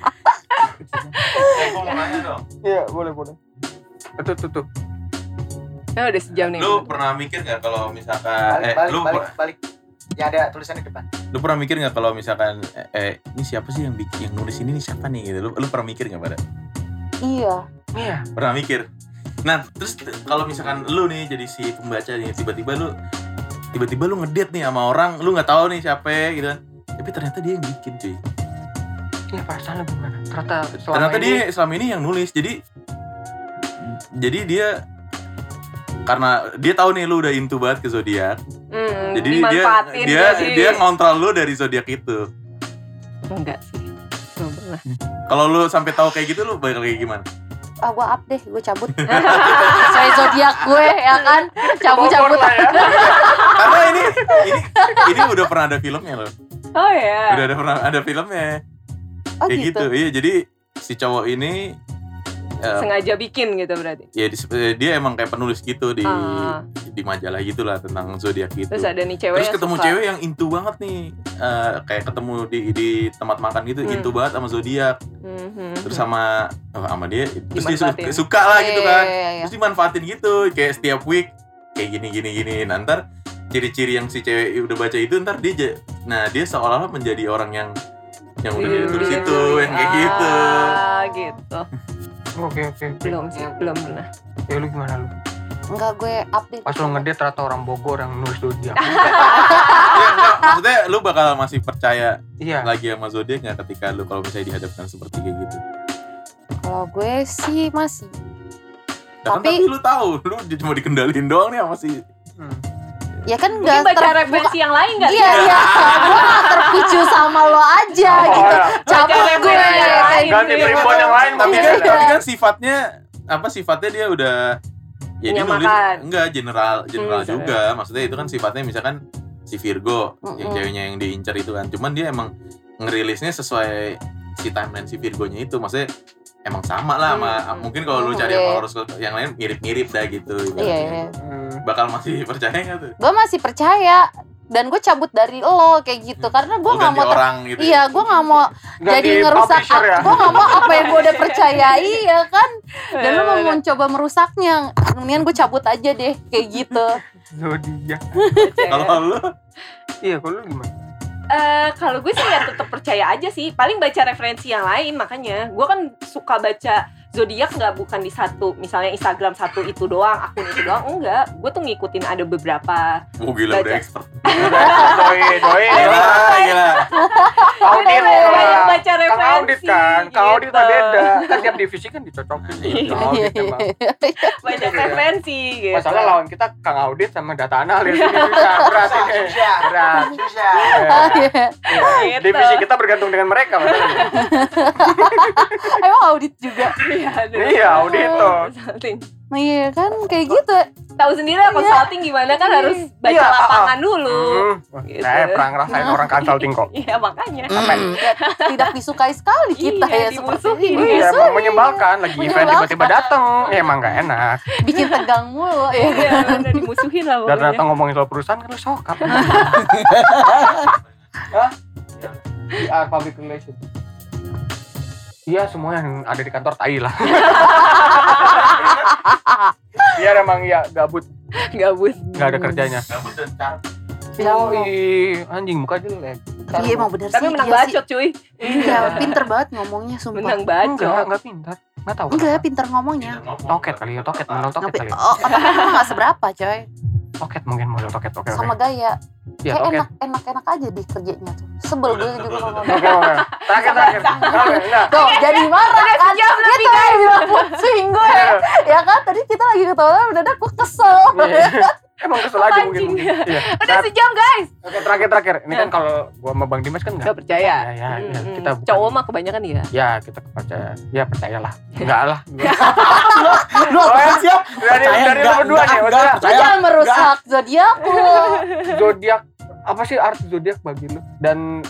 Speaker 1: Gue mau nanya dong.
Speaker 4: Iya, boleh. Tuh.
Speaker 3: ya udah sejam nih.
Speaker 1: Lu pernah mikir nggak kalau misalkan
Speaker 2: balik. Ya ada tulisan di depan.
Speaker 1: lu pernah mikir nggak kalau misalkan ini siapa sih yang nulis ini nih siapa nih gitu? Lu pernah mikir nggak pada?
Speaker 5: Iya.
Speaker 4: Iya.
Speaker 1: Pernah mikir. Nah, terus kalau misalkan lu nih jadi si pembaca nih, tiba-tiba lu ngedate nih sama orang, lu nggak tahu nih siapa gitu kan. Tapi ternyata dia yang bikin, cuy.
Speaker 4: Ini perasaan lu gimana?
Speaker 1: Ternyata dia selama ini yang nulis. Jadi dia karena dia tahu nih lu udah into banget ke zodiak. Jadi
Speaker 3: dimanfaatin
Speaker 1: dia ngontrol lu dari zodiak itu.
Speaker 3: enggak sih. Belum pernah.
Speaker 1: Kalau lu sampai tahu kayak gitu lu bakal kayak gimana?
Speaker 5: Gue up deh, gue cabut. Sesuai zodiak gue ya kan. Cabut-cabut.
Speaker 4: Bogor lah ya.
Speaker 1: Karena ini udah pernah ada filmnya loh.
Speaker 3: Oh ya.
Speaker 1: Udah pernah ada filmnya.
Speaker 5: Oh
Speaker 1: Kayak
Speaker 5: gitu.
Speaker 1: Iya, jadi si cowok ini
Speaker 3: Sengaja bikin gitu berarti.
Speaker 1: ya dia emang kayak penulis gitu di
Speaker 3: Ah.
Speaker 1: di majalah gitulah tentang zodiak gitu.
Speaker 3: Terus ada nih cewek
Speaker 1: Terus
Speaker 3: yang
Speaker 1: ketemu
Speaker 3: suka.
Speaker 1: cewek yang into banget nih, kayak ketemu di tempat makan gitu, into banget sama zodiak. Terus sama dia, terus dia
Speaker 3: Dimanfaatin.
Speaker 1: suka lah gitu kan.
Speaker 5: Iya.
Speaker 1: Terus dimanfaatin gitu, kayak setiap week kayak gini. Nah, ntar ciri-ciri yang si cewek udah baca itu ntar dia seolah-olah menjadi orang yang udah ditulis itu, yang kayak gitu.
Speaker 3: Gitu.
Speaker 4: Oke.
Speaker 3: Belum sih, belum pernah.
Speaker 4: Ya lu gimana lu?
Speaker 5: Enggak, gue update.
Speaker 4: Pas lu ngedate ternyata orang Bogor yang nulis zodiak.
Speaker 1: Ya, enggak, maksudnya lu bakal masih percaya
Speaker 4: Iya.
Speaker 1: lagi sama zodiak nggak ketika lu kalau misalnya dihadapkan seperti kayak gitu?
Speaker 5: Kalau gue sih masih.
Speaker 1: Nah,
Speaker 5: Tapi-
Speaker 1: tapi lu tahu, lu cuma dikendalin doang nih sama si.
Speaker 5: Ya kan
Speaker 3: Mungkin
Speaker 5: enggak
Speaker 3: baca referensi yang lain kali
Speaker 5: Iya,
Speaker 3: ya.
Speaker 5: iya. Gue gak terpicu sama lo aja
Speaker 4: Oh,
Speaker 5: gitu.
Speaker 4: iya.
Speaker 5: Cabut
Speaker 3: Baca
Speaker 5: gue.
Speaker 3: referensi yang lain.
Speaker 4: Ganti primbon yang lain
Speaker 1: Tapi
Speaker 4: mungkin.
Speaker 1: kan,
Speaker 5: Iya.
Speaker 1: tapi kan sifatnya dia udah dia nulis
Speaker 3: Menyamakan.
Speaker 1: enggak general
Speaker 3: misalnya.
Speaker 1: juga. Maksudnya itu kan sifatnya misalkan si Virgo yang ceweknya yang diincar itu kan. Cuman dia emang ngerilisnya sesuai si timeline si Virgonya itu. Maksudnya emang sama lah sama mungkin kalau lu cari
Speaker 5: Iya.
Speaker 1: horoskop yang lain mirip-mirip dah gitu.
Speaker 5: Iya,
Speaker 1: ibaratnya.
Speaker 5: iya.
Speaker 1: Bakal masih percaya nggak tuh?
Speaker 5: Gue masih percaya. Dan gue cabut dari lo kayak gitu. Karena gue
Speaker 1: Lu
Speaker 5: gak
Speaker 1: ganti
Speaker 5: mau
Speaker 1: orang gitu.
Speaker 5: Iya, gue gak mau jadi ngerusak.
Speaker 4: publisher ya.
Speaker 5: Gue gak mau apa yang gue udah percayai ya kan. Dan lo mau mencoba merusaknya. Kemudian gue cabut aja deh kayak gitu.
Speaker 4: Zodiak.
Speaker 1: Kalau lu
Speaker 4: Iya, kalau lu gimana?
Speaker 3: Kalau gue sih ya tetap percaya aja sih. Paling baca referensi yang lain, makanya gue kan suka baca zodiak nggak bukan di satu, misalnya Instagram satu itu doang, akun itu doang, enggak. Gue tuh ngikutin ada beberapa.
Speaker 1: gila udah
Speaker 3: Baca.
Speaker 1: expert.
Speaker 4: Doi.
Speaker 1: Gila.
Speaker 4: Audit.
Speaker 3: Banyak baca
Speaker 4: Kang
Speaker 3: referensi.
Speaker 4: audit kan. Kang audit
Speaker 3: gitu.
Speaker 4: mah beda. Kan tiap divisi kan dicocokin. Kang audit emang.
Speaker 3: Banyak referensi gitu.
Speaker 4: Masalah lawan kita Kang audit sama data analis ini bisa berat ini. Berat.
Speaker 5: Iya.
Speaker 4: Iya.
Speaker 3: Gitu.
Speaker 4: Divisi kita bergantung dengan mereka masalahnya.
Speaker 5: Emang audit juga.
Speaker 4: Iya, auditor.
Speaker 3: Consulting.
Speaker 5: Nah, iya kan kayak gitu.
Speaker 3: Tahu sendiri lah konsulting gimana kan harus baca
Speaker 4: Iya,
Speaker 3: lapangan dulu.
Speaker 4: Gitu. Saya pernah ngerasain orang consulting kok.
Speaker 3: Iya makanya.
Speaker 5: Tidak disukai sekali kita
Speaker 3: Iya,
Speaker 5: ya seperti
Speaker 3: dimusuhin.
Speaker 5: ini.
Speaker 4: Iya, emang menyebalkan. Lagi event
Speaker 5: Menyebalkan.
Speaker 4: tiba-tiba dateng. Ya emang gak enak.
Speaker 5: Bikin tegang mulu ya.
Speaker 3: Iya, udah dimusuhin lah
Speaker 4: Dan
Speaker 3: pokoknya.
Speaker 4: ternyata ngomongin soal perusahaan kan lu sokap. Hah? PR public relation. Iya, semua yang ada di kantor tai lah. Iya emang ya gabut,
Speaker 3: Gabut.
Speaker 4: nggak ada kerjanya.
Speaker 1: Gabut dan capek.
Speaker 4: Yoi, anjing muka jelek.
Speaker 5: Iya emang bener
Speaker 3: Tapi
Speaker 5: sih.
Speaker 3: menang
Speaker 5: iya sih.
Speaker 3: bacot cuy.
Speaker 5: Iya, pinter banget ngomongnya sumpah.
Speaker 3: Menang bacot.
Speaker 4: Enggak pintar. Nggak tahu.
Speaker 5: Enggak,
Speaker 4: kenapa.
Speaker 5: pinter ngomongnya.
Speaker 4: Toket kali ya, toket modal toket
Speaker 5: Ngapain?
Speaker 4: kali. Ya.
Speaker 5: Oh, otaknya emang gak seberapa coy.
Speaker 4: Toket mungkin modal toket. Oke.
Speaker 5: Sama gaya.
Speaker 4: Iya,
Speaker 5: Kayak
Speaker 4: toket.
Speaker 5: enak-enak aja deh kerjanya tuh. Sebel gue juga ngomong.
Speaker 4: Oke. Terakhir. Oke, enggak.
Speaker 5: Tuh, jadi marah kan.
Speaker 3: sejam lebih,
Speaker 5: Kita lagi bilang mood swing gue. Ya kan, tadi kita lagi ketawa, mendadak gue kesel.
Speaker 4: Iya. Emang kesel aja mungkin.
Speaker 3: Pancing.
Speaker 4: Iya.
Speaker 3: Udah sejam guys.
Speaker 4: Oke, terakhir. Ini kan kalau gua sama Bang Dimas kan
Speaker 3: Gak
Speaker 4: enggak.
Speaker 3: percaya.
Speaker 4: Ya, kita bukan.
Speaker 3: Cowok mah kebanyakan ya.
Speaker 4: Ya, kita percaya. Ya, percayalah. Enggak lah.
Speaker 2: Lu apa sih ya?
Speaker 4: Dari nomor 2 nih,
Speaker 2: enggak,
Speaker 4: maksudnya
Speaker 5: Lu jangan merusak zodiak lu.
Speaker 4: zodiak apa sih arti zodiak bagi lu? Dan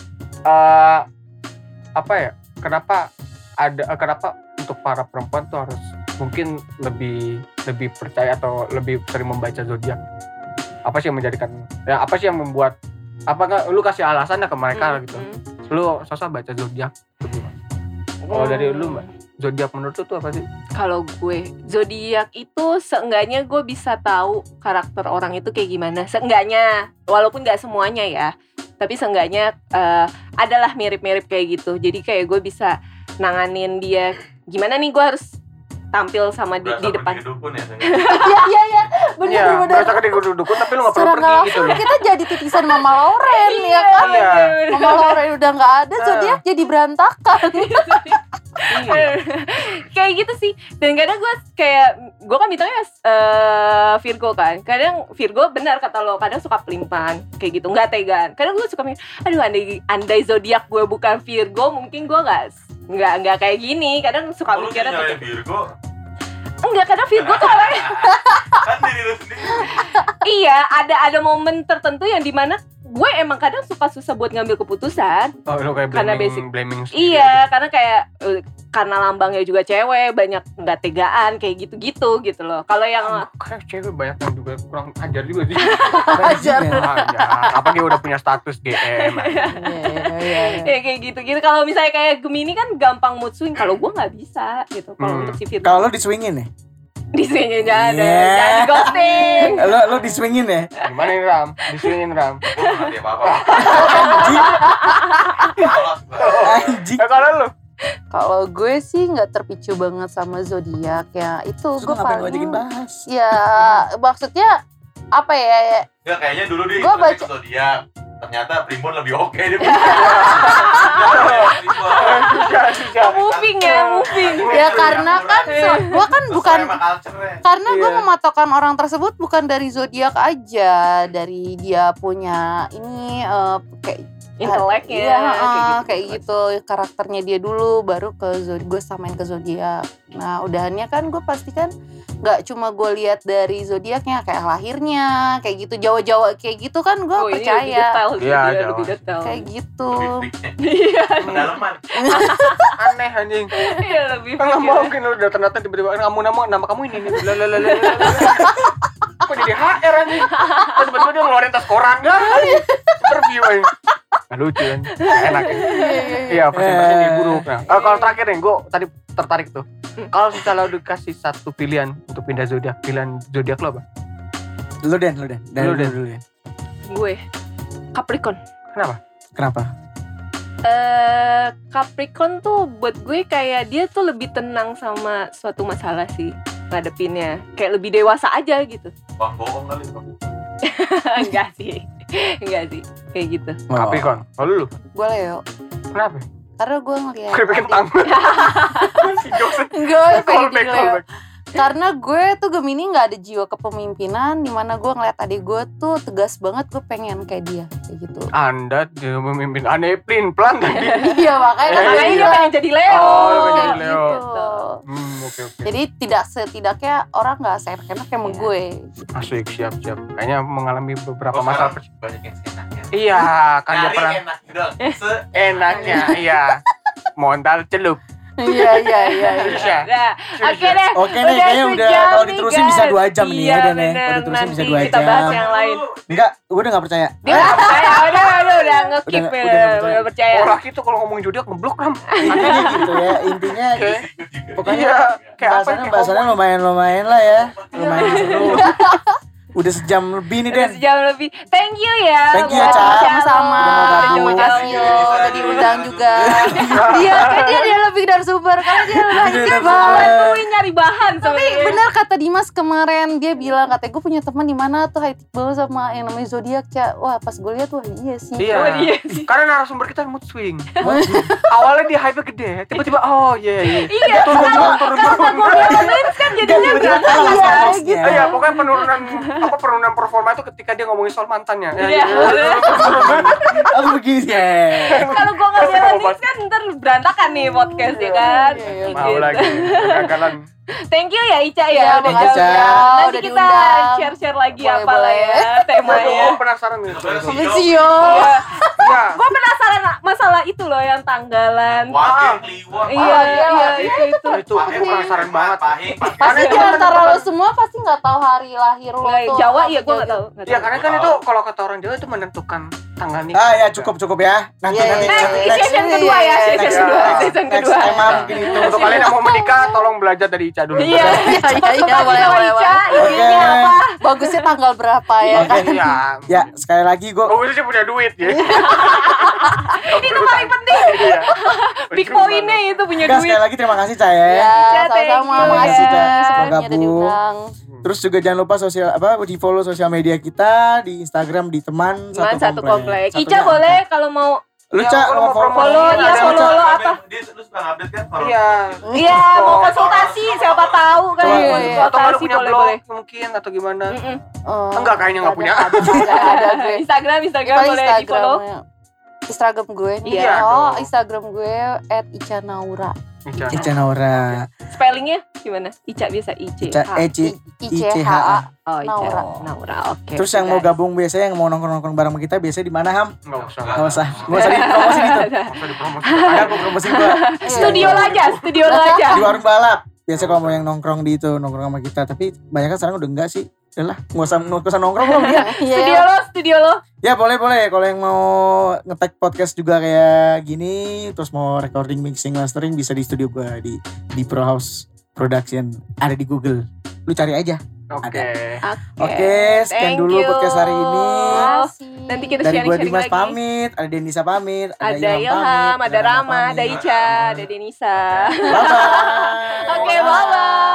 Speaker 4: apa ya? Kenapa untuk para perempuan tuh harus mungkin lebih percaya atau lebih sering membaca zodiak? Apa sih yang menjadikan apa sih yang membuat apakah lu kasih alasannya ke mereka gitu? Lu sosok baca zodiak tuh gimana? Kalau dari lu Mbak, zodiak menurut lu tuh apa sih?
Speaker 3: Kalau gue zodiak itu seenggaknya gue bisa tahu karakter orang itu kayak gimana. Seenggaknya, walaupun nggak semuanya ya, tapi seenggaknya adalah mirip-mirip kayak gitu. Jadi kayak gue bisa nanganin dia. Gimana nih gue harus tampil sama di depan.
Speaker 1: Dukun ya.
Speaker 5: Iya. Bener.
Speaker 4: berasa ke dukun tapi lu nggak perlu
Speaker 5: Secara
Speaker 4: pergi
Speaker 5: nggak
Speaker 4: gitu
Speaker 5: langsung
Speaker 4: loh.
Speaker 5: kita jadi titisan Mama Lauren ya kan.
Speaker 4: Iya.
Speaker 5: Mama Lauren udah nggak ada, zodiak jadi berantakan.
Speaker 3: Kayak gitu sih. Dan kadang gue kan bintangnya Virgo kan. Kadang Virgo benar kata lo, kadang suka pelimpan kayak gitu, nggak tegaan. Kadang gue suka mikir, aduh andai zodiak gue bukan Virgo, mungkin gue nggak kayak gini. Kadang suka mikirnya tuh kayak,
Speaker 1: Virgo.
Speaker 3: Enggak, karena Virgo tuh orangnya
Speaker 1: Kan diri lu sendiri.
Speaker 3: iya, ada momen tertentu yang dimana gue emang kadang suka susah buat ngambil keputusan.
Speaker 4: Oh, lu kayak
Speaker 3: Karena
Speaker 4: blaming sendiri.
Speaker 3: Iya, karena kayak karena lambangnya juga cewek, banyak nggak tegaan kayak gitu-gitu gitu loh. Kalau yang
Speaker 4: Kayak cewek banyak yang juga kurang ajar juga sih.
Speaker 5: Ajar.
Speaker 4: Ajar. Apa dia udah punya status GM?
Speaker 5: Iya.
Speaker 3: ya kayak gitu-gitu. Kalau misalnya kayak Gemini kan gampang mood swing. Kalau gue nggak bisa gitu. Kalau untuk si Virgo.
Speaker 2: Kalau lo diswingin ya?
Speaker 3: Di sini jangan ada,
Speaker 2: Yeah.
Speaker 3: jangan di ghosting.
Speaker 2: Lo diswingin ya?
Speaker 4: Gimana nih Ram? Diswingin Ram.
Speaker 1: Gue gak ngerti apa-apa.
Speaker 2: Anjing,
Speaker 1: Polos gua.
Speaker 2: anjing.
Speaker 4: Kalau lu?
Speaker 5: Kalau gue sih nggak terpicu banget sama zodiak ya. Itu
Speaker 2: Terus
Speaker 5: gue
Speaker 2: ngapain lo
Speaker 5: paling
Speaker 2: ajakin bahas?
Speaker 5: ya maksudnya apa ya?
Speaker 1: Enggak, kayaknya dulu dia
Speaker 5: Gua
Speaker 1: interest
Speaker 5: baca-
Speaker 1: ke zodiak. Ternyata Primbon lebih oke dia.
Speaker 3: Moving ya, moving.
Speaker 5: Ya karena kan gue kan bukan karena gue
Speaker 4: Iya.
Speaker 5: mematokkan orang tersebut bukan dari zodiak aja, dari dia punya ini kayak
Speaker 3: Inteleknya
Speaker 5: iya,
Speaker 3: kayak
Speaker 5: gitu karakternya dia dulu, baru ke gue samain ke zodiak. Nah udahannya kan gue pasti kan nggak cuma gue lihat dari zodiaknya, kayak lahirnya kayak gitu, Jawa kayak gitu kan gue
Speaker 3: Oh, ini lebih
Speaker 5: percaya
Speaker 3: detail,
Speaker 4: Iya,
Speaker 3: dia
Speaker 4: Jawa.
Speaker 3: lebih detail.
Speaker 5: kayak gitu.
Speaker 3: Iya,
Speaker 1: Pendalaman.
Speaker 4: Aneh anjing.
Speaker 3: iya lebih
Speaker 4: Kan nggak
Speaker 3: pikir.
Speaker 4: mungkin lu datang-datang tiba-tiba nama kamu ini nih. Lalalala. Kok jadi HR anjing? Terus tiba-tiba dia ngeluarin tas koran kan? Interview anjing. Nah, lucu kan? Enak ya. Iya, persen ini buruk. Nah, kalau terakhir nih, gue tadi tertarik tuh. Kalau misalnya lu dikasih satu pilihan untuk pindah zodiak, pilihan zodiak lo apa?
Speaker 2: Lo Den.
Speaker 4: Lu, Den.
Speaker 2: Dulu, Den.
Speaker 3: Gue Capricorn.
Speaker 2: Kenapa?
Speaker 3: Capricorn tuh buat gue kayak dia tuh lebih tenang sama suatu masalah sih ngadepinnya, kayak lebih dewasa aja gitu.
Speaker 1: Bang bohong kali bang.
Speaker 3: enggak sih kayak gitu.
Speaker 2: Oh.
Speaker 4: Capricorn. Kalau lu?
Speaker 5: Gue Leo,
Speaker 4: Kenapa?
Speaker 5: karena gue ngeliat
Speaker 4: Keripik kentang. Si jokes.
Speaker 5: gue pengen
Speaker 4: Callback,
Speaker 5: jadi Leo.
Speaker 4: callback.
Speaker 5: Karena gue tuh Gemini nggak ada jiwa kepemimpinan, dimana gue ngeliat adik gue tuh tegas banget, gue pengen kayak dia kayak gitu.
Speaker 4: Anda dia memimpin aneh plan tadi.
Speaker 5: Iya makanya
Speaker 4: Eh,
Speaker 5: kan
Speaker 3: Makanya
Speaker 5: gue
Speaker 3: dia pengen jadi Leo.
Speaker 4: Oh, dia pengen
Speaker 5: kayak
Speaker 4: jadi Leo.
Speaker 5: gitu.
Speaker 4: Oke.
Speaker 5: Jadi setidaknya orang nggak seenak-enak sama
Speaker 3: Iya.
Speaker 5: gue.
Speaker 4: Masuk siap. Kayaknya mengalami beberapa
Speaker 1: Oh,
Speaker 4: masalah.
Speaker 1: sekarang banyak yang seenaknya.
Speaker 4: Iya, kan dia
Speaker 1: Nyari
Speaker 4: pernah
Speaker 1: enak dong.
Speaker 4: enaknya. Iya. Modal celup.
Speaker 5: Iya.
Speaker 4: Bisa.
Speaker 3: Nah, oke deh.
Speaker 2: Oke nih, kayaknya udah
Speaker 3: sejam
Speaker 2: kalau
Speaker 3: nih,
Speaker 2: diterusin
Speaker 3: guys.
Speaker 2: bisa 2 jam nih ya,
Speaker 3: Iya,
Speaker 2: Dan ya.
Speaker 3: bener.
Speaker 2: Kalau diterusin bisa
Speaker 3: Nanti
Speaker 2: 2
Speaker 3: kita bahas
Speaker 2: jam.
Speaker 3: yang lain.
Speaker 2: Enggak, gue udah gak percaya.
Speaker 3: Dia udah percaya, udah ngekip
Speaker 2: Udah
Speaker 3: ya,
Speaker 2: nggak percaya.
Speaker 3: udah percaya.
Speaker 4: Orang itu kalau ngomongin zodiak ngeblok Ram.
Speaker 2: Intinya gitu ya, intinya
Speaker 4: Oke.
Speaker 2: pokoknya
Speaker 4: Iya, kayak apa
Speaker 2: bahasannya lumayan lah ya. Lumayan seru. Udah sejam lebih nih,
Speaker 3: Udah
Speaker 2: Den.
Speaker 3: sejam lebih. Thank you ya.
Speaker 2: Thank you,
Speaker 3: buat
Speaker 2: Ca.
Speaker 3: Shalom.
Speaker 5: Sama-sama.
Speaker 2: Udah
Speaker 5: Terima
Speaker 2: mau
Speaker 5: kasih
Speaker 1: gabung.
Speaker 5: lo udah diundang juga. Dia kan dia lebih dari sumber, karena dia
Speaker 2: Lebih
Speaker 5: banyak
Speaker 2: dari
Speaker 5: banget.
Speaker 2: sumber.
Speaker 3: Bantuin nyari bahan
Speaker 5: Tapi
Speaker 3: sebenarnya.
Speaker 5: benar kata Dimas kemarin, dia bilang katanya gue punya teman di mana tuh high banget sama yang namanya zodiak, Ca. Wah pas gue lihat, wah iya sih.
Speaker 4: Iya.
Speaker 3: Oh, iya sih.
Speaker 4: Karena narasumber kita mood swing. Awalnya dia hype gede, tiba-tiba oh iya.
Speaker 3: Iya,
Speaker 4: Turun.
Speaker 3: karena gue lihat kan jadinya
Speaker 2: Tiba-tiba
Speaker 3: berantakan.
Speaker 2: kalah sama hostnya.
Speaker 4: Iya, pokoknya penurunan performa itu ketika dia ngomongin soal mantannya.
Speaker 3: Iya.
Speaker 2: Aku begini ya.
Speaker 3: Kalau gue nggak jalanin kan ntar berantakan nih podcast ya kan.
Speaker 5: Iya,
Speaker 4: Mau
Speaker 3: Gitu.
Speaker 4: lagi kegagalan.
Speaker 3: Thank you ya Ica
Speaker 5: Iya,
Speaker 3: ya udah
Speaker 5: makasih
Speaker 3: jauh.
Speaker 2: ya,
Speaker 3: Nanti
Speaker 5: udah
Speaker 3: kita
Speaker 5: diundang.
Speaker 3: share-share lagi
Speaker 5: Boleh,
Speaker 3: apa lah ya temanya.
Speaker 4: Gue penasaran nih.
Speaker 5: Sio.
Speaker 4: Iya.
Speaker 3: Gue penasaran masalah itu loh yang tanggalan.
Speaker 1: Wah, kliwon.
Speaker 3: Iya, itu.
Speaker 4: Itu aku penasaran banget.
Speaker 5: Pasti di antara lo semua pasti nggak tahu hari lahir lo
Speaker 3: Nggak,
Speaker 5: tuh.
Speaker 3: Jawa
Speaker 5: apa
Speaker 3: iya gue nggak
Speaker 5: jadi.
Speaker 3: tahu.
Speaker 4: Iya, karena kan itu kalau kata orang Jawa itu menentukan tanggal nikah.
Speaker 2: Ah ya cukup ya. Nanti
Speaker 5: Iya,
Speaker 2: nanti
Speaker 5: iya.
Speaker 3: Season kedua ya, season
Speaker 2: next,
Speaker 3: kedua,
Speaker 2: next,
Speaker 3: season
Speaker 2: next
Speaker 3: kedua.
Speaker 2: tema mungkin itu.
Speaker 4: Untuk kalian yang mau menikah, tolong belajar dari Ica dulu.
Speaker 3: Iya.
Speaker 5: Iya, boleh, boleh,
Speaker 3: Ica,
Speaker 5: boleh.
Speaker 3: IG-nya apa?
Speaker 5: Bagusnya tanggal berapa ya
Speaker 2: Oke.
Speaker 5: kan?
Speaker 4: Iya.
Speaker 2: Ya sekali lagi gue
Speaker 4: Bagusnya sih punya duit ya.
Speaker 3: Itu paling penting.
Speaker 4: Iya.
Speaker 3: Big point-nya itu punya
Speaker 2: Enggak,
Speaker 3: duit.
Speaker 2: sekali lagi terima kasih Ca ya.
Speaker 5: Ya,
Speaker 3: thank
Speaker 5: sama-sama.
Speaker 3: you,
Speaker 5: Makasih,
Speaker 3: ya.
Speaker 5: Ca.
Speaker 2: Semoga
Speaker 5: Semoga udah
Speaker 2: Bu.
Speaker 5: diundang.
Speaker 2: Terus juga jangan lupa di follow sosial media kita di Instagram di teman
Speaker 3: Cuman satu komplek.
Speaker 2: Satunya
Speaker 3: Ica
Speaker 2: apa?
Speaker 3: boleh kalau mau
Speaker 2: Lu
Speaker 4: Ya,
Speaker 2: Ca
Speaker 4: kalau
Speaker 2: mau
Speaker 4: mau
Speaker 2: follow?
Speaker 3: follow,
Speaker 4: Ada
Speaker 3: iya
Speaker 4: yang
Speaker 3: follow
Speaker 4: Ca.
Speaker 3: lo apa?
Speaker 1: Dia lu suka update kan kalau
Speaker 4: Iya.
Speaker 3: Iya, mau konsultasi siapa tahu kan
Speaker 2: Coba,
Speaker 3: mau
Speaker 2: iya.
Speaker 4: Atau nggak lu
Speaker 3: konsultasi
Speaker 4: punya
Speaker 3: boleh
Speaker 4: blog
Speaker 3: boleh.
Speaker 4: mungkin atau gimana?
Speaker 3: Mm-mm.
Speaker 4: Enggak, kayaknya nggak punya.
Speaker 5: Ada gue.
Speaker 3: Instagram
Speaker 5: Paling
Speaker 3: boleh di follow.
Speaker 5: Instagram gue nih.
Speaker 3: Iya
Speaker 5: Oh,
Speaker 4: dong.
Speaker 5: Instagram gue @icanaura.
Speaker 4: Ica.
Speaker 2: Ica Naura.
Speaker 3: Spellingnya gimana? Ica biasa IC.
Speaker 2: Ica, ICHA.
Speaker 3: Oh, Ica.
Speaker 5: Naura.
Speaker 3: Naura. Oke.
Speaker 2: Terus yang mau gabung biasanya yang mau nongkrong-nongkrong bareng sama kita biasanya di mana, Ham?
Speaker 4: Enggak usah.
Speaker 2: Enggak usah dipromosin itu.
Speaker 4: Enggak usah dipromosi.
Speaker 2: Ada aku promosin gua.
Speaker 3: Studio lo aja, studio lo aja.
Speaker 2: Di warung balap. Biasa kalau mau yang nongkrong di itu, nongkrong sama kita, tapi banyak kan sekarang udah enggak sih. Udah lah, enggak usah nongkrong belum ya.
Speaker 3: Studio lo.
Speaker 2: Ya boleh. Kalau yang mau nge-tag podcast juga kayak gini, terus mau recording, mixing, mastering bisa di studio gua di Pro House Production. Ada di Google. Lu cari aja.
Speaker 4: Oke.
Speaker 2: Oke, sekian
Speaker 3: Thank
Speaker 2: dulu
Speaker 3: you.
Speaker 2: podcast hari ini.
Speaker 3: Nanti kita
Speaker 2: Dari gua
Speaker 3: sharing-sharing
Speaker 2: Dimas
Speaker 3: lagi.
Speaker 2: pamit, ada Denisa pamit,
Speaker 3: Ada Ilham, ada Rama, ada
Speaker 2: pamit.
Speaker 3: Ica, ada Denisa.
Speaker 2: Bye-bye.
Speaker 3: Oke, bye-bye.